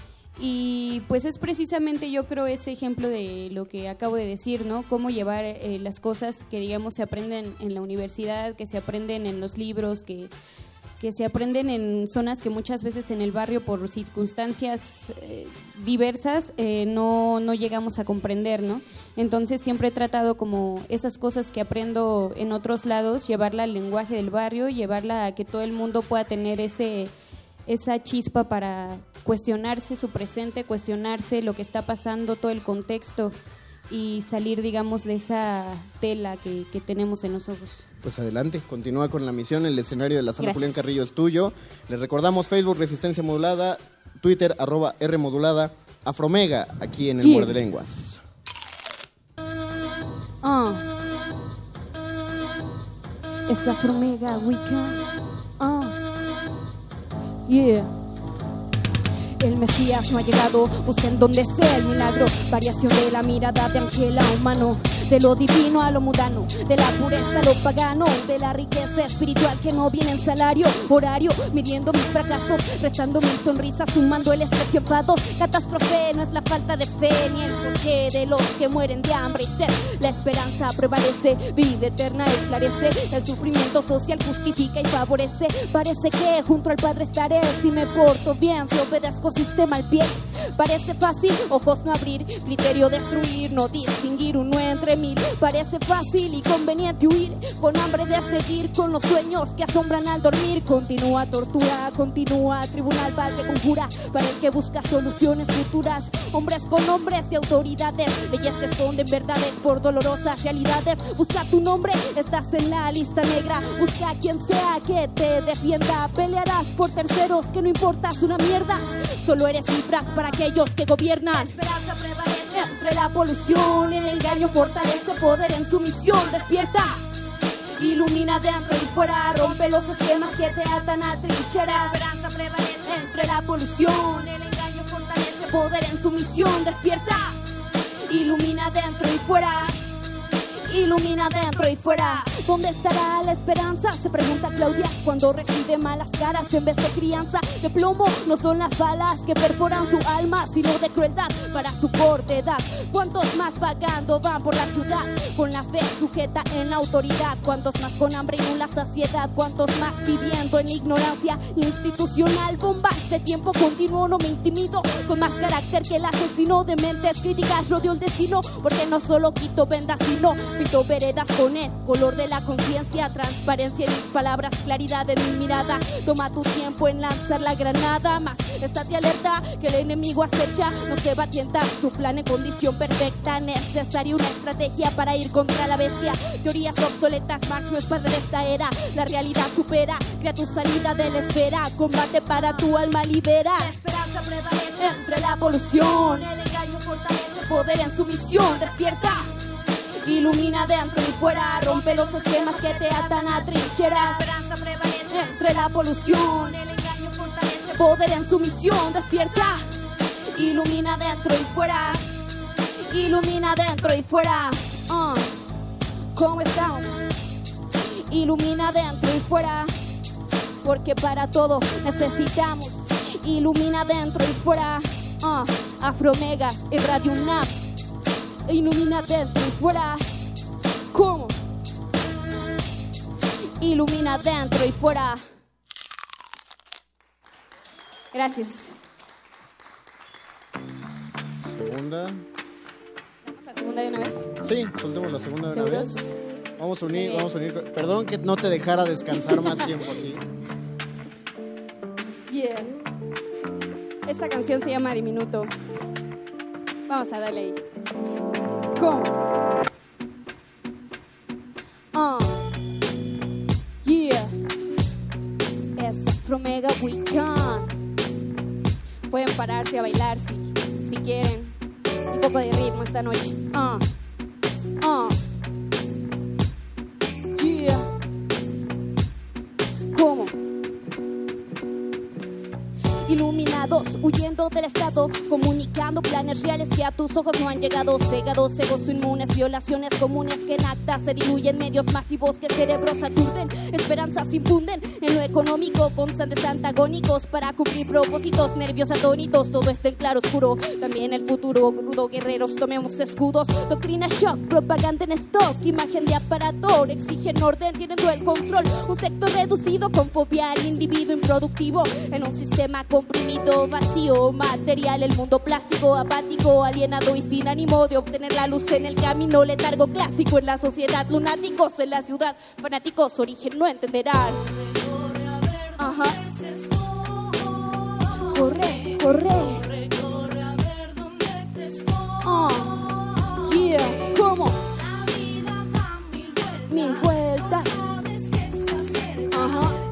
Y pues es precisamente, yo creo, ese ejemplo de lo que acabo de decir, ¿no? Cómo llevar las cosas que, digamos, se aprenden en la universidad, que se aprenden en los libros, que se aprenden en zonas que muchas veces en el barrio, por circunstancias diversas, no llegamos a comprender, ¿no? Entonces siempre he tratado como esas cosas que aprendo en otros lados, llevarla al lenguaje del barrio, llevarla a que todo el mundo pueda tener esa chispa para cuestionarse su presente, cuestionarse lo que está pasando, todo el contexto y salir, digamos, de esa tela que tenemos en los ojos. Pues adelante, continúa con la misión, el escenario de la Sala Julián Carrillo es tuyo. Les recordamos Facebook Resistencia Modulada, Twitter @Rmodulada, Afromega, aquí en el Muerde Lenguas. Es Afromega Weekend. Yeah. El Mesías no ha llegado, busquen donde sea el milagro. Variación de la mirada de ángel a humano, de lo divino a lo mundano, de la pureza a lo pagano, de la riqueza espiritual que no viene en salario, horario, midiendo mis fracasos, restando mis sonrisas, sumando el estrés y enfado. Catástrofe no es la falta de fe, ni el porqué de los que mueren de hambre y sed. La esperanza prevalece, vida eterna esclarece, el sufrimiento social justifica y favorece. Parece que junto al Padre estaré, si me porto bien, si obedezco sistema al pie. Parece fácil, ojos no abrir, criterio destruir, no distinguir uno entre mil. Parece fácil y conveniente huir, con hambre de seguir con los sueños que asombran al dormir. Continúa tortura, continúa tribunal para el que conjura, para el que busca soluciones futuras. Hombres con hombres y autoridades, leyes que esconden verdades por dolorosas realidades. Busca tu nombre, estás en la lista negra. Busca a quien sea que te defienda. Pelearás por terceros, que no importas una mierda. Solo eres cifras para aquellos que gobiernan. La esperanza prevalece entre la polución. El engaño fortalece poder en sumisión. Despierta, ilumina dentro y fuera. Rompe los esquemas que te atan a trincheras. La esperanza prevalece entre la polución. El engaño fortalece poder en sumisión. Despierta, ilumina dentro y fuera. Ilumina dentro y fuera. ¿Dónde estará la esperanza? Se pregunta Claudia cuando recibe malas caras en vez de crianza. De plomo no son las balas que perforan su alma, sino de crueldad para su corta edad. ¿Cuántos más vagando van por la ciudad con la fe sujeta en la autoridad? ¿Cuántos más con hambre y nula saciedad? ¿Cuántos más viviendo en la ignorancia institucional? Bombas de tiempo continuo, no me intimido. Con más carácter que el asesino de mentes críticas rodeo el destino. Porque no solo quito vendas, sino pinto veredas con el color de la conciencia, transparencia en mis palabras, claridad en mi mirada. Toma tu tiempo en lanzar la granada, más estate alerta que el enemigo acecha. No se va a tientar su plan en condición perfecta. Necesaria una estrategia para ir contra la bestia. Teorías obsoletas, Marx no es padre de esta era. La realidad supera, crea tu salida de la esfera. Combate para tu alma, libera. La esperanza prevalece entre la polución. El engaño fortalece poder en sumisión. Despierta, ilumina dentro y fuera, rompe los esquemas que te atan a trincheras. La esperanza prevalece entre la polución. El engaño fortalece poder en sumisión. Despierta, ilumina dentro y fuera, ilumina dentro y fuera. ¿Cómo estamos? Ilumina dentro y fuera, porque para todo necesitamos. Ilumina dentro y fuera. Afromega y Radio UNAM. Ilumina dentro y fuera. ¿Cómo? Ilumina dentro y fuera. Gracias. Segunda. ¿Vamos a segunda de una vez? Sí, soltemos la segunda de una ¿Seguros? vez. Vamos a unir. Perdón que no te dejara descansar más tiempo aquí. Yeah. Esta canción se llama Diminuto. Vamos a darle ahí. ¿Cómo? Yeah. Es Afromega Weekend. Pueden pararse a bailar si quieren. Un poco de ritmo esta noche. Yeah. ¿Cómo? Iluminados, huyendo del estado, comunicando planes reales que a tus ojos no han llegado. Cegados, egos inmunes, violaciones comunes que en actas se diluyen. Medios masivos que cerebros aturden, esperanzas infunden en lo económico, constantes antagónicos para cumplir propósitos. Nervios atónitos, todo está en claro oscuro. También el futuro, crudo, guerreros, tomemos escudos. Doctrina shock, propaganda en stock, imagen de aparador, exigen orden, tienen el control. Un sector reducido con fobia al individuo improductivo en un sistema comprimido, vacío, material, el mundo plástico, apático, alienado y sin ánimo de obtener la luz en el camino, letargo clásico en la sociedad, lunáticos en la ciudad, fanáticos, origen no entenderán. Ajá. Corre, corre. Yeah, ¿cómo? Mil vueltas. Ajá.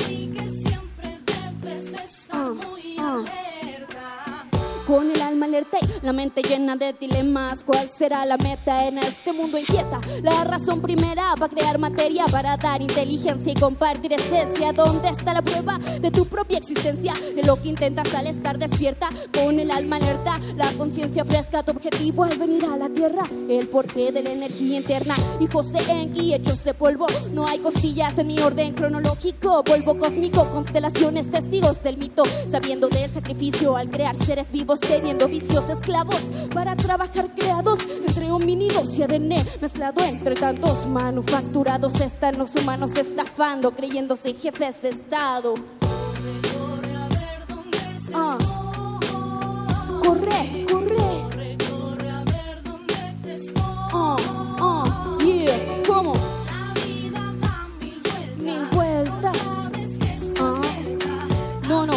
Con el alma alerta y la mente llena de dilemas. ¿Cuál será la meta en este mundo inquieta? La razón primera va a crear materia para dar inteligencia y compartir esencia. ¿Dónde está la prueba de tu propia existencia? De lo que intentas al estar despierta. Con el alma alerta, la conciencia fresca. Tu objetivo al venir a la tierra, el porqué de la energía interna. Hijos de Enki, hechos de polvo. No hay costillas en mi orden cronológico. Polvo cósmico, constelaciones, testigos del mito. Sabiendo del sacrificio al crear seres vivos, teniendo vicios esclavos para trabajar creados entre homínidos y ADN mezclado entre tantos manufacturados. Están los humanos estafando, creyéndose jefes de estado. Corre, corre. Yeah, ¿cómo? Mil vueltas. No.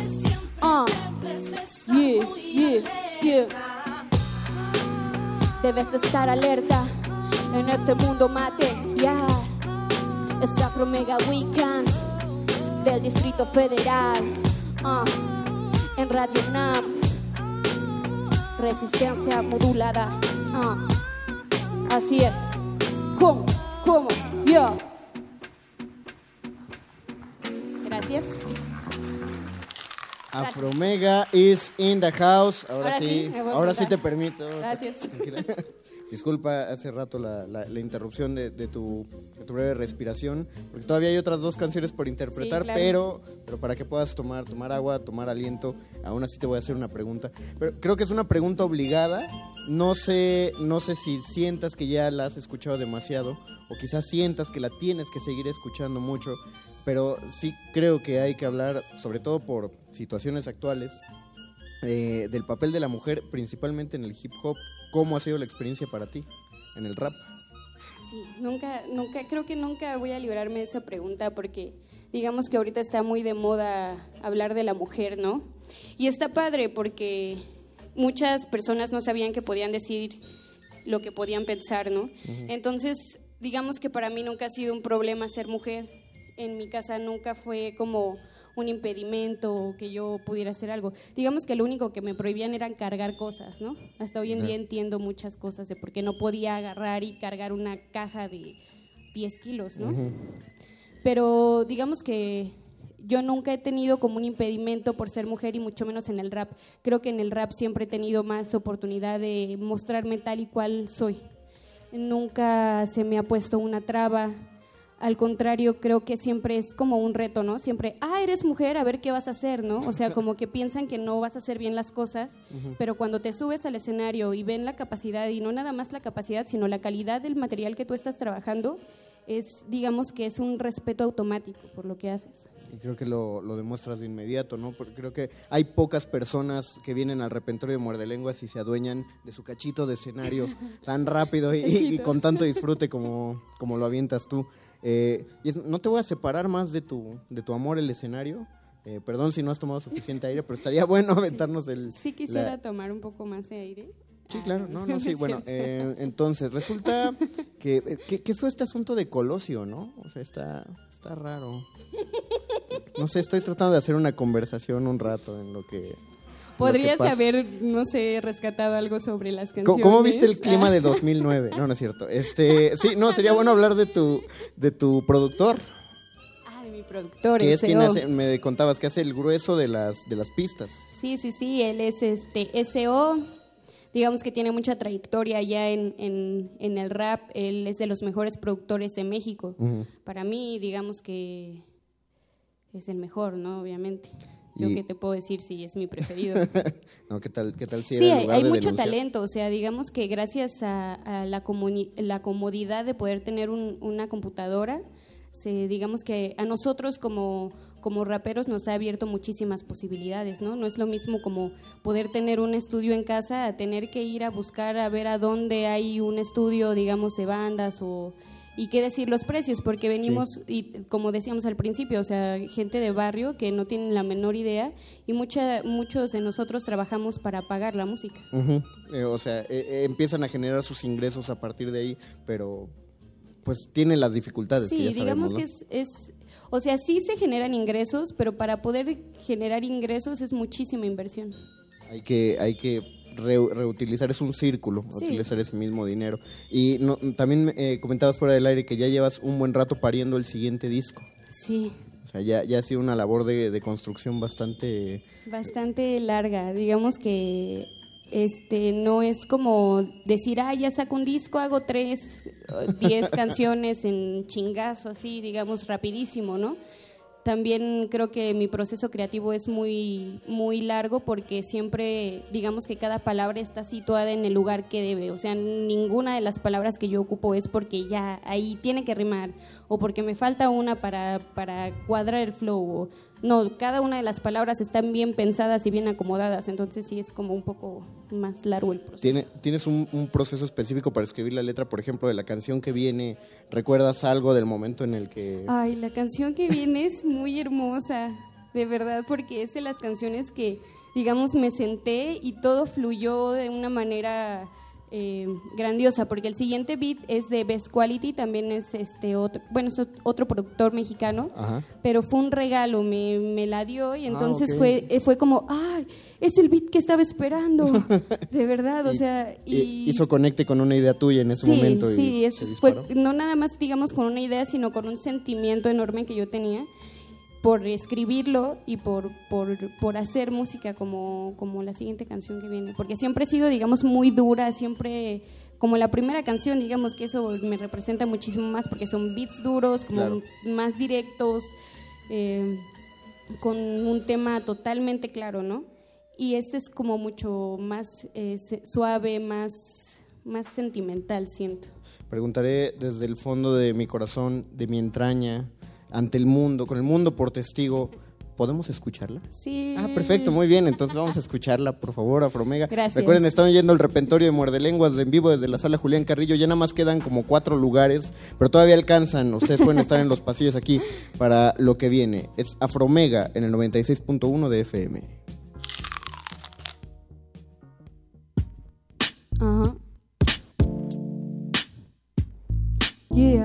Yeah. Debes de estar alerta en este mundo material. Es Afromega Weekend del Distrito Federal. En Radio UNAM. Resistencia modulada. Así es. ¿Cómo? Yeah. Gracias. Afromega is in the house. Ahora sí te permito. Gracias. Tranquila. Disculpa hace rato la interrupción de tu breve respiración, porque todavía hay otras dos canciones por interpretar, sí, claro. pero para que puedas tomar agua, tomar aliento, aún así te voy a hacer una pregunta. Pero creo que es una pregunta obligada. No sé si sientas que ya la has escuchado demasiado, o quizás sientas que la tienes que seguir escuchando mucho. Pero sí creo que hay que hablar, sobre todo por situaciones actuales, del papel de la mujer, principalmente en el hip hop. ¿Cómo ha sido la experiencia para ti en el rap? Sí, creo que nunca voy a librarme de esa pregunta, porque digamos que ahorita está muy de moda hablar de la mujer, ¿no? Y está padre porque muchas personas no sabían que podían decir lo que podían pensar, ¿no? Uh-huh. Entonces, digamos que para mí nunca ha sido un problema ser mujer. En mi casa nunca fue como un impedimento o que yo pudiera hacer algo. Digamos que lo único que me prohibían eran cargar cosas, ¿no? Hasta hoy en día entiendo muchas cosas de por qué no podía agarrar y cargar una caja de 10 kilos, ¿no? Uh-huh. Pero digamos que yo nunca he tenido como un impedimento por ser mujer y mucho menos en el rap. Creo que en el rap siempre he tenido más oportunidad de mostrarme tal y cual soy. Nunca se me ha puesto una traba. Al contrario, creo que siempre es como un reto, ¿no? Siempre, eres mujer, a ver qué vas a hacer, ¿no? O sea, como que piensan que no vas a hacer bien las cosas, pero cuando te subes al escenario y ven la capacidad, y no nada más la capacidad, sino la calidad del material que tú estás trabajando, digamos que es un respeto automático por lo que haces. Y creo que lo demuestras de inmediato, ¿no? Porque creo que hay pocas personas que vienen al repertorio de Muerde Lenguas y se adueñan de su cachito de escenario tan rápido y con tanto disfrute como lo avientas tú. No te voy a separar más de tu amor al escenario. Perdón si no has tomado suficiente aire, pero estaría bueno aventarnos el... Sí quisiera tomar un poco más de aire. Sí, claro, sí, bueno, entonces, resulta que fue este asunto de Colosio, ¿no? O sea, está raro. No sé, estoy tratando de hacer una conversación un rato en lo que... Podrías haber, no sé, rescatado algo sobre las canciones. ¿Cómo viste el clima de 2009? No es cierto. Sí, no, sería bueno hablar de tu productor. De mi productor, que es quien hace, me contabas que hace el grueso de las pistas. Sí, él es SO. Digamos que tiene mucha trayectoria ya en el rap. Él es de los mejores productores de México. Uh-huh. Para mí, digamos que es el mejor, ¿no? Obviamente. Yo qué te puedo decir si es mi preferido. No, ¿qué tal si sí, era el lugar hay de mucho denunciar? talento, o sea, digamos que gracias a la comodidad de poder tener una computadora, digamos que a nosotros como raperos nos ha abierto muchísimas posibilidades, ¿no? No es lo mismo como poder tener un estudio en casa a tener que ir a buscar a ver a dónde hay un estudio, digamos, de bandas y qué decir los precios, porque venimos, y como decíamos al principio, o sea, gente de barrio que no tienen la menor idea y muchos de nosotros trabajamos para pagar la música. Uh-huh. O sea, empiezan a generar sus ingresos a partir de ahí, pero pues tienen las dificultades que ya digamos, sabemos, ¿no? que o sea, sí se generan ingresos, pero para poder generar ingresos es muchísima inversión. Hay que reutilizar, es un círculo, utilizar ese mismo dinero. Y también comentabas fuera del aire que ya llevas un buen rato pariendo el siguiente disco. Sí. O sea, ya ha sido una labor de construcción bastante larga. Digamos que no es como decir, ya saco un disco, hago 3, 10 canciones en chingazo, así, digamos, rapidísimo, ¿no? También creo que mi proceso creativo es muy, muy largo porque siempre, digamos que cada palabra está situada en el lugar que debe. O sea, ninguna de las palabras que yo ocupo es porque ya ahí tiene que rimar o porque me falta una para cuadrar el flow. No, cada una de las palabras están bien pensadas y bien acomodadas, entonces sí es como un poco más largo el proceso. ¿Tienes un proceso específico para escribir la letra, por ejemplo, de la canción que viene? ¿Recuerdas algo del momento en el que...? Ay, la canción que viene es muy hermosa, de verdad, porque es de las canciones que, digamos, me senté y todo fluyó de una manera grandiosa, porque el siguiente beat es de Best Quality, también es es otro productor mexicano. Ajá. Pero fue un regalo, me la dio y entonces fue como, ¡ay! Es el beat que estaba esperando, de verdad, o sea... hizo conecte con una idea tuya en ese momento. Sí, fue no nada más, digamos, con una idea, sino con un sentimiento enorme que yo tenía por escribirlo y por hacer música como la siguiente canción que viene, porque siempre he sido, digamos, muy dura, siempre como la primera canción, digamos que eso me representa muchísimo más porque son beats duros, como más directos, con un tema totalmente claro, ¿no? Y este es como mucho más suave, más sentimental, siento. Preguntaré desde el fondo de mi corazón, de mi entraña, ante el mundo, con el mundo por testigo, ¿podemos escucharla? Sí. Perfecto, muy bien, entonces vamos a escucharla, por favor, Afromega. Gracias. Recuerden, están oyendo el repertorio de Muerde Lenguas en vivo desde la sala Julián Carrillo, ya nada más quedan como 4 lugares, pero todavía alcanzan, ustedes pueden estar en los pasillos aquí para lo que viene. Es Afromega en el 96.1 de FM. Ajá. Yeah.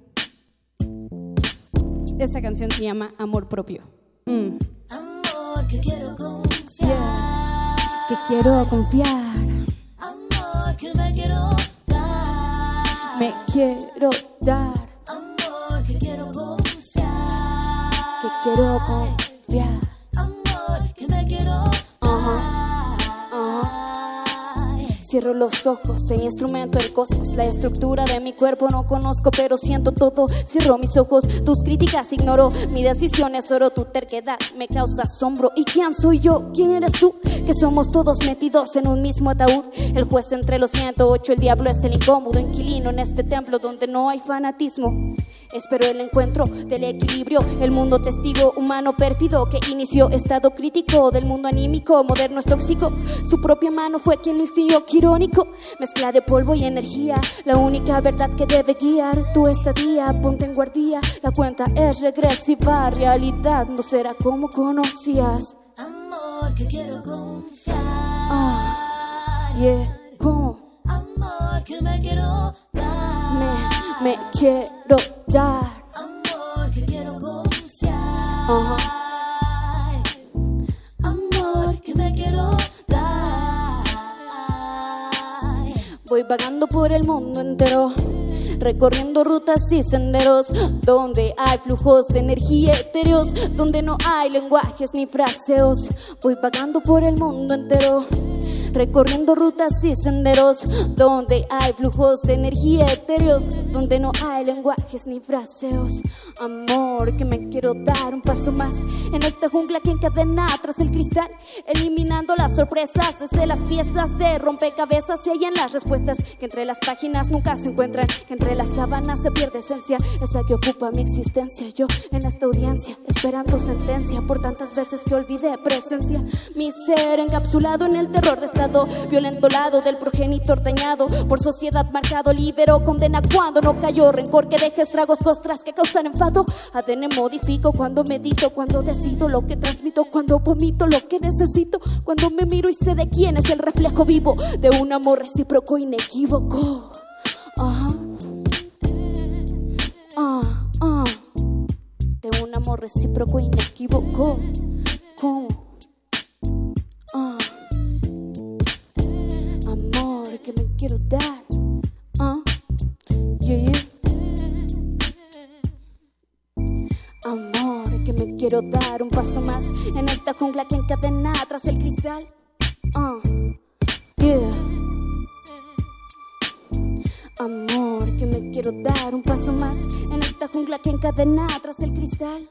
Esta canción se llama Amor Propio. Amor que quiero confiar. Yeah. Que quiero confiar. Amor que me quiero dar. Me quiero dar. Amor que quiero confiar. Que quiero confiar. Amor, que me quiero Cierro los ojos, el instrumento del cosmos. La estructura de mi cuerpo no conozco, pero siento todo. Cierro mis ojos, tus críticas ignoro. Mi decisión es oro, tu terquedad me causa asombro. ¿Y quién soy yo? ¿Quién eres tú? Que somos todos metidos en un mismo ataúd. El juez entre los 108, el diablo es el incómodo inquilino en este templo donde no hay fanatismo. Espero el encuentro del equilibrio. El mundo testigo humano pérfido que inició estado crítico del mundo anímico. Moderno es tóxico, su propia mano fue quien lo instigó. Irónico, mezcla de polvo y energía, la única verdad que debe guiar tu estadía. Ponte en guardia, la cuenta es regresiva. Realidad no será como conocías. Amor, que quiero confiar. ¿Cómo? Amor, que me quiero dar. Me quiero dar. Amor, que quiero confiar. Amor, que me quiero dar. Voy vagando por el mundo entero, recorriendo rutas y senderos donde hay flujos de energía etéreos, donde no hay lenguajes ni fraseos. Voy vagando por el mundo entero, recorriendo rutas y senderos donde hay flujos de energía etéreos, donde no hay lenguajes ni fraseos. Amor, que me quiero dar un paso más en esta jungla que encadena tras el cristal, eliminando las sorpresas desde las piezas de rompecabezas. Se hallan las respuestas que entre las páginas nunca se encuentran, que entre las sábanas se pierde esencia, esa que ocupa mi existencia. Yo en esta audiencia esperando sentencia por tantas veces que olvidé presencia. Mi ser encapsulado en el terror de estado violento, lado del progenitor dañado por sociedad marcado, libero condena cuando no cayó, rencor que deja estragos, costras que causan enfado. ADN modifico cuando medito, cuando decido lo que transmito, cuando vomito lo que necesito, cuando me miro y sé de quién es el reflejo vivo de un amor recíproco inequívoco. De un amor recíproco inequívoco. ¿Cómo? Amor que me quiero dar. Amor que me quiero dar un paso más en esta jungla que encadena tras el cristal. Amor que me quiero dar un paso más en esta jungla que encadena tras el cristal.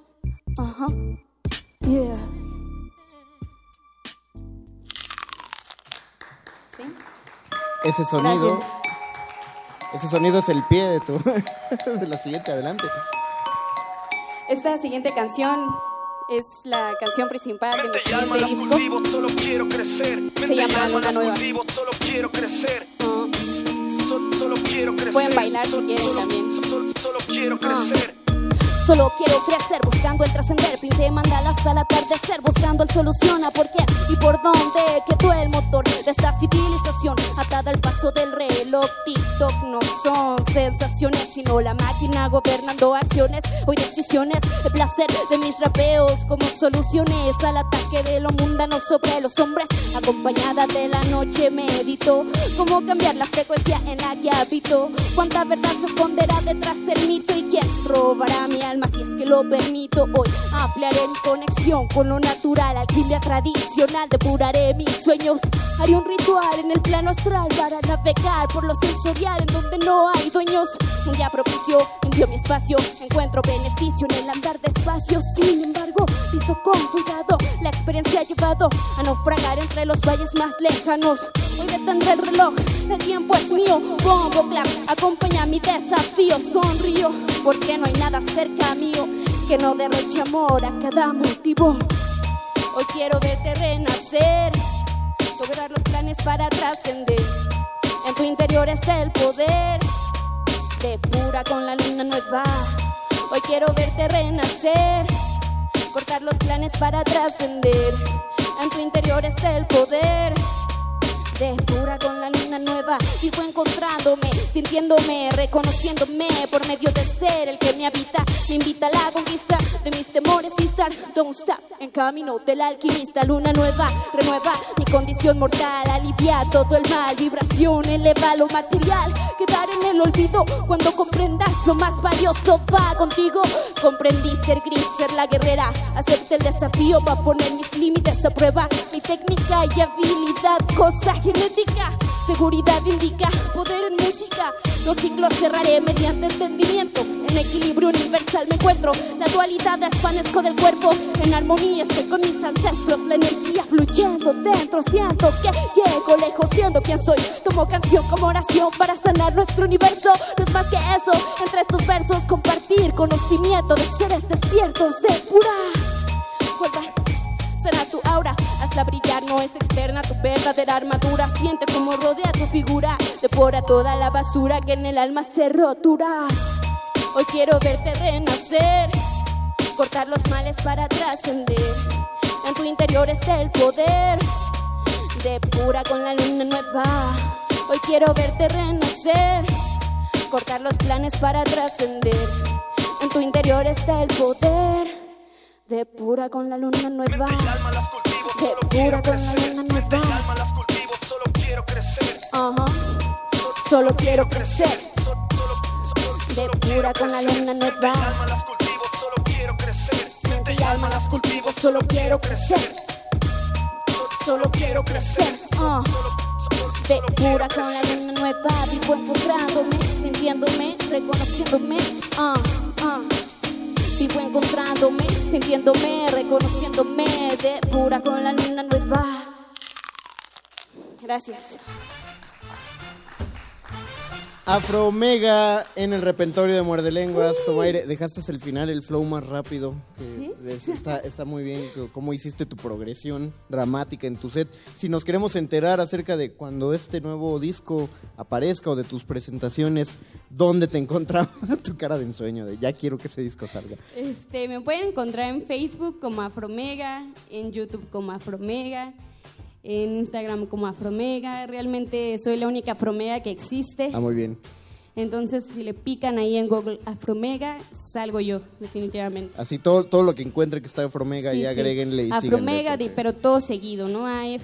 ¿Sí? Ese sonido. Gracias. Ese sonido es el pie de tu de la siguiente, adelante. Esta siguiente canción es la canción principal de mi siguiente disco. Solo quiero crecer. Se llama Luna Nueva. Solo quiero crecer. Solo quiero crecer. Pueden bailar si quieren también. Solo quiero crecer. Solo quiero crecer, buscando el trascender. Pinté mandalas al atardecer, buscando el solución a por qué y por dónde quedó el motor de esta civilización, atada al paso del reloj. TikTok no son sensaciones, sino la máquina gobernando acciones. Hoy decisiones, el placer de mis rapeos como soluciones al ataque de lo mundano sobre los hombres. Acompañada de la noche medito cómo cambiar la frecuencia en la que habito. Cuánta verdad se esconderá detrás del mito y quién robará mi alma si es que lo permito. Hoy ampliaré mi conexión con lo natural, alquimia tradicional, depuraré mis sueños. Haré un ritual en el plano astral para navegar por lo sensorial en donde no hay dueños. Un día propicio, envío mi espacio, encuentro beneficio en el andar despacio. Sin embargo, piso con cuidado, la experiencia ha llevado a naufragar entre los valles más lejanos. Hoy detendré el reloj, el tiempo es mío. Pongo clap, acompaña mi desafío. Sonrío, porque no hay nada cerca mío que no derroche amor a cada motivo. Hoy quiero verte renacer, lograr los planes para trascender. En tu interior está el poder, depura con la luna nueva. Hoy quiero verte renacer, cortar los planes para trascender. En tu interior está el poder, de pura con la luna nueva. Vivo encontrándome, sintiéndome, reconociéndome por medio del ser el que me habita. Me invita a la conquista de mis temores y estar don't stop en camino del alquimista. Luna nueva, renueva mi condición mortal, alivia todo el mal, vibración, eleva lo material. Quedar en el olvido cuando comprendas lo más valioso va contigo. Comprendí ser gris, ser la guerrera. Acepté el desafío para poner mis límites a prueba. Mi técnica y habilidad, cosa genética. Seguridad indica poder en música. Los ciclos cerraré mediante entendimiento. En equilibrio universal me encuentro. La dualidad desvanezco del cuerpo. En armonía estoy con mis ancestros. La energía fluyendo dentro. Siento que llego lejos siendo quien soy. Tomo canción como oración para sanar nuestro universo. No es más que eso. Entre estos versos compartir conocimiento de seres despiertos de pura. Será tu aura, hazla brillar, no es externa tu verdadera armadura. Siente como rodea tu figura, devora toda la basura que en el alma se rotura. Hoy quiero verte renacer, cortar los males para trascender. En tu interior está el poder, de pura con la luna nueva. Hoy quiero verte renacer, cortar los planes para trascender. En tu interior está el poder, de pura con la luna nueva. De pura con la luna nueva. Solo quiero crecer. Solo quiero crecer. De pura con la luna nueva. Mente y alma las cultivo. Solo quiero crecer. Solo quiero crecer. De pura con la luna nueva. Vivo encontrándome, sintiéndome, reconociéndome. Vivo encontrándome, sintiéndome, reconociéndome, de pura con la luna nueva. Gracias. Afro Omega en el repertorio de Muerde Lenguas. Toma aire, dejaste el final, el flow más rápido. Que ¿sí? Está muy bien cómo hiciste tu progresión dramática en tu set. Si nos queremos enterar acerca de cuando este nuevo disco aparezca o de tus presentaciones, ¿dónde te encontramos? Tu cara de ensueño, de ya quiero que ese disco salga. Me pueden encontrar en Facebook como Afro Omega, en YouTube como Afro Omega, en Instagram como Afro Omega. Realmente soy la única Afro Omega que existe. Muy bien. Entonces, si le pican ahí en Google Afro Omega, salgo yo, definitivamente. Así todo lo que encuentre que está Afro Omega, y agréguenle y Afro Omega, pero todo seguido, ¿no?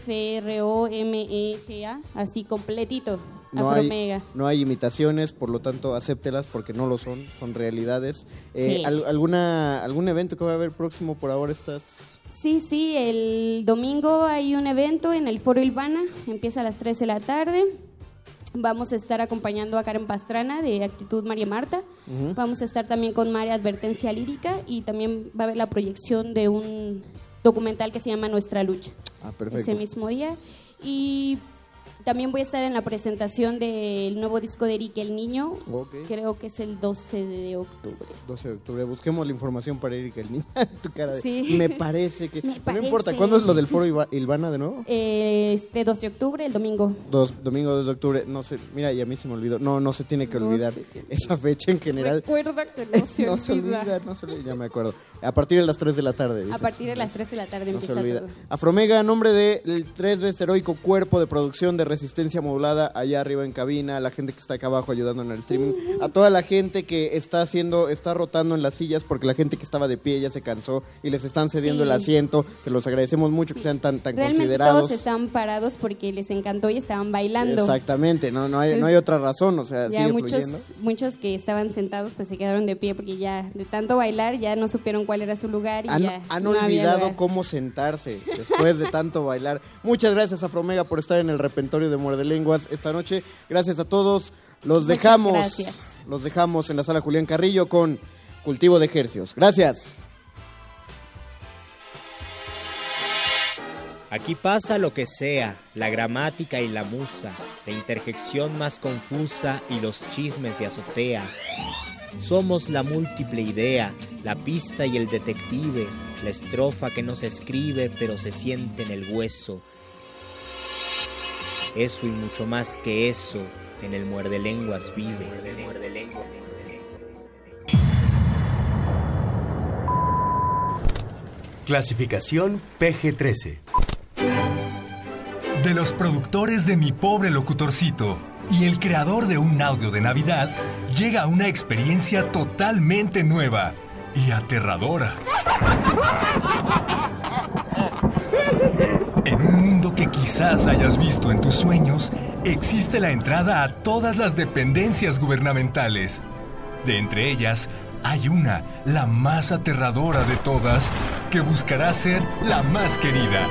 AFROMEGA, así completito. Afro Omega. No hay imitaciones, por lo tanto, acéptelas porque no lo son realidades. Sí. ¿Algún evento que va a haber próximo por ahora estás...? Sí, el domingo hay un evento en el Foro Ilvana, empieza a las 3 de la tarde. Vamos a estar acompañando a Karen Pastrana de Actitud María Marta. Vamos a estar también con María Advertencia Lírica y también va a haber la proyección de un documental que se llama Nuestra Lucha. Perfecto. Ese mismo día. Y también voy a estar en la presentación del nuevo disco de Eric el Niño. Creo que es el 12 de octubre. 12 de octubre. Busquemos la información para Eric el Niño. Tu cara de... Sí. Me parece que... No importa. ¿Cuándo es lo del Foro Ilvana de nuevo? 12 de octubre, el domingo. Domingo 2 de octubre. No sé. Mira, y a mí se me olvidó. No se tiene que olvidar esa fecha en general. Recuerda que no se olvida. No se olvida, ya me acuerdo. A partir de las 3 de la tarde. ¿Dices? A partir de las 3 de la tarde no empieza se olvida. todo. Afro Omega, a nombre del 3 veces heroico cuerpo de producción de Resistencia Modulada, allá arriba en cabina, a la gente que está acá abajo ayudando en el streaming, a toda la gente que está rotando en las sillas, porque la gente que estaba de pie ya se cansó y les están cediendo el asiento, se los agradecemos mucho que sean tan Realmente considerados. Todos estaban parados porque les encantó y estaban bailando. Exactamente, no hay otra razón, o sea, ya sigue fluyendo. Muchos que estaban sentados pues se quedaron de pie porque ya de tanto bailar ya no supieron cuál era su lugar y han no olvidado cómo sentarse después de tanto bailar. Muchas gracias Afro Omega por estar en el repertorio de Muerde Lenguas esta noche. Gracias a todos. Los dejamos en la sala Julián Carrillo con Cultivo de Ejercicios. Gracias. Aquí pasa lo que sea, la gramática y la musa, la interjección más confusa y los chismes de azotea. Somos la múltiple idea, la pista y el detective, la estrofa que no se escribe pero se siente en el hueso. Eso y mucho más que eso, en el Muerde Lenguas vive. Clasificación PG-13. de los productores de Mi Pobre Locutorcito y el creador de un audio de Navidad, llega una experiencia totalmente nueva y aterradora. En un mundo que quizás hayas visto en tus sueños, existe la entrada a todas las dependencias gubernamentales. De entre ellas, hay una, la más aterradora de todas, que buscará ser la más querida.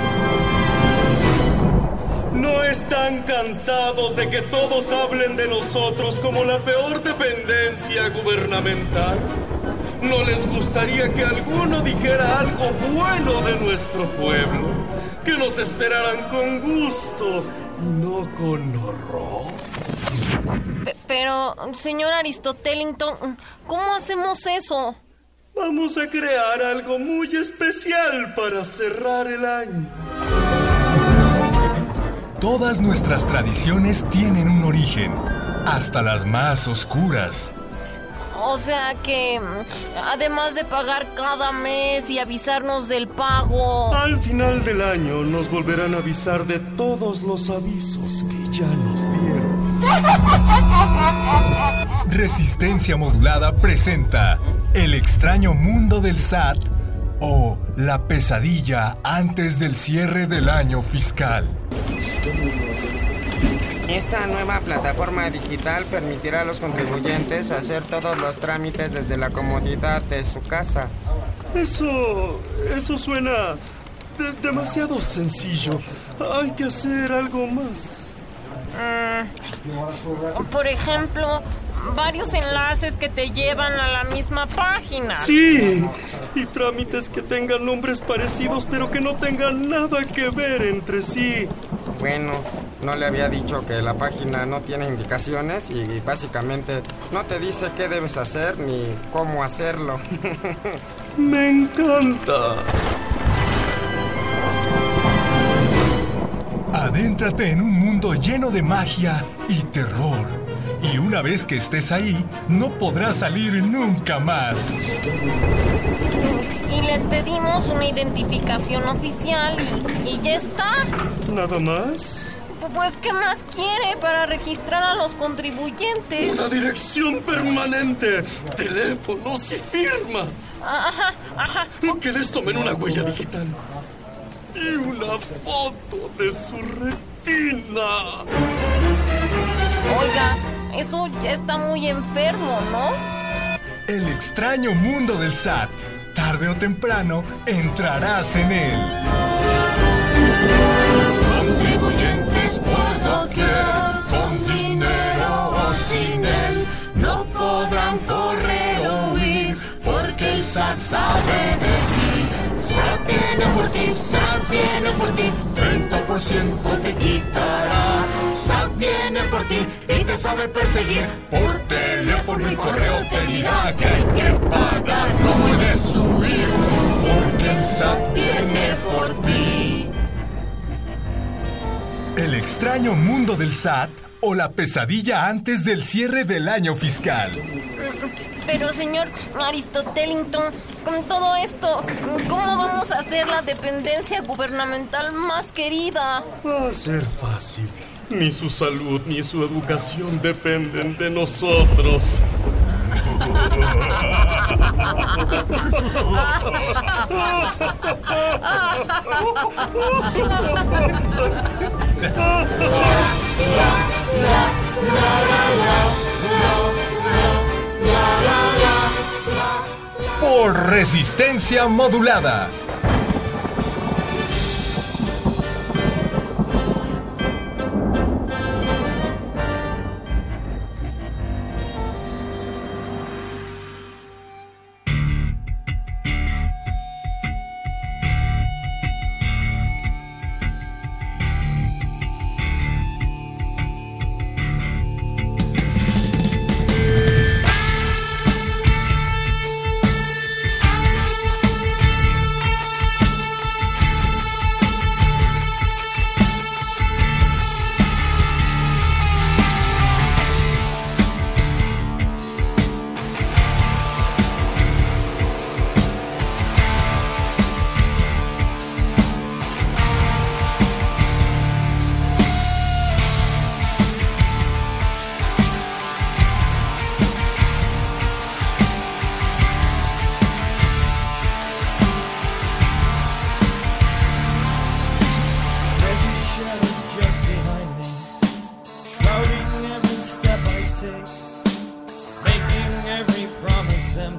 ¿No están cansados de que todos hablen de nosotros como la peor dependencia gubernamental? ¿No les gustaría que alguno dijera algo bueno de nuestro pueblo? Que nos esperaran con gusto y no con horror. Pero, señor Aristotelington, ¿cómo hacemos eso? Vamos a crear algo muy especial para cerrar el año. Todas nuestras tradiciones tienen un origen, hasta las más oscuras. O sea que, además de pagar cada mes y avisarnos del pago... Al final del año nos volverán a avisar de todos los avisos que ya nos dieron. Resistencia Modulada presenta El extraño mundo del SAT o La pesadilla antes del cierre del año fiscal. Esta nueva plataforma digital permitirá a los contribuyentes hacer todos los trámites desde la comodidad de su casa. Eso suena demasiado sencillo. Hay que hacer algo más. Por ejemplo, varios enlaces que te llevan a la misma página. Sí, y trámites que tengan nombres parecidos pero que no tengan nada que ver entre sí. Bueno, no le había dicho que la página no tiene indicaciones y básicamente no te dice qué debes hacer ni cómo hacerlo. Me encanta. Adéntrate en un mundo lleno de magia y terror. Y una vez que estés ahí, no podrás salir nunca más. Y les pedimos una identificación oficial y ya está. ¿Nada más? Pues, ¿qué más quiere para registrar a los contribuyentes? Una dirección permanente, teléfonos y firmas. Ajá. Que les tomen una huella digital y una foto de su retina. Oiga, eso ya está muy enfermo, ¿no? El extraño mundo del SAT. Tarde o temprano entrarás en él. Contribuyentes por doquier, con dinero o sin él, no podrán correr o huir, porque el SAT sabe de ti. SAT viene por ti, SAT viene por ti, 30% te quitará. SAT viene por ti y te sabe perseguir, por teléfono y correo te dirá que hay que pagar, no puedes huir, porque el SAT viene por ti. El extraño mundo del SAT o la pesadilla antes del cierre del año fiscal. Pero, señor Aristotelington, con todo esto, ¿cómo vamos a hacer la dependencia gubernamental más querida? Va a ser fácil. Ni su salud ni su educación dependen de nosotros. Por Resistencia Modulada.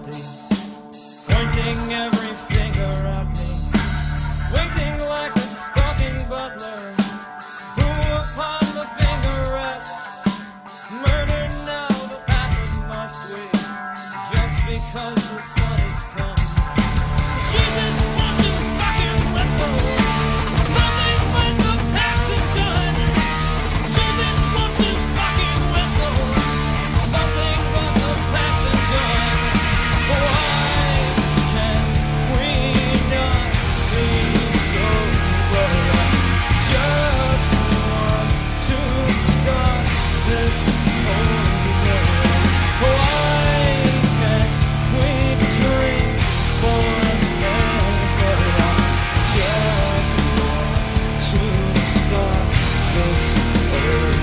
empty, pointing every finger at me, waiting like a stalking butler, who upon the finger rests, murdered now the passive must wait, just because the sun has come. Jesus wants to fucking wrestle, something when the past is done. Jesus wants to fucking wrestle, something when the past is done. Why can't we not be sober? Just want to start this over. Why can't we drink forever? Just want to start this over.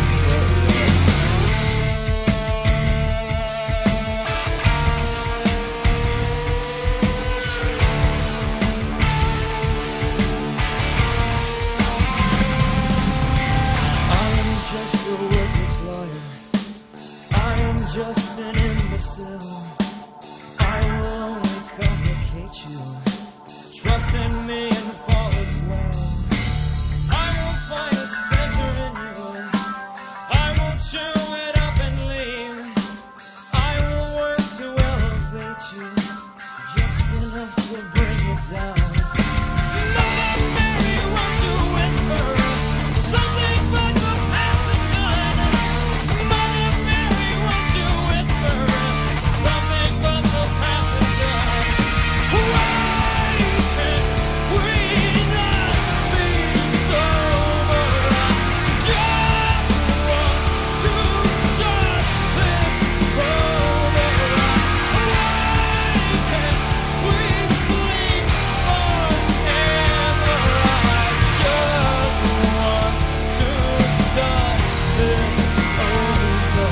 I am just a worthless lawyer. I am just an imbecile. I will only complicate you. Trust in me and fall as well. I will find a center in you. I will chew it up and leave. I will work to elevate you, just enough to bring you down. Mother Mary, won't you whisper something but the past is done? Mother Mary, won't you whisper something but the past is done? Why can't we not be sober? Just want to start this over. Why can't we sleep forever? I just want to start this over.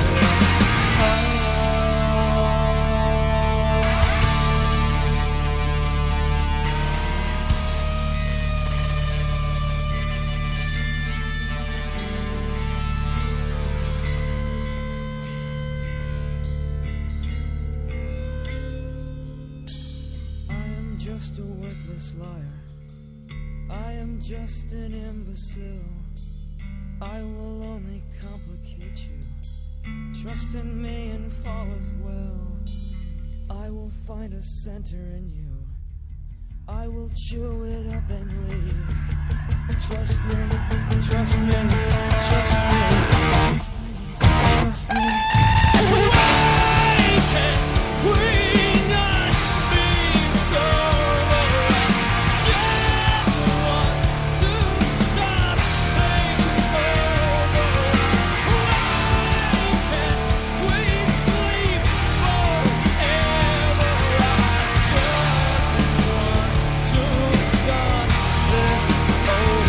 I am just a worthless liar. I am just an imbecile. I will only complicate you. Trust in me and fall as well. I will find a center in you. I will chew it up and leave. Trust me, trust me, trust me, trust me, trust me. Why can't we not be sober? Just want to start things over. Why can't we sleep forever? I just want to start this over.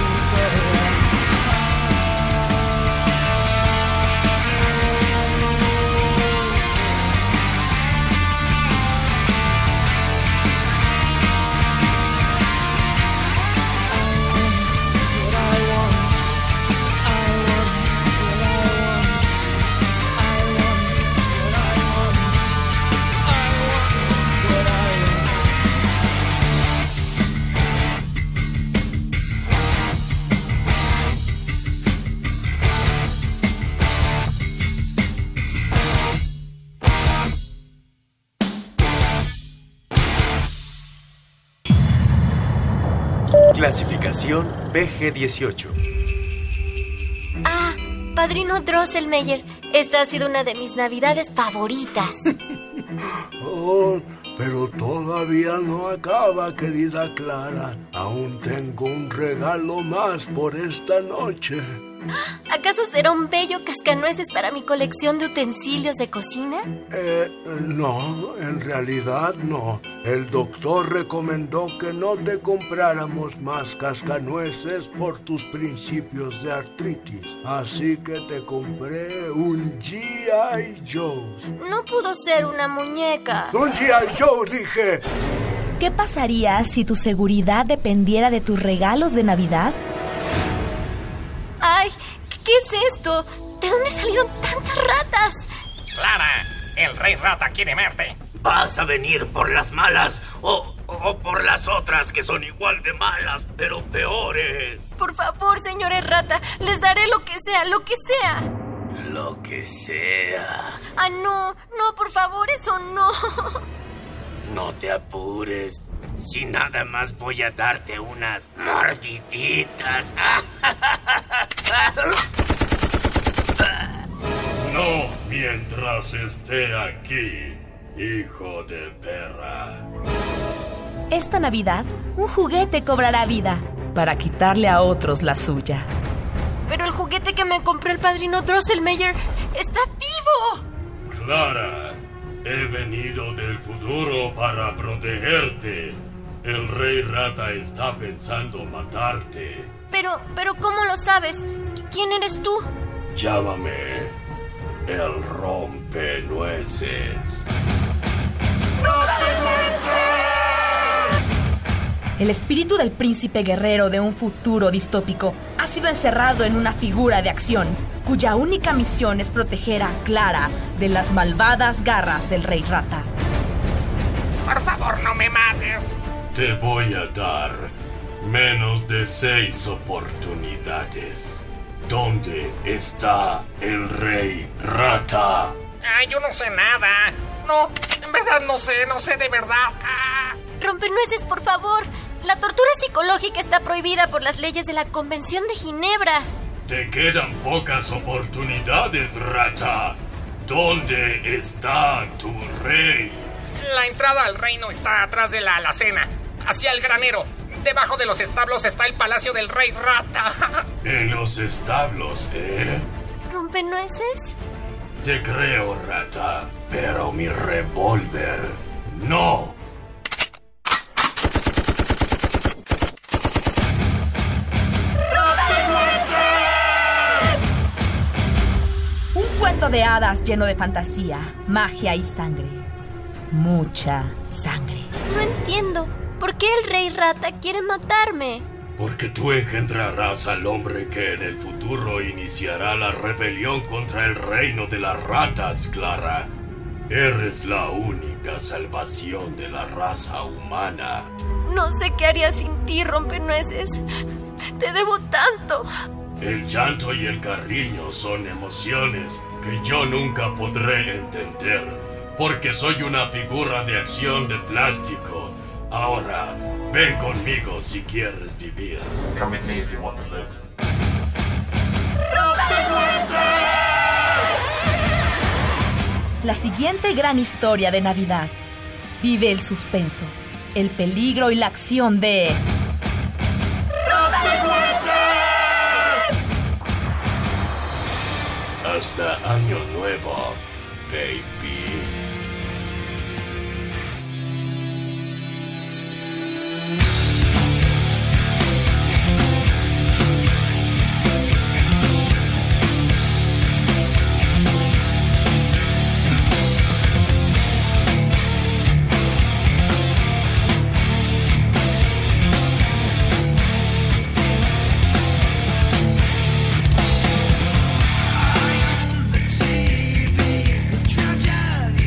Clasificación PG-18. Ah, Padrino Drosselmeyer, esta ha sido una de mis navidades favoritas. Oh, pero todavía no acaba, querida Clara. Aún tengo un regalo más por esta noche. ¿Acaso será un bello cascanueces para mi colección de utensilios de cocina? No, en realidad no. El doctor recomendó que no te compráramos más cascanueces por tus principios de artritis. Así que te compré un G.I. Joe. No pudo ser una muñeca. ¡Un G.I. Joe, dije! ¿Qué pasaría si tu seguridad dependiera de tus regalos de Navidad? ¡Ay! ¿Qué es esto? ¿De dónde salieron tantas ratas? Clara, El Rey Rata quiere verte. ¿Vas a venir por las malas o por las otras que son igual de malas, pero peores? Por favor, señores Rata, les daré lo que sea, lo que sea. Lo que sea. Ah, no, por favor, eso no. No te apures. Si nada más voy a darte unas mordiditas. No mientras esté aquí, hijo de perra. Esta Navidad, un juguete cobrará vida para quitarle a otros la suya. Pero el juguete que me compró el padrino Drosselmeyer está vivo. Clara, he venido del futuro para protegerte. El Rey Rata está pensando matarte. Pero, ¿cómo lo sabes? ¿Quién eres tú? Llámame el Rompenueces. El espíritu del príncipe guerrero de un futuro distópico ha sido encerrado en una figura de acción, cuya única misión es proteger a Clara de las malvadas garras del Rey Rata. Por favor, no me mates. Te voy a dar menos de 6 oportunidades. ¿Dónde está el Rey Rata? Yo no sé nada. No, en verdad no sé de verdad. Rompenueces, por favor. La tortura psicológica está prohibida por las leyes de la Convención de Ginebra. Te quedan pocas oportunidades, Rata. ¿Dónde está tu rey? La entrada al reino está atrás de la alacena, hacia el granero. Debajo de los establos está el palacio del Rey Rata. En los establos, ¿eh? ¿Rompenueces? Te creo, Rata, pero mi revólver no. Un cuento de hadas lleno de fantasía, magia y sangre. Mucha sangre. No entiendo. ¿Por qué el Rey Rata quiere matarme? Porque tú engendrarás al hombre que en el futuro iniciará la rebelión contra el reino de las ratas, Clara. Eres la única salvación de la raza humana. No sé qué haría sin ti, Rompenueces. Te debo tanto. El llanto y el cariño son emociones que yo nunca podré entender, porque soy una figura de acción de plástico. Ahora, ven conmigo si quieres vivir. Come with me if you want to live. La siguiente gran historia de Navidad vive el suspenso, el peligro y la acción de... Hasta Año Nuevo, baby. TV, 'cause tragedy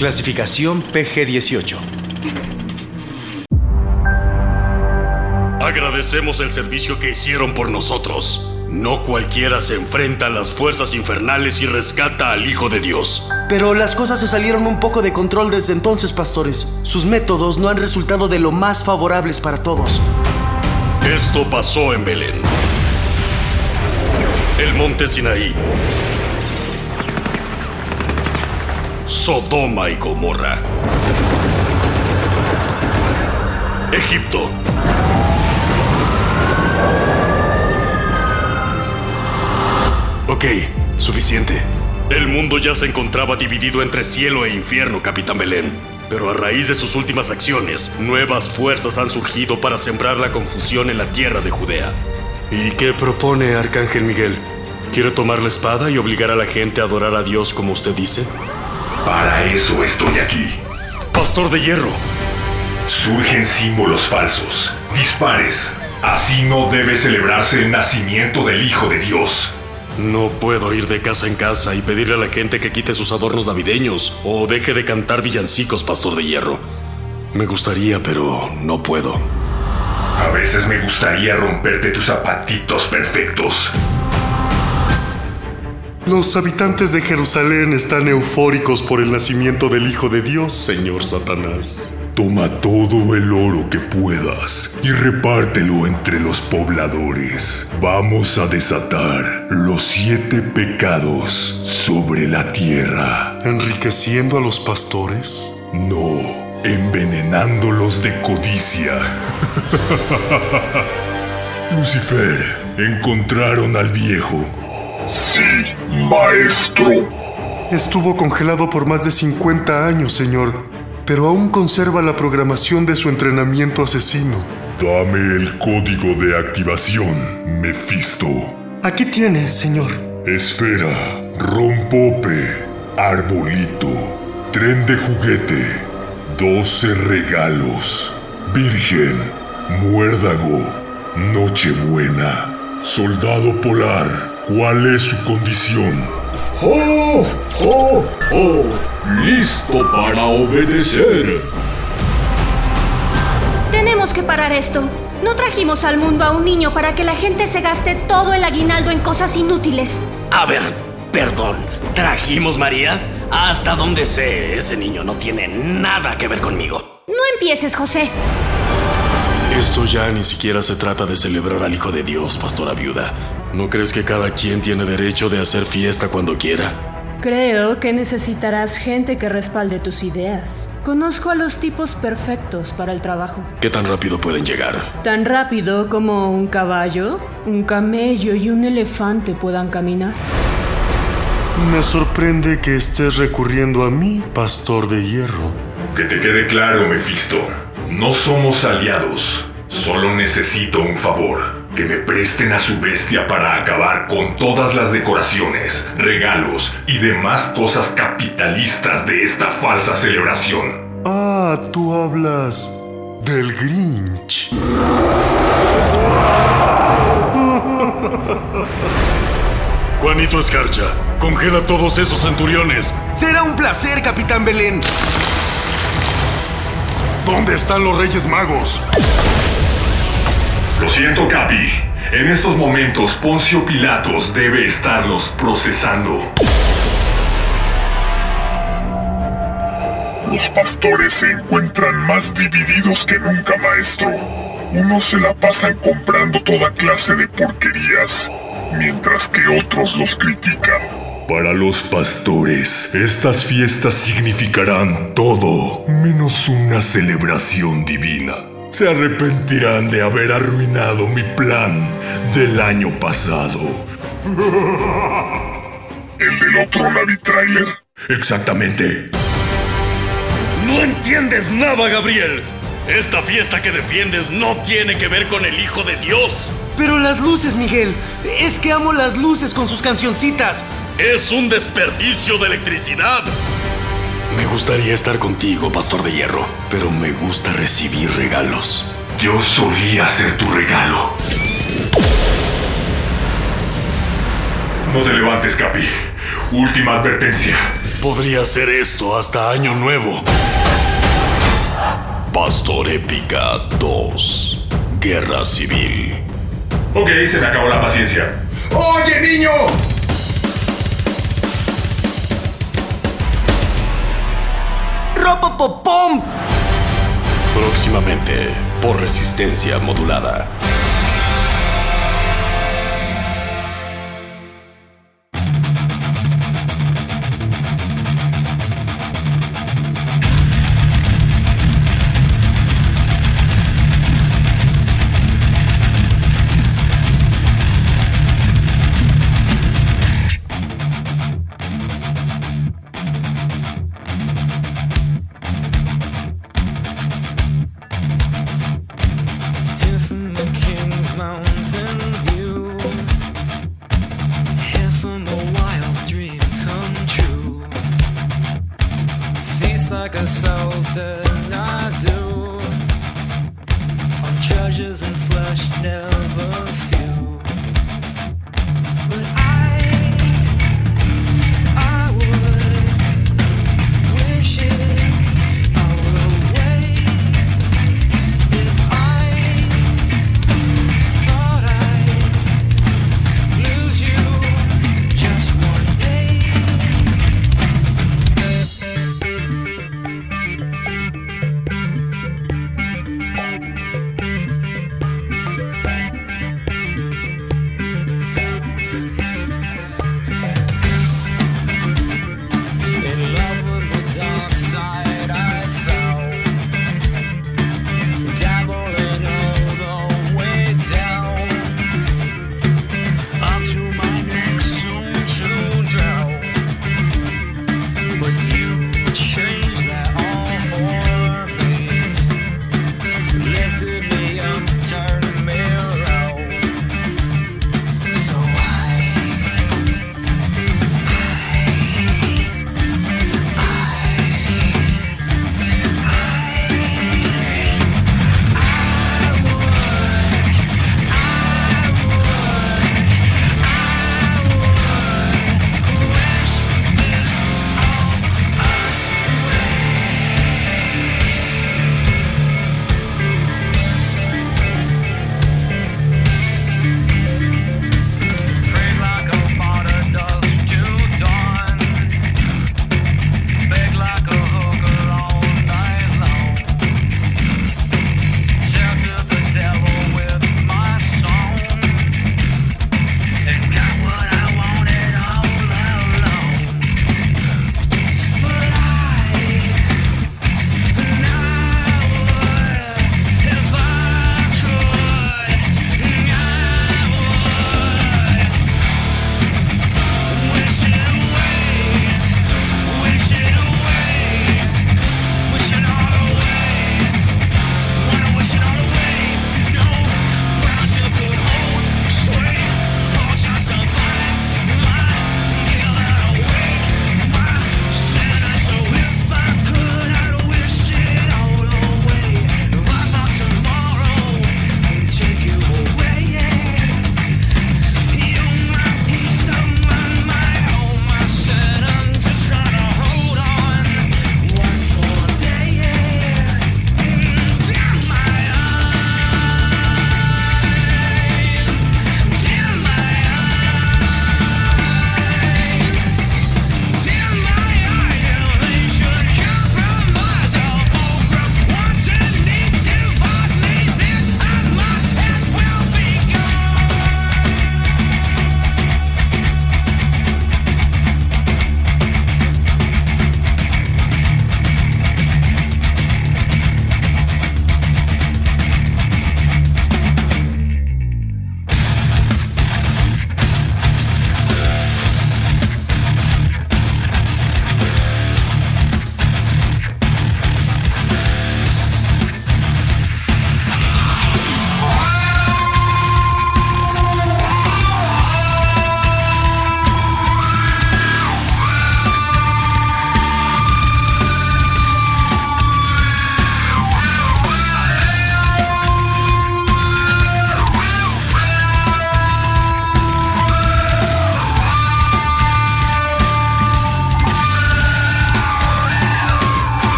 Clasificación PG-18. Agradecemos el servicio que hicieron por nosotros. No cualquiera se enfrenta a las fuerzas infernales y rescata al Hijo de Dios. Pero las cosas se salieron un poco de control desde entonces, pastores. Sus métodos no han resultado de lo más favorables para todos. Esto pasó en Belén, el monte Sinaí, Sodoma y Gomorra, Egipto, Ok, suficiente. El mundo ya se encontraba dividido entre cielo e infierno, Capitán Belén. Pero a raíz de sus últimas acciones, nuevas fuerzas han surgido para sembrar la confusión en la tierra de Judea. ¿Y qué propone Arcángel Miguel? ¿Quiere tomar la espada y obligar a la gente a adorar a Dios como usted dice? Para eso estoy aquí. Pastor de Hierro. Surgen símbolos falsos, dispares. Así no debe celebrarse el nacimiento del Hijo de Dios. No puedo ir de casa en casa y pedirle a la gente que quite sus adornos navideños o deje de cantar villancicos, Pastor de Hierro. Me gustaría, pero no puedo. A veces me gustaría romperte tus zapatitos perfectos. Los habitantes de Jerusalén están eufóricos por el nacimiento del Hijo de Dios, señor Satanás. Toma todo el oro que puedas y repártelo entre los pobladores. Vamos a desatar los 7 pecados sobre la tierra. ¿Enriqueciendo a los pastores? No, envenenándolos de codicia. Lucifer, encontraron al viejo. Sí, maestro. Estuvo congelado por más de 50 años, señor, pero aún conserva la programación de su entrenamiento asesino. Dame el código de activación, Mefisto. Aquí tiene, señor. Esfera, rompope, arbolito, tren de juguete, 12 regalos, virgen, muérdago, nochebuena, soldado polar. ¿Cuál es su condición? ¡Oh! ¡Oh! ¡Oh! ¡Listo para obedecer! Tenemos que parar esto. No trajimos al mundo a un niño para que la gente se gaste todo el aguinaldo en cosas inútiles. A ver, perdón. ¿Trajimos, María? Hasta donde sé, ese niño no tiene nada que ver conmigo. No empieces, José. Esto ya ni siquiera se trata de celebrar al Hijo de Dios, pastora viuda. ¿No crees que cada quien tiene derecho de hacer fiesta cuando quiera? Creo que necesitarás gente que respalde tus ideas. Conozco a los tipos perfectos para el trabajo. ¿Qué tan rápido pueden llegar? Tan rápido como un caballo, un camello y un elefante puedan caminar. Me sorprende que estés recurriendo a mí, Pastor de Hierro. Que te quede claro, Mefisto. No somos aliados. Solo necesito un favor. Que me presten a su bestia para acabar con todas las decoraciones, regalos y demás cosas capitalistas de esta falsa celebración. Ah, tú hablas del Grinch. Juanito Escarcha, congela a todos esos centuriones. Será un placer, Capitán Belén. ¿Dónde están los Reyes Magos? Lo siento, Capi. En estos momentos, Poncio Pilatos debe estarlos procesando. Los pastores se encuentran más divididos que nunca, maestro. Unos se la pasan comprando toda clase de porquerías, mientras que otros los critican. Para los pastores, estas fiestas significarán todo, menos una celebración divina. Se arrepentirán de haber arruinado mi plan del año pasado. ¿El del otro Navitrailer? Exactamente. No entiendes nada, Gabriel. Esta fiesta que defiendes no tiene que ver con el Hijo de Dios. Pero las luces, Miguel. Es que amo las luces con sus cancioncitas. Es un desperdicio de electricidad. Me gustaría estar contigo, Pastor de Hierro, pero me gusta recibir regalos. Yo solía ser tu regalo. No te levantes, Capi. Última advertencia. Podría ser esto hasta Año Nuevo. Pastor Épica 2. Guerra Civil. Ok, se me acabó la paciencia. ¡Oye, niño! ¡Ropopopom! Próximamente, por Resistencia Modulada.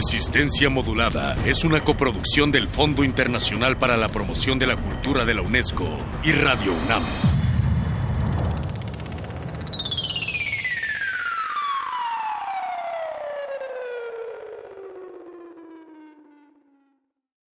Resistencia Modulada es una coproducción del Fondo Internacional para la Promoción de la Cultura de la UNESCO y Radio UNAM.